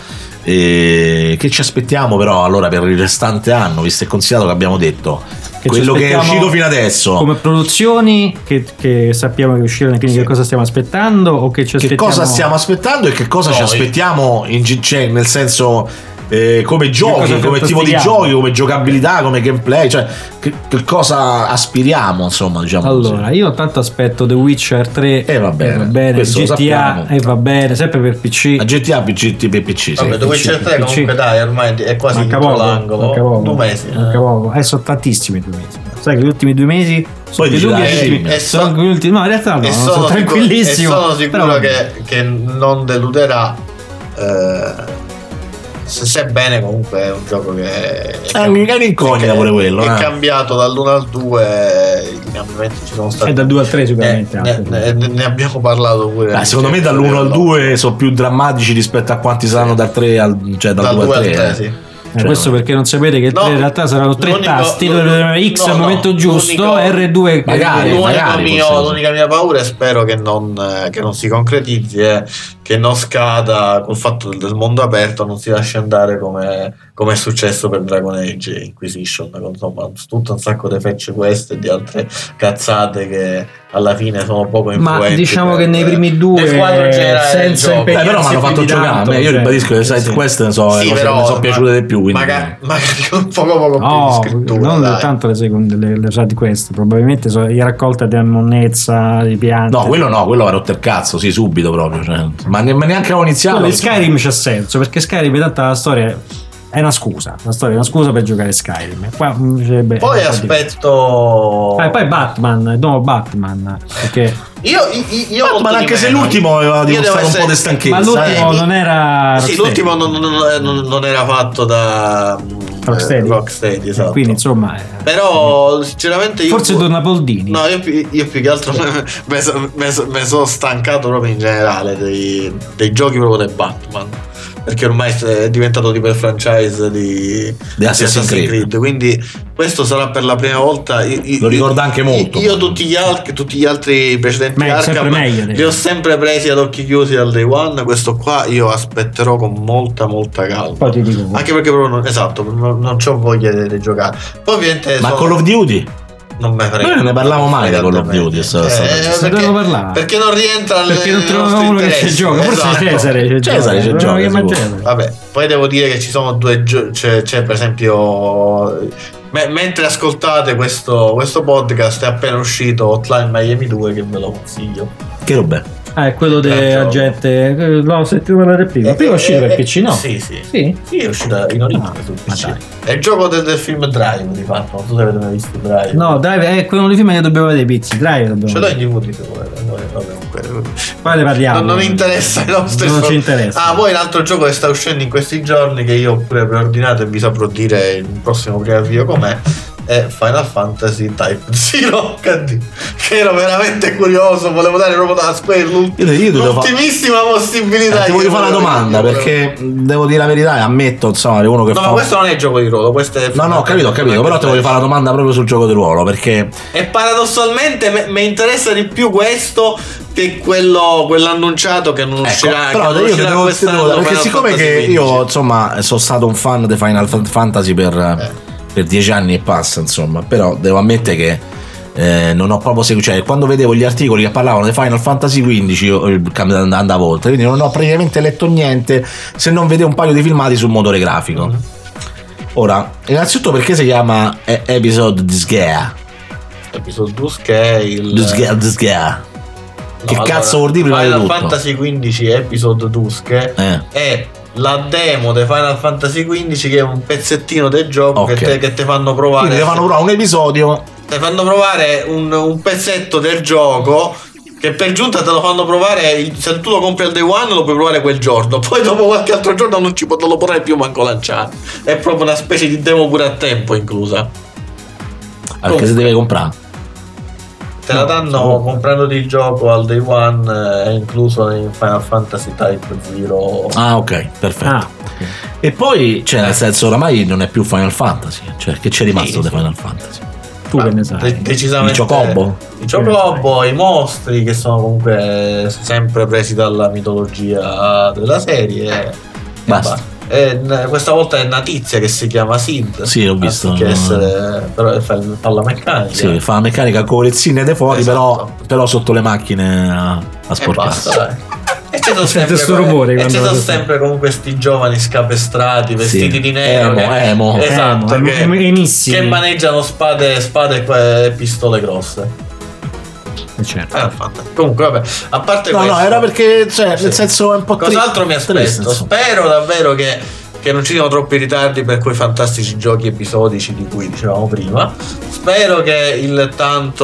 E che ci aspettiamo però allora per il restante anno, visto e considerato che abbiamo detto che quello che è uscito fino adesso come produzioni che, che sappiamo che usciranno, quindi sì. Che cosa stiamo aspettando o che ci aspettiamo? Che cosa stiamo aspettando e che cosa Noi. ci aspettiamo in, cioè, nel senso eh, come giochi, come tipo di giochi, come giocabilità, come gameplay, cioè che, che cosa aspiriamo insomma, diciamo allora così. Io tanto aspetto The Witcher tre e eh, va bene, va bene. G T A e eh, va bene, sempre per P C. A G T A G T per P C, vabbè, sì. The Witcher tre comunque dai ormai è quasi dietro l'angolo, due mesi eh. eh, sono tantissimi due mesi, sai che gli ultimi due mesi sono poi lunghi, ultimi, sono so, gli ultimi, no in realtà no, sono, sono tranquillissimo e sono sicuro però... che, che non deluderà eh, se, se bene comunque è un gioco che è, è un'incognita pure quello, è eh. cambiato dall'uno al due, i cambiamenti ci sono stati e dal due al tre sicuramente ne, ne, ne, ne abbiamo parlato pure. Beh, secondo me dall'uno al due sono più drammatici rispetto a quanti saranno dal tre al cioè dal, dal due al tre, tre sì. Eh, questo perché non sapete che il No, tre in realtà saranno tre l'unico- tasti, l'unico- X no, al no, momento giusto, l'unico- R due Magari, L'unico magari mio- forse. l'unica mia paura, e spero che non, eh, che non si concretizzi, è che non scada col fatto del, del mondo aperto, non si lasci andare come, come è successo per Dragon Age Inquisition, con, insomma tutto un sacco di fetch quest e di altre cazzate che alla fine sono poco influenti. Ma diciamo per- che nei primi due, nel quadro generale del senza gioco. Beh, però mi impegnarsi hanno più fatto di giocare. tanto, a me, io cioè, ribadisco le side sì. quest ne so, Sì, le cose però, che mi sono piaciute di più. Quindi... Magari, magari un poco poco più No, di scrittura. non dai. tanto le seconde, le, le side quest, probabilmente sono i raccolta di monnezza, di piante. No, quello no, quello va rotto il cazzo, sì, subito proprio. Cioè. Ma, ne, ma neanche avevo iniziato. Quello di Skyrim c'ha senso, perché Skyrim in realtà la storia è una scusa, la storia è una scusa per giocare Skyrim. Qua, cioè, beh, Poi è un po' aspetto. di- Ah, e poi Batman, il nuovo Batman, perché Io, io, io Ma, molto ma di anche se meno. l'ultimo aveva Io dimostrato devo un po' essere- di stanchezza. ma l'ultimo eh. non era Sì, Rocksteady. l'ultimo non, non- non- non era fatto da mm, Rocksteady. eh, Rocksteady, esatto. Quindi insomma eh, Però sinceramente io forse Donna Poldini. No, io, più- io più che altro mi sono stancato proprio in generale dei, dei giochi proprio del Batman, perché ormai è diventato tipo il franchise di, Di Assassin's Creed. quindi questo sarà per la prima volta. Io, io- Lo ricorda anche molto. Io tutti gli, altri, tutti gli altri precedenti Meglio, sempre Arkham meglio, li ho sempre presi ad occhi chiusi al day one. Questo qua io aspetterò con molta molta calma, Poi ti dico anche perché proprio non, esatto, non, non ho voglia di, di giocare. Poi ovviamente Ma sono- Call of Duty? non me frega. Noi non ne parliamo Non mai frega da Call of da me. Duty, sta- sta- Eh, Se perché, devo parlare. perché non rientra Perché nei non troviamo nostri uno che ci interessi. gioca, forse Esatto. Cesare ci Cesare ci gioca, gioca, chiama sicuro. Cesare. Vabbè, poi devo dire che ci sono due gio- c'è, c'è per esempio me- mentre ascoltate questo, questo podcast è appena uscito Hotline Miami due, che ve lo consiglio. Che roba? Ah, è quello Gran gioco. dell'agente. L'ho sentito parlare prima. Prima è uscito Eh, per eh, P C, no? Sì, sì. Sì? Sì, è uscita in origine Ah, su ma P C. dai. È il gioco del, del film Drive, di fatto. Non so se avete mai visto Drive. No, dai, è quello di film che dobbiamo vedere, Pizzi. Dai, dobbiamo Ce l'ho in vedere. D V D se volete. Vabbè, vabbè, comunque. Poi ne parliamo. Non, non interessa i nostri Non ci soldi. interessa. Ah, poi un altro gioco che sta uscendo in questi giorni, che io ho pure preordinato e vi saprò dire il prossimo primo video com'è, è Final Fantasy Type Zero H D, che ero veramente curioso, volevo dare proprio da Square l'ult- Io, io devo fa- l'ultimissima possibilità. Eh, ti Io voglio fare una volevo- domanda, perché devo dire la verità e ammetto, insomma, è uno che No, fa... ma questo non è gioco di ruolo, questo è... No, no, ho capito, ho capito, però ti voglio fare una domanda proprio sul gioco di ruolo, perché... E paradossalmente mi interessa di più questo che quello, quello annunciato che non uscirà. Ecco, però che non io che uscirà devo, quest'anno, devo- perché Final siccome Fantasy che quindici. io insomma sono stato un fan di Final Fantasy per, Eh. per dieci anni e passa, insomma, però devo ammettere che eh, non ho proprio seguito, cioè quando vedevo gli articoli che parlavano di Final Fantasy quindici io il cambio andavo oltre, quindi non ho praticamente letto niente se non vedevo un paio di filmati sul motore grafico. Mm-hmm. Ora, innanzitutto perché si chiama eh, Episode Disgaea? Episode due che è il Disgaea, Disgaea. No, Che allora, cazzo vuol dire prima di Final tutto? Fantasy quindici Episode Dusk Eh. è la demo di Final Fantasy quindici, che è un pezzettino del gioco Ok. che, te, che te fanno provare Quindi ti fanno provare un episodio. te fanno provare un, un pezzetto del gioco che per giunta te lo fanno provare. Se tu lo compri al day one lo puoi provare quel giorno, poi dopo qualche altro giorno non, ci, non lo potrai più manco lanciare. È proprio una specie di demo pure a tempo inclusa. Perché si deve comprare. Te la danno comprandoti il gioco al day one, eh, è incluso in Final Fantasy Type Zero. Ah, ok, perfetto. Ah, E poi, cioè, nel senso, oramai non è più Final Fantasy. Cioè, che c'è rimasto Sì, di sì. Final Fantasy? tu che ne sai? De- decisamente Il Chocobo? i Chocobo, i mostri che sono comunque sempre presi dalla mitologia della serie. E Basta. E n- questa volta è una tizia che si chiama Sid. Sì, l'ho visto. Che essere, però fa, fa la meccanica. Sì, fa la meccanica con corezzine di fuori, Esatto. però, però sotto le macchine a, a E sporcarsi. basta, dai. E ci sono Sente sempre, sto come- rumore e quando ci sono lo- sempre comunque questi giovani scapestrati vestiti Sì. di nero. Emo, che, emo. Esatto, Emo, che, em- emissimi. che maneggiano spade, spade e pistole grosse. Eh, certo. Eh, fantastico. Comunque, vabbè, a parte No, questo, no, era perché, cioè, Sì. nel senso è un po' tri- cos'altro mi aspetto? triste, insomma. Spero davvero che, che non ci siano troppi ritardi per quei fantastici giochi episodici di cui dicevamo prima. Spero che il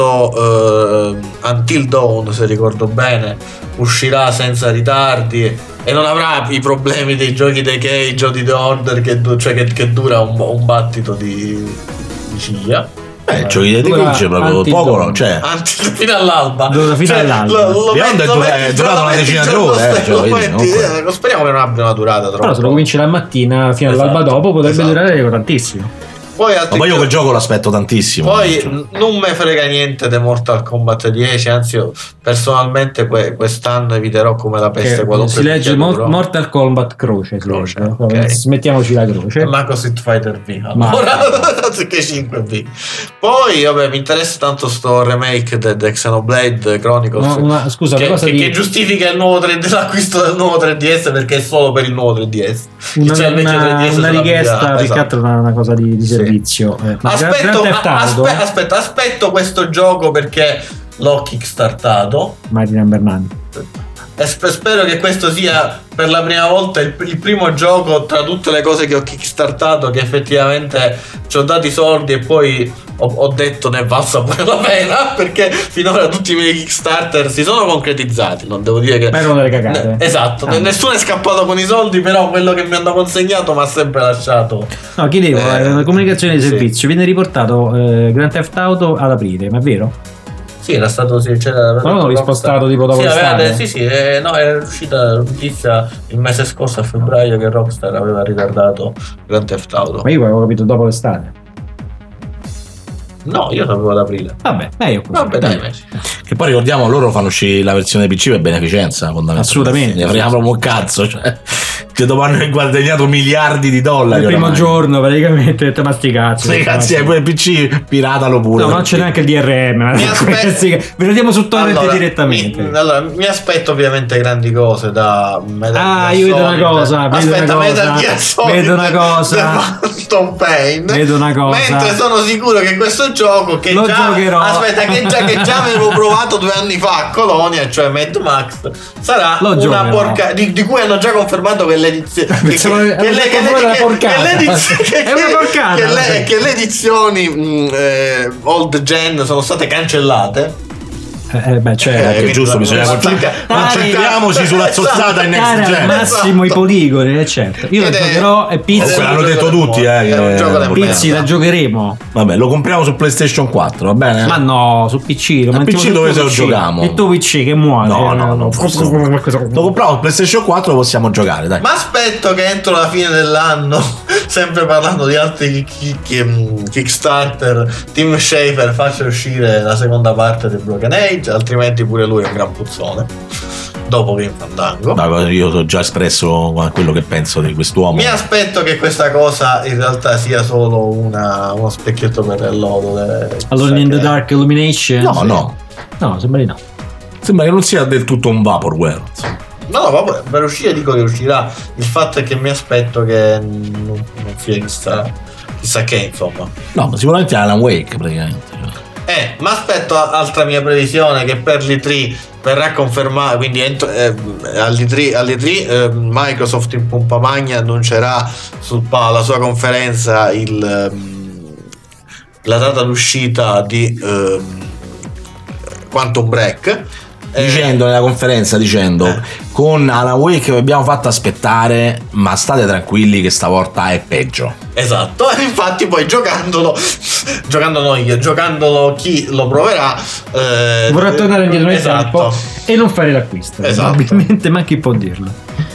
tanto eh, Until Dawn, se ricordo bene, uscirà senza ritardi e non avrà i problemi dei giochi dei Cage o di The Order, che, du- cioè che, che dura un, un battito di, di ciglia. Eh, giochi di dirige proprio poco, cioè Anzi, fino all'alba. Dura fino Cioè, all'alba. Lo, lo Beyond metti- è lo dura- metti è durato giorno, una metti decina di giorno ore, eh, stesso, cioè, lo quindi, metti- comunque. eh, speriamo che non abbia una durata troppo. Però se lo cominci la mattina fino Esatto, all'alba dopo potrebbe esatto. durare tantissimo. Poi, Ma altri poi io giochi- quel gioco l'aspetto tantissimo. Poi Cioè. n- non me frega niente di Mortal Kombat dieci, anzi io personalmente que- quest'anno eviterò come la peste Che qualunque si legge picchiaduro. Mo- Mortal Kombat Croce, si Croce, legge. ok. Smettiamoci la croce. E manco Street Fighter V Ma- allora, anziché cinque V. Poi vabbè, mi interessa tanto sto remake de, de Xenoblade Chronicles, No, una- scusa, che, una cosa che- di- che giustifica il nuovo tre D, l'acquisto del nuovo tre D S perché è solo per il nuovo tre D S. Una, Cioè, il vecchio una- tre D S una sulla richiesta vita- più che esatto. altro una, una cosa di, di Sì. servizio. Eh, ma Grand Aspetto, Theft a- Auto, aspe- aspetta, aspetto questo gioco perché l'ho kickstartato Mighty Number nine. e sp- spero che questo sia per la prima volta il, il primo gioco tra tutte le cose che ho kickstartato che effettivamente ci ho dato i soldi e poi ho, ho detto ne è valsa pure la pena, perché finora tutti i miei Kickstarter si sono concretizzati, non devo dire che Ma erano delle cagate. Ne- esatto, Ah. nessuno è scappato con i soldi, però quello che mi hanno consegnato mi ha sempre lasciato. No, chiedevo, Eh, eh, la comunicazione di sì. servizio. Viene riportato eh, Grand Theft Auto ad aprile, ma è vero? Sì, era stato sì, c'era Ma non l'ho spostato tipo dopo sì, aveva- l'estate? sì, sì, eh, no, era uscita la notizia il mese scorso a febbraio che Rockstar aveva ritardato Grand Theft Auto. Ma io avevo capito dopo l'estate. No, io sapevo ad aprile. Vabbè, meglio così. Vabbè, dai, mesi. Che poi ricordiamo, loro fanno uscire la versione P C per beneficenza, fondamentalmente. Assolutamente. Ne frega proprio un cazzo, cioè. Che dopo hanno guadagnato miliardi di dollari. Il primo oramai. giorno praticamente detto ma sti cazzi. Sì, cazzi, è pure il P C, piratalo pure. No, ma non c'è neanche il D R M. Mi aspe- Ve lo diamo su torrent Allora, direttamente. Mi, allora, mi aspetto ovviamente grandi cose da Metal Ah, Gear io vedo Solid. una cosa, vedo Aspetta, una Metal cosa, Gear Solid, vedo una cosa. The Phantom Pain. Vedo una cosa. Mentre sono sicuro che questo gioco che Lo già giocherò. aspetta che già, che già avevo provato due anni fa a Colonia, cioè Mad Max, sarà Lo una giocherò. porca di, di cui hanno già confermato che l'edizione che, Pensavo- che, che, le, che, pensavo le, era che, porcata. che le edizioni- che- È una porcata. che le, che le edizioni mh, eh, old gen sono state cancellate. Eh, eh, beh, certo. Eh, che quindi giusto, la- bisogna la- concentra- la- concentriamoci sulla zozzata in next Dare al gen. massimo i poligoni, eh, certo. Io lo Ed è- giocherò e Pizzi. Comunque l'hanno un detto gioco tutti, del eh. mondo. È un che- gioco del Pizzi la giocheremo. Vabbè, lo compriamo su PlayStation quattro, va bene? Ma no, su P C. Lo Al mettiamo P C sul dove tuo se lo P C. giochiamo? Il tuo P C che muore. No, eh, no, no, forse no. Lo compriamo su PlayStation quattro, lo possiamo giocare, dai. Ma aspetto che entro la fine dell'anno, sempre parlando di altri chi- chi- chi- Kickstarter, Tim Schafer faccia uscire la seconda parte di Broken Age, altrimenti pure lui è un gran puzzone. Dopo che in Fandango. No, io ho già espresso quello che penso di quest'uomo. Mi aspetto che questa cosa in realtà sia solo una- uno specchietto per il lodo. de- Alone in the Dark Illumination. No, no. No, sembra di no. Sembra che non sia del tutto un vaporware. insomma. No, no, vabbè, per uscire dico che uscirà. Il fatto è che mi aspetto che non, non sia chissà, chissà che, insomma. No, ma sicuramente è Alan Wake, praticamente. Eh, ma aspetto a- altra mia previsione che per l'E tre verrà confermata, quindi entro, eh, all'E tre, all'E tre eh, Microsoft in pompa magna annuncerà sul pa- la sua conferenza il, ehm, la data d'uscita di ehm, Quantum Break. Eh, Dicendo nella conferenza, dicendo Eh. con Alan Wake vi abbiamo fatto aspettare, ma state tranquilli che stavolta è peggio. Esatto, e infatti poi giocandolo, giocando noi, giocandolo chi lo proverà, eh, Vorrà tornare indietro nel esatto. tempo e non fare l'acquisto. Esatto. Probabilmente, ma chi può dirlo?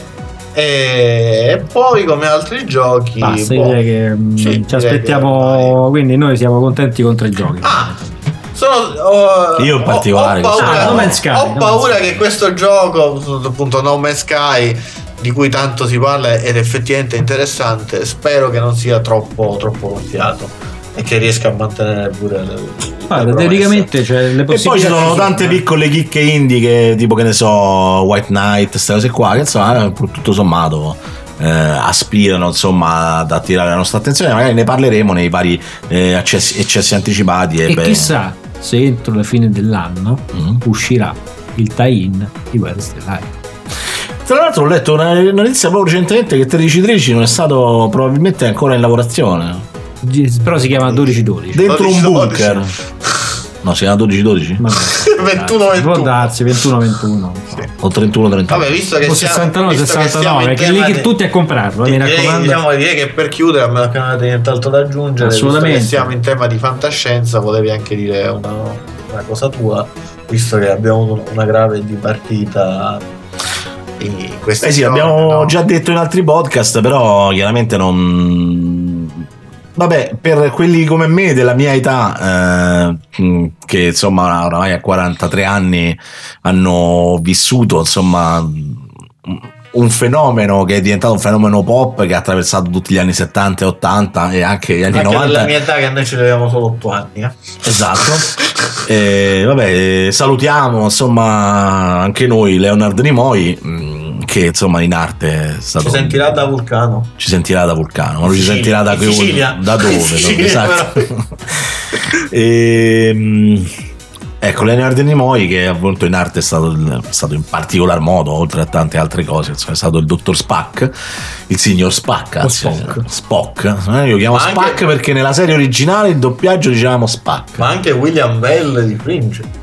E poi come altri giochi, Basta, boh, direi che mm, sì, direi ci aspettiamo. Quindi noi siamo contenti con tre giochi. Ah, sono, ho- Io in particolare, ho, ho paura, Ah, No Man's Sky, ho No paura Man's che questo gioco, appunto No Man's Sky, di cui tanto si parla ed effettivamente è interessante, spero che non sia troppo troppo gonfiato e che riesca a mantenere pure le, le Guarda, promesse. teoricamente c'è le E poi ci possibilità. sono ci tante eh. piccole chicche indie che, tipo che ne so, White Knight, queste cose qua, che insomma, eh, tutto sommato eh, aspirano insomma ad attirare la nostra attenzione. Magari ne parleremo nei vari eh, accessi, accessi anticipati. E, E beh, chissà se entro la fine dell'anno Mm. uscirà il tie-in di Guerre Stellari. Tra l'altro ho letto una notizia proprio recentemente che tredici tredici non è stato probabilmente ancora in lavorazione. Gi- Però si chiama dodici dodici. Dentro un dodici bunker. dodici. No, si chiama dodici dodici? Ma ventuno può ventuno. darsi ventuno ventuno. Sì. o trentuno trentanove. Vabbè, visto che o siamo, sessantanove visto che siamo in sessantanove, che lì tema che di- tutti a comprarlo, mi direi, raccomando. diciamo, direi che per chiudere, a meno che non avete nient'altro da aggiungere, Assolutamente. visto che siamo in tema di fantascienza, volevi anche dire una, una cosa tua, visto che abbiamo avuto una grave dipartita in questi Eh sì, giorni, abbiamo no? già detto in altri podcast, però chiaramente non. Vabbè, per quelli come me della mia età, eh, che insomma oramai a quarantatré anni hanno vissuto insomma un fenomeno che è diventato un fenomeno pop che ha attraversato tutti gli anni settanta e ottanta e anche gli anni Anche novanta. nella mia età, che noi ci leviamo solo otto anni, eh. Esatto. E, vabbè, salutiamo insomma anche noi Leonard Nimoy, mh, che insomma in arte è stato, Ci sentirà da Vulcano. ci sentirà da Vulcano, ma lui ci Sicilia. sentirà da, In Sicilia. da dove? In Sicilia, Esatto. E, mh, ecco, Leonard Nimoy, che appunto in arte è stato, il- è stato in particolar modo, oltre a tante altre cose, insomma, è stato il dottor Spock, il signor Spock, anzi, Spock. Spock. Eh, io chiamo Ma anche- Spock perché nella serie originale il doppiaggio dicevamo Spock. Ma anche William Bell di Fringe.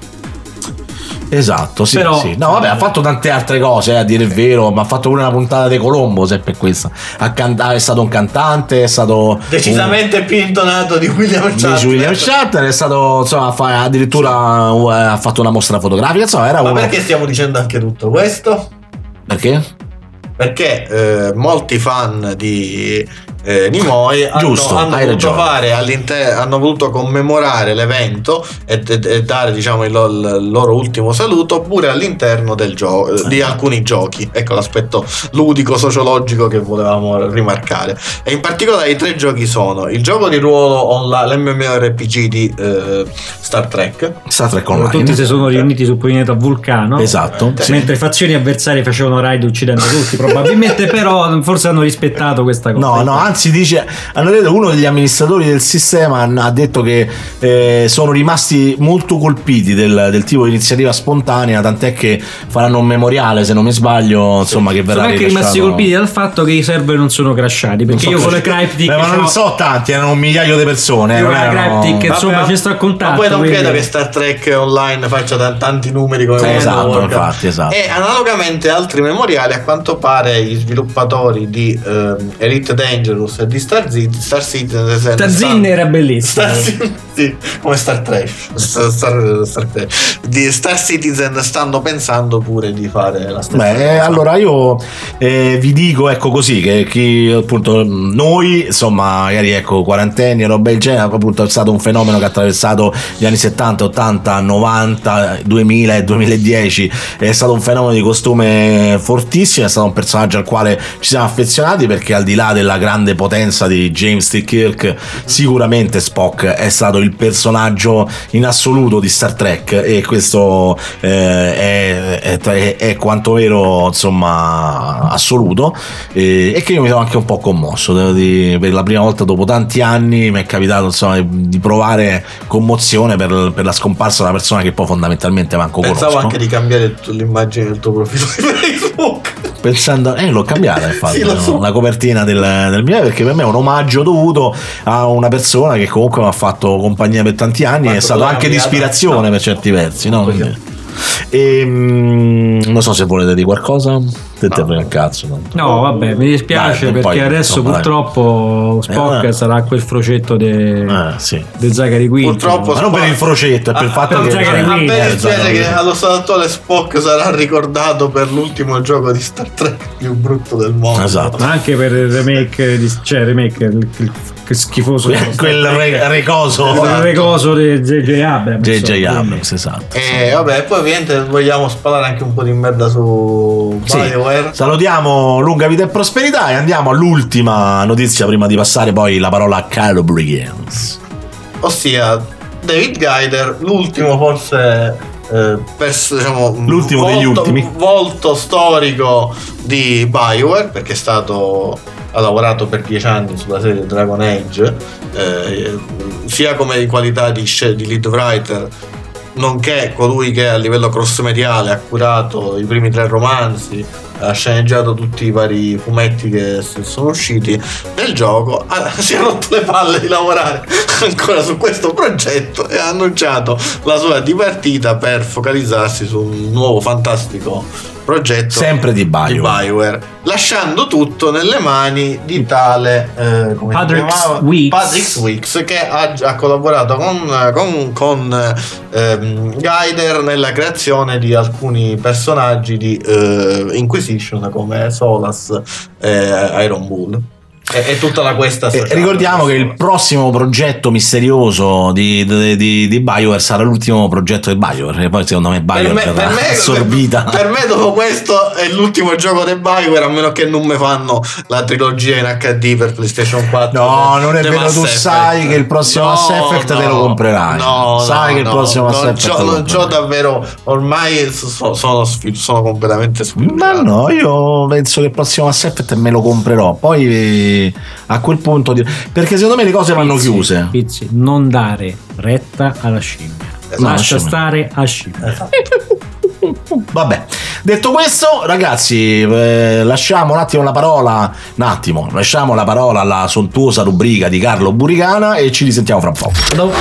Esatto, sì, Però- sì. No, vabbè, ha fatto tante altre cose, eh, a dire il vero, ma ha fatto pure una puntata di Colombo, se per questa. Ha canta- è stato un cantante, è stato Decisamente più intonato di William un, Shatner. di William Shatner, è stato, insomma, fa- addirittura uh, ha fatto una mostra fotografica, insomma, era Ma uno. perché stiamo dicendo anche tutto questo? Perché? Perché eh, molti fan di eh, Nimoy hanno, Giusto, hanno hai voluto ragione. fare all'inter- hanno voluto commemorare l'evento e, e- e dare, diciamo, il, lo- il loro ultimo saluto pure all'interno del gio- di alcuni giochi. Ecco l'aspetto ludico sociologico che volevamo rimarcare. E in particolare i tre giochi sono il gioco di ruolo online, l'MMORPG di eh, Star Trek. Star Trek Tutti Online. si sono riuniti sul pianeta Vulcano. Esatto. Sì. Mentre fazioni avversarie facevano raid uccidendo tutti, probabilmente, però forse hanno rispettato questa cosa. No, no, anzi dice, hanno detto, uno degli amministratori del sistema han- ha detto che eh, sono rimasti molto colpiti del, del tipo di iniziativa spontanea, tant'è che faranno un memoriale, se non mi sbaglio, insomma, che verrà Sono anche rimasti rilasciato. colpiti dal fatto che i server non sono crashati, perché Non io so con le cosa- Cryptic Beh, ma non c'ho- so tanti, erano un migliaio di persone. eh, io non con la erano- Cryptic, insomma, Vabbè, ci sto a contatto. Ma poi non quindi- credo che Star Trek Online faccia tan- tanti numeri come Eh, World of esatto, Warcraft. infatti, esatto. E analogamente altri memoriali, a quanto pare gli sviluppatori di ehm, Elite Dangerous e di Star, Z- Star Citizen Tarzin era bellissimo. Star, Ci- sì, come Star Trash Star, Star, Star Trash. Di Star Citizen stanno pensando pure di fare la stessa Beh, eh, cosa. allora io eh, vi dico, ecco, così, che chi appunto noi, insomma, magari ecco, quarantenni e roba del genere, appunto è stato un fenomeno che ha attraversato gli anni settanta, ottanta, novanta, duemila e duemiladieci, è stato un fenomeno di costume fortissimo, è stato un personaggio al quale ci siamo affezionati, perché al di là della grande potenza di James T. Kirk, sicuramente Spock è stato il personaggio in assoluto di Star Trek, e questo eh, è, è, è, è quanto vero, insomma, assoluto, e, e che io mi sono anche un po' commosso, devo dire, per la prima volta dopo tanti anni mi è capitato, insomma, di provare commozione per, per la scomparsa di una persona che poi fondamentalmente manco Pensavo conosco. anche di cambiare il tuo- l'immagine del tuo profilo di Facebook. Pensando, eh, l'ho cambiata infatti, Sì, lo no? so. La copertina del, del mio, perché per me è un omaggio dovuto a una persona che comunque mi ha fatto compagnia per tanti anni, Ma e è stato cosa anche di cambiata? ispirazione No. per certi versi, no? Così. Quindi- E, mm, non so se volete dire qualcosa. Te te frega un cazzo. No? No, vabbè, mi dispiace Dai, perché poi, adesso insomma, dai. purtroppo Spock Eh, sarà quel frocetto di Eh, sì. Zachary Quinto. Purtroppo Ma non per il frocetto, è per il Ah, fatto per che Zachary A Quinto. me Eh, dispiace Zachary che Quinto. allo stato attuale Spock sarà ricordato per l'ultimo gioco di Star Trek più brutto del mondo. Esatto. Ma anche per il remake di, cioè remake il, il, che schifoso quel re- recoso il recoso di J J Abrams. J J insomma, Abrams, esatto. E vabbè, poi ovviamente vogliamo spalare anche un po' di merda su Sì. BioWare. Salutiamo lunga vita e prosperità e andiamo all'ultima notizia prima di passare poi la parola a Carlo Brigans. Ossia David Gaider, l'ultimo forse eh, pers- diciamo, L'ultimo degli volto- ultimi. volto storico di BioWare, perché è stato ha lavorato per dieci anni sulla serie Dragon Age, eh, sia come in qualità di, sce- di lead writer, nonché colui che a livello cross mediale ha curato i primi tre romanzi, ha sceneggiato tutti i vari fumetti che s- sono usciti del gioco. Ha, si è rotto le palle di lavorare ancora su questo progetto e ha annunciato la sua dipartita per focalizzarsi su un nuovo fantastico progetto sempre di BioWare, di BioWare, lasciando tutto nelle mani di tale eh, come Patrick si chiamava? Weeks. Patrick Weeks, che ha, ha collaborato con, con, con ehm, Gaider nella creazione di alcuni personaggi di eh, Inquisition come Solas e Iron Bull. E tutta la questa eh, ricordiamo che il prossimo progetto misterioso di, di, di, di BioWare sarà l'ultimo progetto di BioWare, e poi secondo me BioWare per me, verrà per me, assorbita. Per, per me dopo questo è l'ultimo gioco di BioWare, a meno che non mi fanno la trilogia in acca di per PlayStation quattro. No, de, non è de vero, Mass tu Effect. sai che il prossimo no, Mass Effect no, te lo comprerai. No, sai no, che il no, prossimo Mass non Effect c'ho, lo non c'ho davvero, ormai sono, sono, sono completamente sfiduciato. Ma no, io penso che il prossimo Mass Effect me lo comprerò. Poi eh, a quel punto di... perché secondo me le cose vanno Pizzi, chiuse. Pizzi, non dare retta alla scimmia. Esatto. Lascia No, stare a scimmia. Esatto. Vabbè, detto questo, ragazzi, eh, lasciamo un attimo la parola, un attimo, lasciamo la parola alla sontuosa rubrica di Carlo Buricana e ci risentiamo fra poco. No.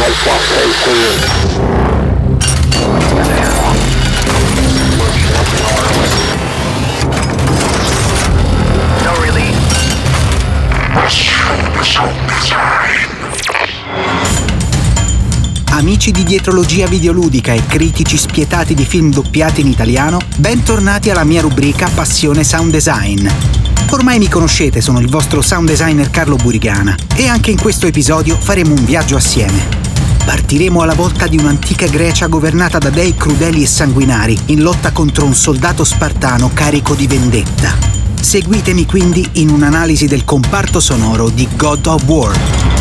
Amici di Dietrologia Videoludica e critici spietati di film doppiati in italiano, bentornati alla mia rubrica Passione Sound Design. Ormai mi conoscete, sono il vostro sound designer Carlo Buricana e anche in questo episodio faremo un viaggio assieme. Partiremo alla volta di un'antica Grecia governata da dei crudeli e sanguinari in lotta contro un soldato spartano carico di vendetta. Seguitemi quindi in un'analisi del comparto sonoro di God of War.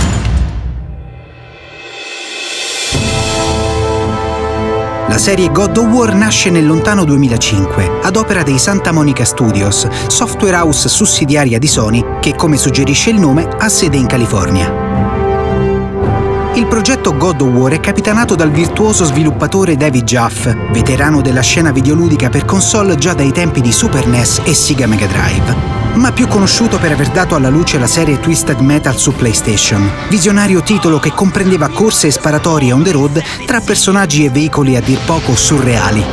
La serie God of War nasce nel lontano duemilacinque, ad opera dei Santa Monica Studios, software house sussidiaria di Sony che, come suggerisce il nome, ha sede in California. Il progetto God of War è capitanato dal virtuoso sviluppatore David Jaffe, veterano della scena videoludica per console già dai tempi di Super N E S e Sega Mega Drive, ma più conosciuto per aver dato alla luce la serie Twisted Metal su PlayStation, visionario titolo che comprendeva corse e sparatorie on the road tra personaggi e veicoli a dir poco surreali.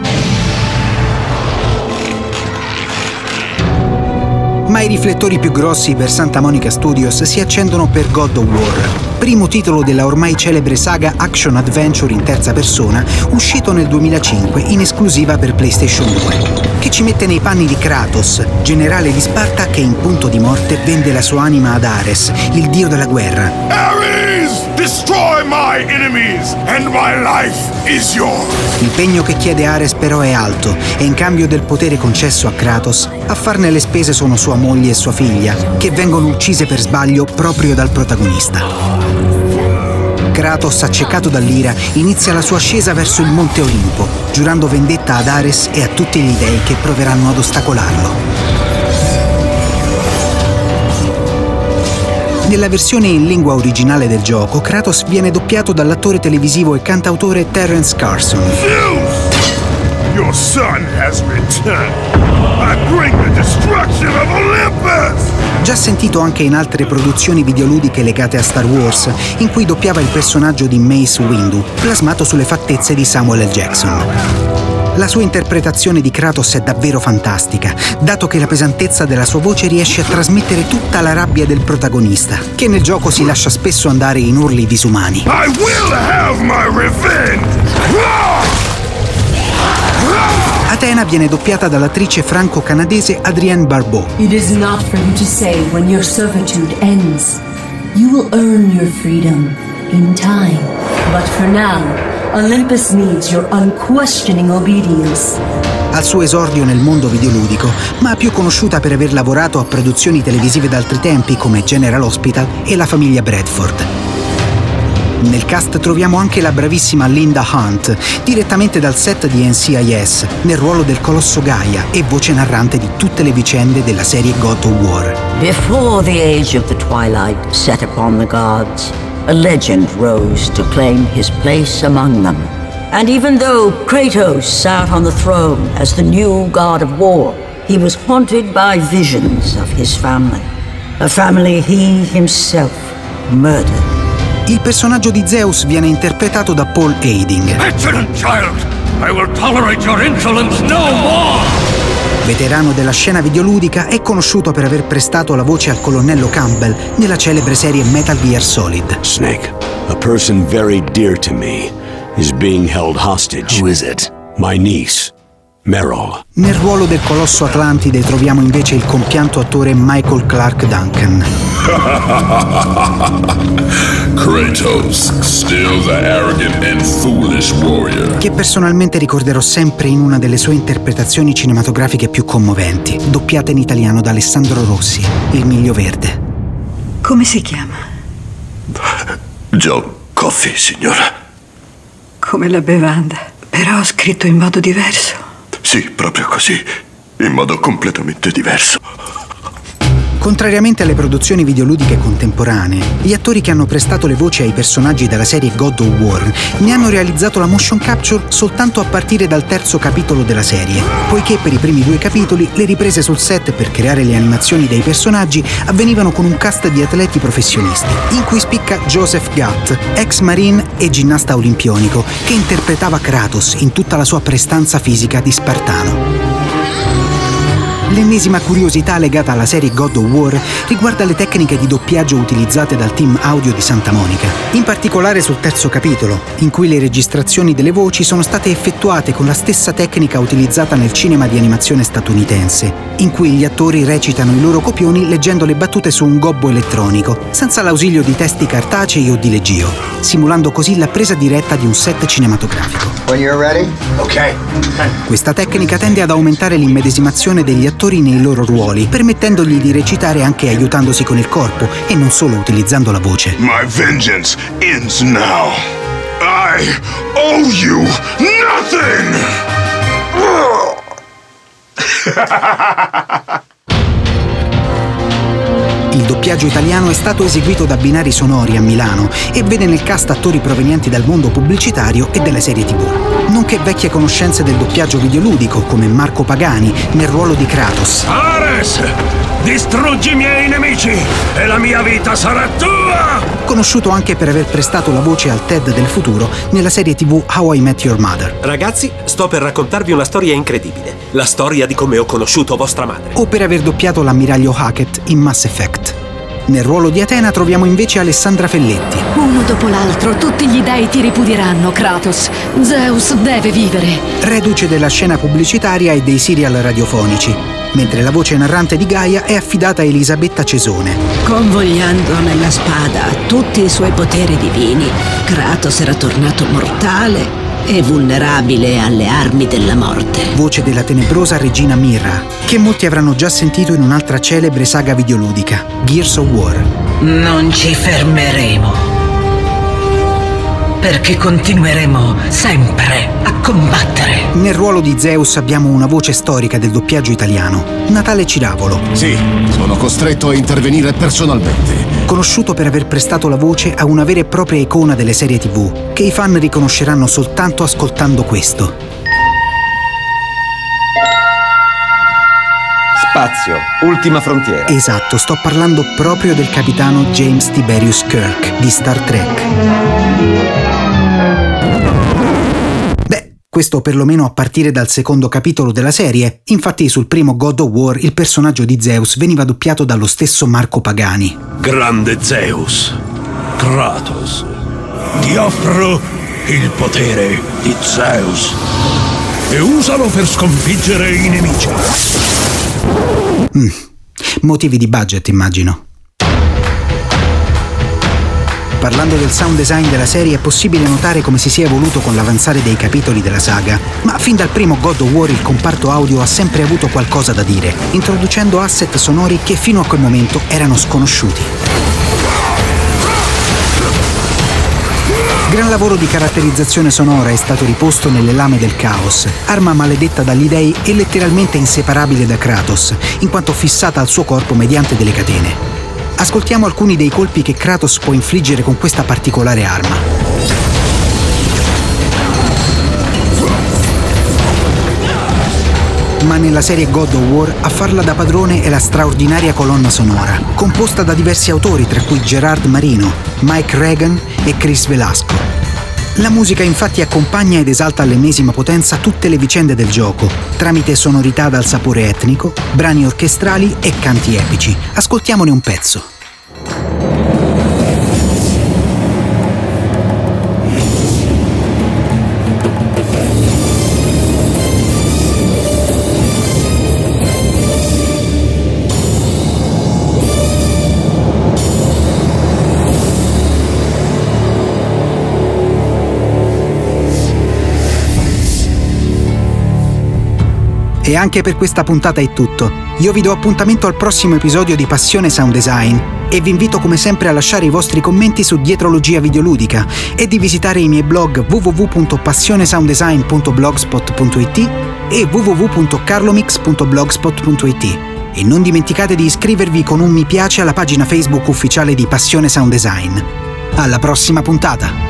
Ma i riflettori più grossi per Santa Monica Studios si accendono per God of War, primo titolo della ormai celebre saga action adventure in terza persona, uscito nel duemilacinque in esclusiva per PlayStation due, che ci mette nei panni di Kratos, generale di Sparta che in punto di morte vende la sua anima ad Ares, il dio della guerra. Ares, destroy my enemies and my life is yours. L'impegno che chiede Ares però è alto e in cambio del potere concesso a Kratos, a farne le spese sono sua moglie e sua figlia, che vengono uccise per sbaglio proprio dal protagonista. Kratos, accecato dall'ira, inizia la sua ascesa verso il Monte Olimpo, giurando vendetta ad Ares e a tutti gli dei che proveranno ad ostacolarlo. Nella versione in lingua originale del gioco, Kratos viene doppiato dall'attore televisivo e cantautore Terence Carson. Zeus, your son has returned. I bring the destruction of Olympus! Già sentito anche in altre produzioni videoludiche legate a Star Wars, in cui doppiava il personaggio di Mace Windu, plasmato sulle fattezze di Samuel L. Jackson. La sua interpretazione di Kratos è davvero fantastica, dato che la pesantezza della sua voce riesce a trasmettere tutta la rabbia del protagonista, che nel gioco si lascia spesso andare in urli disumani. I will have my revenge! Athena viene doppiata dall'attrice franco-canadese Adrienne Barbeau. It is not for you to say when your servitude ends. You will earn your freedom in time. But for now, Olympus needs your unquestioning obedience. Al suo esordio nel mondo videoludico, ma più conosciuta per aver lavorato a produzioni televisive d'altri tempi come General Hospital e La famiglia Bradford. Nel cast troviamo anche la bravissima Linda Hunt, direttamente dal set di N C I S, nel ruolo del colosso Gaia e voce narrante di tutte le vicende della serie God of War. Before the age of the twilight set upon the gods, a legend rose to claim his place among them. And even though Kratos sat on the throne as the new god of war, he was haunted by visions of his family, a family he himself murdered. Il personaggio di Zeus viene interpretato da Paul Eiding. Excellent child! I will tolerate your insolence no more! Veterano della scena videoludica, è conosciuto per aver prestato la voce al colonnello Campbell nella celebre serie Metal Gear Solid. Snake, a person very dear to me is being held hostage. Who is it? My niece, Meryl. Nel ruolo del colosso Atlantide troviamo invece il compianto attore Michael Clark Duncan. Kratos, still the arrogant and foolish warrior. Che personalmente ricorderò sempre in una delle sue interpretazioni cinematografiche più commoventi, doppiata in italiano da Alessandro Rossi, il Miglio Verde. Come si chiama? John Coffey, signora. Come la bevanda, però scritto in modo diverso. Sì, proprio così, in modo completamente diverso. Contrariamente alle produzioni videoludiche contemporanee, gli attori che hanno prestato le voci ai personaggi della serie God of War ne hanno realizzato la motion capture soltanto a partire dal terzo capitolo della serie, poiché per i primi due capitoli le riprese sul set per creare le animazioni dei personaggi avvenivano con un cast di atleti professionisti, in cui spicca Joseph Gatt, ex marine e ginnasta olimpionico, che interpretava Kratos in tutta la sua prestanza fisica di spartano. L'ennesima curiosità legata alla serie God of War riguarda le tecniche di doppiaggio utilizzate dal team audio di Santa Monica, in particolare sul terzo capitolo, in cui le registrazioni delle voci sono state effettuate con la stessa tecnica utilizzata nel cinema di animazione statunitense, in cui gli attori recitano i loro copioni leggendo le battute su un gobbo elettronico, senza l'ausilio di testi cartacei o di leggio, simulando così la presa diretta di un set cinematografico. When you're ready? Ok. Questa tecnica tende ad aumentare l'immedesimazione degli attori nei loro ruoli, permettendogli di recitare anche aiutandosi con il corpo e non solo utilizzando la voce. My vengeance ends now. I owe you nothing! Il doppiaggio italiano è stato eseguito da Binari Sonori a Milano e vede nel cast attori provenienti dal mondo pubblicitario e delle serie tivù, nonché vecchie conoscenze del doppiaggio videoludico come Marco Pagani nel ruolo di Kratos. Ares, distruggi i miei nemici e la mia vita sarà tua! Conosciuto anche per aver prestato la voce al Ted del futuro nella serie tivù How I Met Your Mother. Ragazzi, sto per raccontarvi una storia incredibile. La storia di come ho conosciuto vostra madre. O per aver doppiato l'ammiraglio Hackett in Mass Effect. Nel ruolo di Atena troviamo invece Alessandra Felletti. Uno dopo l'altro, tutti gli dei ti ripudieranno, Kratos. Zeus deve vivere. Reduce della scena pubblicitaria e dei serial radiofonici, mentre la voce narrante di Gaia è affidata a Elisabetta Cesone. Convogliando nella spada tutti i suoi poteri divini, Kratos era tornato mortale e vulnerabile alle armi della morte. Voce della tenebrosa regina Mira, che molti avranno già sentito in un'altra celebre saga videoludica, Gears of War. Non ci fermeremo, perché continueremo sempre a combattere. Nel ruolo di Zeus abbiamo una voce storica del doppiaggio italiano, Natale Ciravolo. Sì, sono costretto a intervenire personalmente. Conosciuto per aver prestato la voce a una vera e propria icona delle serie tivù, che i fan riconosceranno soltanto ascoltando questo. Spazio, ultima frontiera. Esatto, sto parlando proprio del capitano James Tiberius Kirk di Star Trek. Beh, questo perlomeno a partire dal secondo capitolo della serie. Infatti sul primo God of War il personaggio di Zeus veniva doppiato dallo stesso Marco Pagani. Grande Zeus, Kratos, ti offro il potere di Zeus e usalo per sconfiggere i nemici. Mm, motivi di budget, immagino. Parlando del sound design della serie è possibile notare come si sia evoluto con l'avanzare dei capitoli della saga, ma fin dal primo God of War il comparto audio ha sempre avuto qualcosa da dire, introducendo asset sonori che fino a quel momento erano sconosciuti. Gran lavoro di caratterizzazione sonora è stato riposto nelle lame del caos, arma maledetta dagli dei e letteralmente inseparabile da Kratos, in quanto fissata al suo corpo mediante delle catene. Ascoltiamo alcuni dei colpi che Kratos può infliggere con questa particolare arma. Ma nella serie God of War a farla da padrone è la straordinaria colonna sonora, composta da diversi autori tra cui Gerard Marino, Mike Regan e Chris Velasco. La musica infatti accompagna ed esalta all'ennesima potenza tutte le vicende del gioco, tramite sonorità dal sapore etnico, brani orchestrali e canti epici. Ascoltiamone un pezzo. E anche per questa puntata è tutto. Io vi do appuntamento al prossimo episodio di Passione Sound Design e vi invito come sempre a lasciare i vostri commenti su Dietrologia Videoludica e di visitare i miei blog w w w punto passionesounddesign punto blogspot punto i t e w w w punto carlomix punto blogspot punto i t. E non dimenticate di iscrivervi con un mi piace alla pagina Facebook ufficiale di Passione Sound Design. Alla prossima puntata!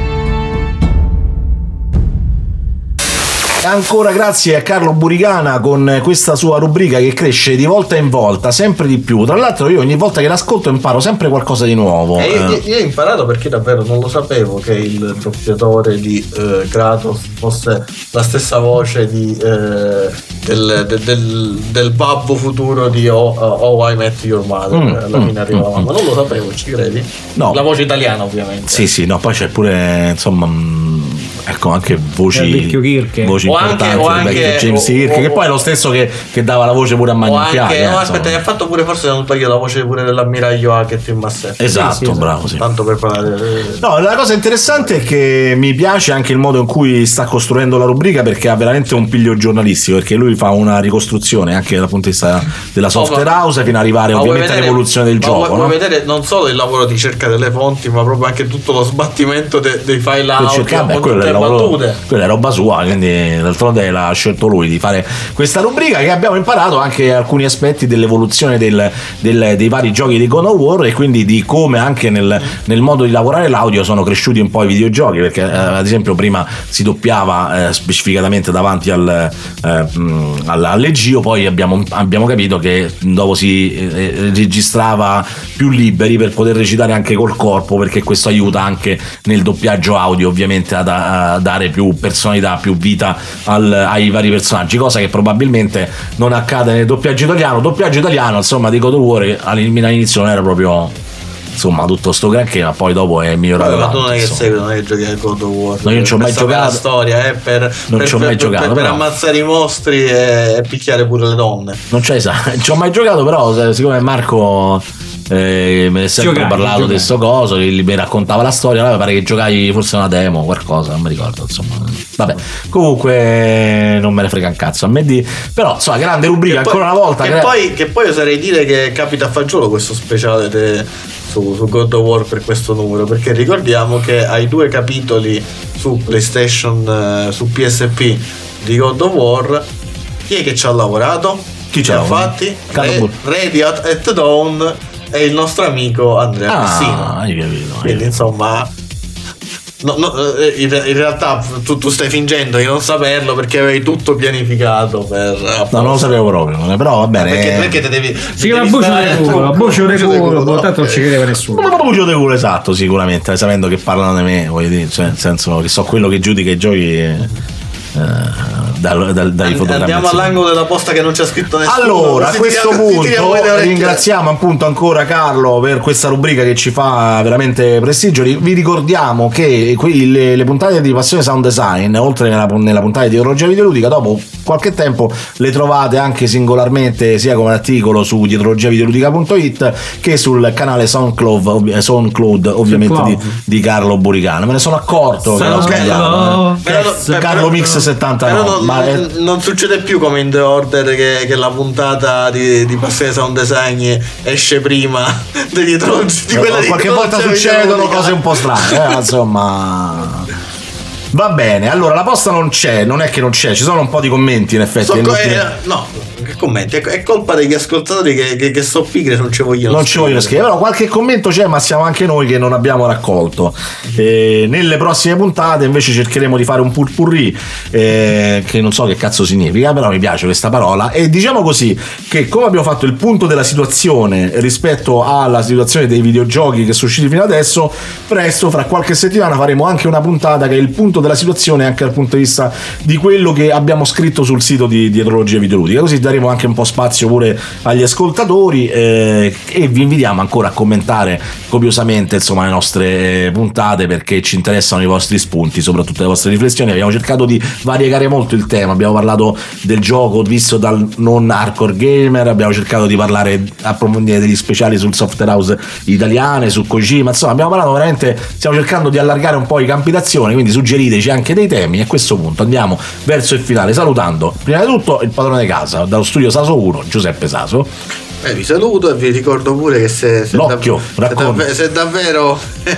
E ancora grazie a Carlo Buricana con questa sua rubrica che cresce di volta in volta, sempre di più. Tra l'altro io ogni volta che l'ascolto imparo sempre qualcosa di nuovo. E io, io ho imparato perché davvero non lo sapevo che il doppiatore di eh, Kratos fosse la stessa voce di, eh, del, del, del, del babbo futuro di Oh, uh, oh I Met Your Mother. Mm, alla fine mm, arrivava, mm, ma non lo sapevo, ci credi? No. La voce italiana ovviamente. Sì, sì, no, poi c'è pure insomma ecco anche voci, voci o importanti anche, o anche James Kirk, che poi è lo stesso che, che dava la voce pure a Magnum P I. Eh, no, aspetta, mi ha fatto pure, forse non sbaglio, la voce pure dell'ammiraglio Hackett in Mass. Esatto, sì, sì, bravo, sì. Tanto per parlare. No, la cosa interessante è che mi piace anche il modo in cui sta costruendo la rubrica, perché ha veramente un piglio giornalistico, perché lui fa una ricostruzione anche dal punto di vista della software oh, house fino ad arrivare ovviamente vedere, all'evoluzione del gioco. Vuoi, no? vuoi vedere non solo il lavoro di cerca delle fonti, ma proprio anche tutto lo sbattimento de, dei file audio con tutte le battute. Quella è roba sua, quindi d'altronde l'ha scelto lui di fare questa rubrica, che abbiamo imparato anche alcuni aspetti dell'evoluzione del, del, dei vari giochi di God of War, e quindi di come anche nel, nel modo di lavorare l'audio sono cresciuti un po' i videogiochi, perché eh, ad esempio prima si doppiava eh, specificamente davanti al, eh, al, all'Egio, poi abbiamo, abbiamo capito che dopo si eh, registrava più liberi per poter recitare anche col corpo, perché questo aiuta anche nel doppiaggio audio ovviamente a, a dare più personalità, più vita al, ai vari personaggi, cosa che probabilmente non accade nel doppiaggio italiano. Doppiaggio italiano insomma di God of War all'inizio non era proprio insomma tutto sto granché, ma poi dopo è migliorato. Ma tu non è che segui, non è che giochi a God of War. No, io non ci ho mai giocato. La storia è per, non per, ci ho mai per, giocato per, per ammazzare i mostri e, e picchiare pure le donne. Non c'è, non ci ho mai giocato, però siccome Marco eh, me ne è sempre Giocai, parlato giocai. di sto coso, che mi raccontava la storia, allora pare che giocai forse una demo, qualcosa, non mi ricordo, insomma. Vabbè, comunque non me ne frega un cazzo a me di, però insomma grande rubrica ancora una volta. Che, gra- poi, che poi oserei dire che capita a fagiolo questo speciale de, su, su God of War per questo numero, perché ricordiamo che ai due capitoli su PlayStation, eh, su P S P di God of War, chi è che ci ha lavorato? Chi ci ha fatti? Re, Ready at, at Dawn e il nostro amico Andrea ah, Pessino. Hai capito, hai Quindi insomma no, no, in, in realtà tu, tu stai fingendo di non saperlo perché avevi tutto pianificato per no, non lo sapevo proprio, però va bene. Perché, perché te devi si chiama bucio di culo, bucio di culo, tanto non ci credeva nessuno. Bucio di culo, esatto, sicuramente, sapendo che parlano di me, voglio dire, cioè nel senso che so quello che giudica i giochi eh, dal, dal, dai fotogrammi. Andiamo all'angolo della posta che non c'è scritto nessuno. Allora, a questo tiriamo, punto ringraziamo appunto ancora Carlo per questa rubrica che ci fa veramente prestigio. Vi ricordiamo che qui le, le puntate di Passione Sound Design, oltre nella, nella puntata di Orologia Videoludica, dopo qualche tempo le trovate anche singolarmente sia come articolo su dietrologia videoludica punto it che sul canale SoundCloud, ov- SoundCloud ovviamente di, di Carlo Buricana. Me ne sono accorto che l'ho sbagliato, eh. Carlo Mix settantanove. Non, ma è... non succede più come in The Order che, che la puntata di, di Passione Sound Design esce prima di dietro di quella di qualche volta succedono cose un po' strane, eh, insomma. Va bene, allora la posta non c'è, non è che non c'è, ci sono un po' di commenti in effetti. So, eh, no, che commenti? È colpa degli ascoltatori che, che, che so pigri, non ci vogliono non ci vogliono scrivere, però qualche commento c'è, ma siamo anche noi che non abbiamo raccolto. E nelle prossime puntate invece cercheremo di fare un purpurri, eh, che non so che cazzo significa, però mi piace questa parola. E diciamo così, che come abbiamo fatto il punto della situazione rispetto alla situazione dei videogiochi che sono usciti fino adesso, presto, fra qualche settimana, faremo anche una puntata che è il punto della situazione anche dal punto di vista di quello che abbiamo scritto sul sito di Dietrologia Videoludica, così daremo anche un po' spazio pure agli ascoltatori, eh, e vi invitiamo ancora a commentare copiosamente insomma le nostre puntate, perché ci interessano i vostri spunti, soprattutto le vostre riflessioni. Abbiamo cercato di variegare molto il tema, abbiamo parlato del gioco visto dal non hardcore gamer, abbiamo cercato di parlare, approfondire degli speciali sul software house italiane, su Kojima, insomma abbiamo parlato veramente, stiamo cercando di allargare un po' i campi d'azione, quindi suggeriteci anche dei temi. E a questo punto andiamo verso il finale, salutando prima di tutto il padrone di casa dallo studio Saso uno, Giuseppe Saso. Eh, vi saluto e vi ricordo pure che se, se, L'occhio, dav- se, dav- se davvero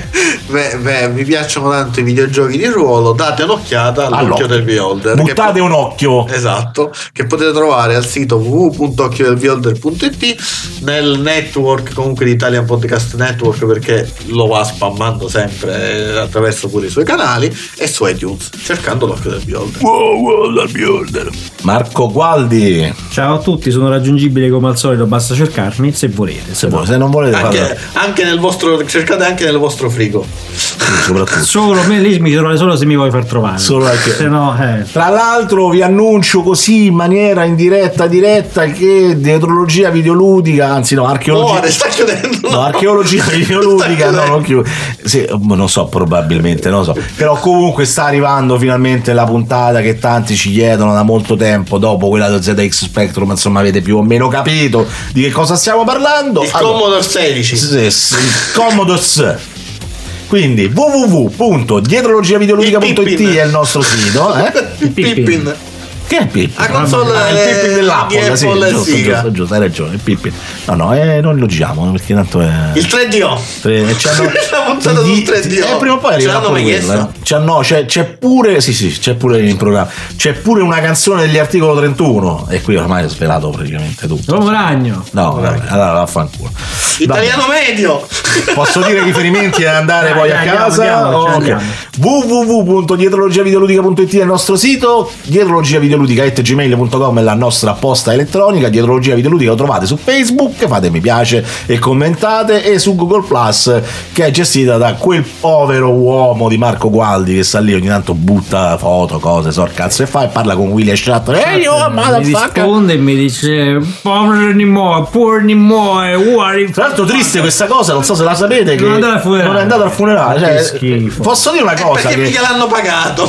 beh, beh, vi piacciono tanto i videogiochi di ruolo, date un'occhiata all'Occhio All'occhio. del Beholder. Buttate che, un occhio. Esatto, che potete trovare al sito w w w punto occhio del beholder punto i t, nel network comunque di Italian Podcast Network, perché lo va spammando sempre eh, attraverso pure i suoi canali, e su iTunes cercando l'Occhio del Beholder. Wow, wow, del Beholder. Marco Gualdi. Ciao a tutti, sono raggiungibile come al solito, basta cercarmi se volete. Se, vuoi, se non volete anche, farlo. anche nel vostro, cercate anche nel vostro frigo. Soprattutto. Solo me lì mi trovo solo se mi vuoi far trovare. Solo anche... se no, eh. Tra l'altro vi annuncio così in maniera indiretta diretta che Dietrologia Videoludica, anzi no, archeologia. Oh, sta chiudendo. No, archeologia videoludica, no, non chiudo. Sì, non so, probabilmente, non so. Però comunque sta arrivando finalmente la puntata che tanti ci chiedono da molto tempo, dopo quella dello Z X Spectrum, insomma avete più o meno capito di che cosa stiamo parlando. Il allora, Commodore sedici. Sì, sì, il Commodore S. Quindi w w w punto dietrologia videoludica punto i t è il nostro sito, eh? Il Pippin. Che è Pippin? La console ah, il Pippin dell'Apple, sì, Apple giusto, giusto, giusto, hai ragione, il Pippin. No, no, eh, non lo giriamo perché tanto è il tre D O. Tre, c'hanno, la puntata sul tre D O. Eh, prima o poi arriverà pure quella. C'è, no, c'è, c'è pure, sì, sì, c'è pure in programma. C'è pure una canzone degli articolo trentuno e qui ormai ho svelato praticamente tutto. L'uomo ragno. No, vabbè, allora vaffanculo. Italiano vabbè. Medio. Posso dire i riferimenti e andare dai, poi dai, a casa? Andiamo, oh, okay. w w w punto dietrologia videoludica punto i t è il nostro sito, dietrologia videoludica at gmail punto com è la nostra posta elettronica, Dietrologia Videoludica lo trovate su Facebook, fate mi piace e commentate, e su Google Plus, che è gestita da quel povero uomo di Marco Gualdi che sta lì ogni tanto butta foto, cose, so cazzo e fa e parla con William Shatner. Ehi, hey, oh, mi risponde e mi dice poor anymore, poor anymore, what. Tra l'altro triste questa cosa, non so se la sapete, che non è andato al non è andato al funerale, cioè, posso dire una cosa, perché che mica l'hanno pagato.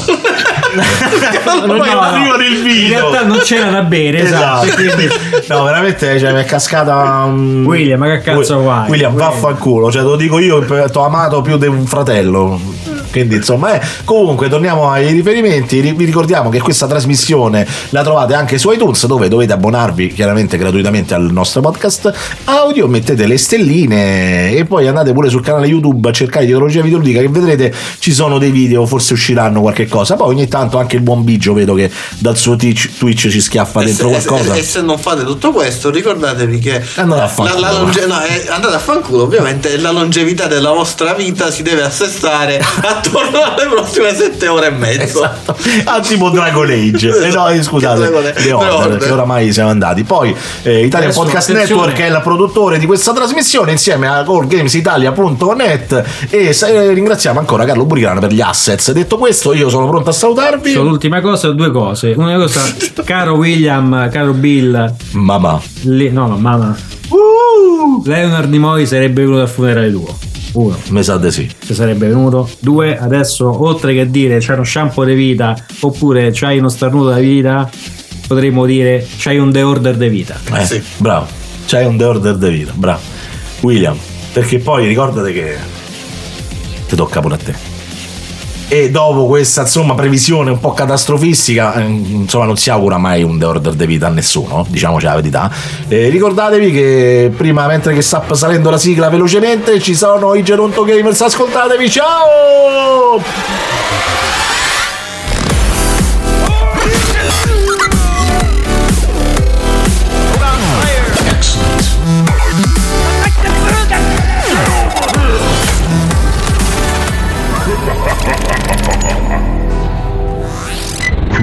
non no, arriva nel video, in realtà non c'era da bere, esatto, esatto. Quindi, no, veramente, cioè, mi è cascata um, William, ma che cazzo vuoi? William, William. vaffanculo, cioè te lo dico io, ti ho amato più di un fratello. Quindi insomma, eh. comunque torniamo ai riferimenti. Vi ricordiamo che questa trasmissione la trovate anche su iTunes, dove dovete abbonarvi chiaramente gratuitamente al nostro podcast audio, mettete le stelline e poi andate pure sul canale YouTube a cercare Dietrologia Videoludica, che vedrete ci sono dei video, forse usciranno qualche cosa. Poi ogni tanto anche il buon Biggio vedo che dal suo Twitch, Twitch ci schiaffa e dentro se, qualcosa. E, e se non fate tutto questo, ricordatevi che andate a fanculo, la, la longe- no, eh, andate a fanculo, ovviamente la longevità della vostra vita si deve assestare attorno alle prossime sette ore e mezzo. Esatto. Ah, tipo Dragon Age. Eh, no, scusate, le Order, che oramai siamo andati. Poi eh, Italian Adesso, Podcast attenzione. Network è il produttore di questa trasmissione insieme a core games italia punto net, e eh, ringraziamo ancora Carlo Buricano per gli assets. Detto questo, io sono pronto a salutarvi. Solo l'ultima cosa, due cose. Una cosa, caro William, caro Bill, mamma. Lì, no, no, mamma. Uh! Leonard Nimoy sarebbe venuto al funerale tuo. Uno, mi sa di sì. Se sarebbe venuto. Due, adesso oltre che dire c'hai uno shampoo di vita oppure c'hai uno starnuto di vita, potremmo dire c'hai un The Order di vita. Eh, sì. Bravo, c'hai un The Order di vita, bravo William, perché poi ricordate che ti tocca pure a te. E dopo questa insomma previsione un po' catastrofistica, insomma non si augura mai un The Order di vita a nessuno, diciamoci la verità. E ricordatevi che prima, mentre che sta salendo la sigla velocemente, ci sono i Geronto Gamers, ascoltatevi, ciao!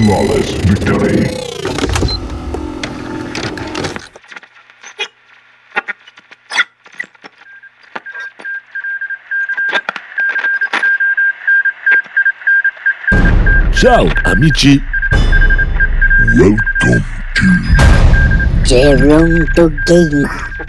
Flawless victory. Ciao amici. Welcome to Geronto Gamer.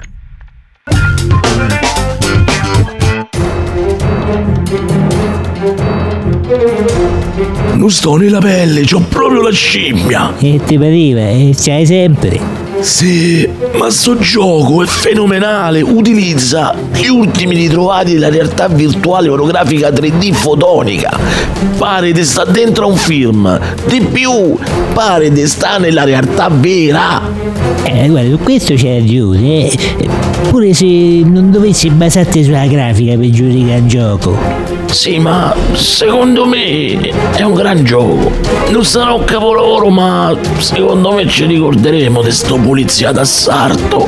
Non sto nella pelle, c'ho proprio la scimmia. E ti pareva, e c'hai sempre. Sì, ma sto gioco è fenomenale, utilizza gli ultimi ritrovati della realtà virtuale orografica tre D fotonica. Pare di sta dentro a un film, di più, pare di sta nella realtà vera. Eh, guarda, su questo c'è ragione, eh. Pure se non dovessi basarti sulla grafica per giudicare un gioco. Sì, ma secondo me è un gran gioco. Non sarà un capolavoro, ma secondo me ci ricorderemo di sto polizia d'assarto.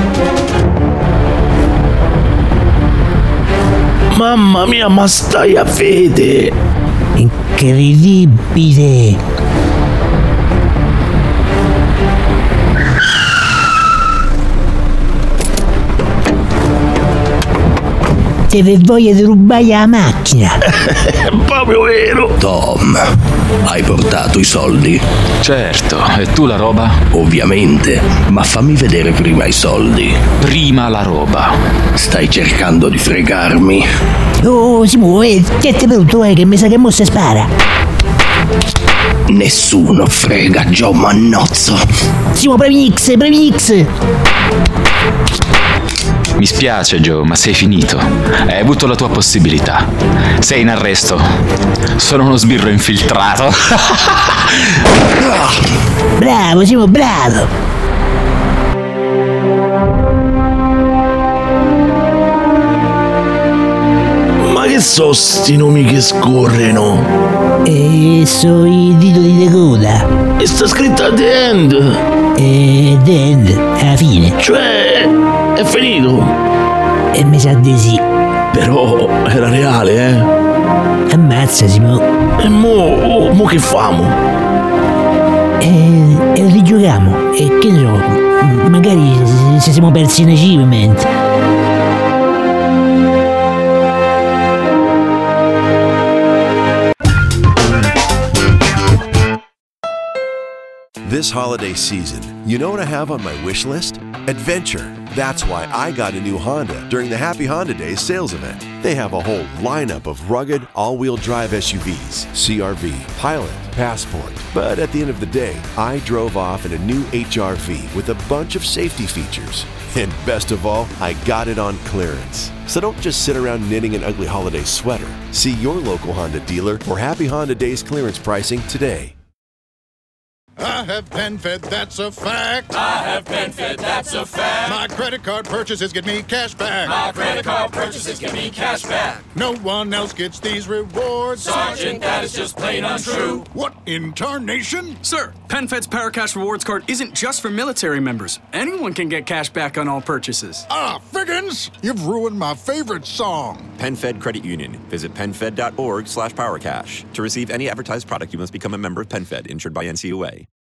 Mamma mia, ma stai a vedere? Incredibile. Deve voglia di rubare la macchina. È proprio vero. Tom, hai portato i soldi? Certo, e tu la roba? Ovviamente, ma fammi vedere prima i soldi. Prima la roba. Stai cercando di fregarmi? Oh, Simo, eh, che ti brutto, eh, che mi sa che mo si spara. Nessuno frega Joe Mannozzo. Simo, premi X, premi X. Mi spiace Joe, ma sei finito. Hai avuto la tua possibilità. Sei in arresto. Sono uno sbirro infiltrato. Bravo, Simo, bravo. Ma che so sti nomi che scorrono? E so i titoli di coda. E sta scritto The End. E The End, alla fine. Cioè, è finito. E mi sa di sì. Però era reale, eh. Ammazza, Simo. E mo, oh, mo che famo? E, e rigiochiamo. E che ne so, magari se siamo persi in achievement. This holiday season, you know what I have on my wish list? Adventure. That's why I got a new Honda during the Happy Honda Days sales event. They have a whole lineup of rugged, all-wheel drive S U Vs, C R V, Pilot, Passport. But at the end of the day, I drove off in a new H R V with a bunch of safety features. And best of all, I got it on clearance. So don't just sit around knitting an ugly holiday sweater. See your local Honda dealer for Happy Honda Days clearance pricing today. I have PenFed, that's a fact. I have PenFed, that's a fact. My credit card purchases get me cash back. My credit card purchases get me cash back. No one else gets these rewards. Sergeant, that is just plain untrue. What in tarnation? Sir, PenFed's Paracash Rewards Card isn't just for military members. Anyone can get cash back on all purchases. Ah, Figgins, you've ruined my favorite song. PenFed Credit Union. Visit PenFed.org slash PowerCash. To receive any advertised product, you must become a member of PenFed, insured by N C U A.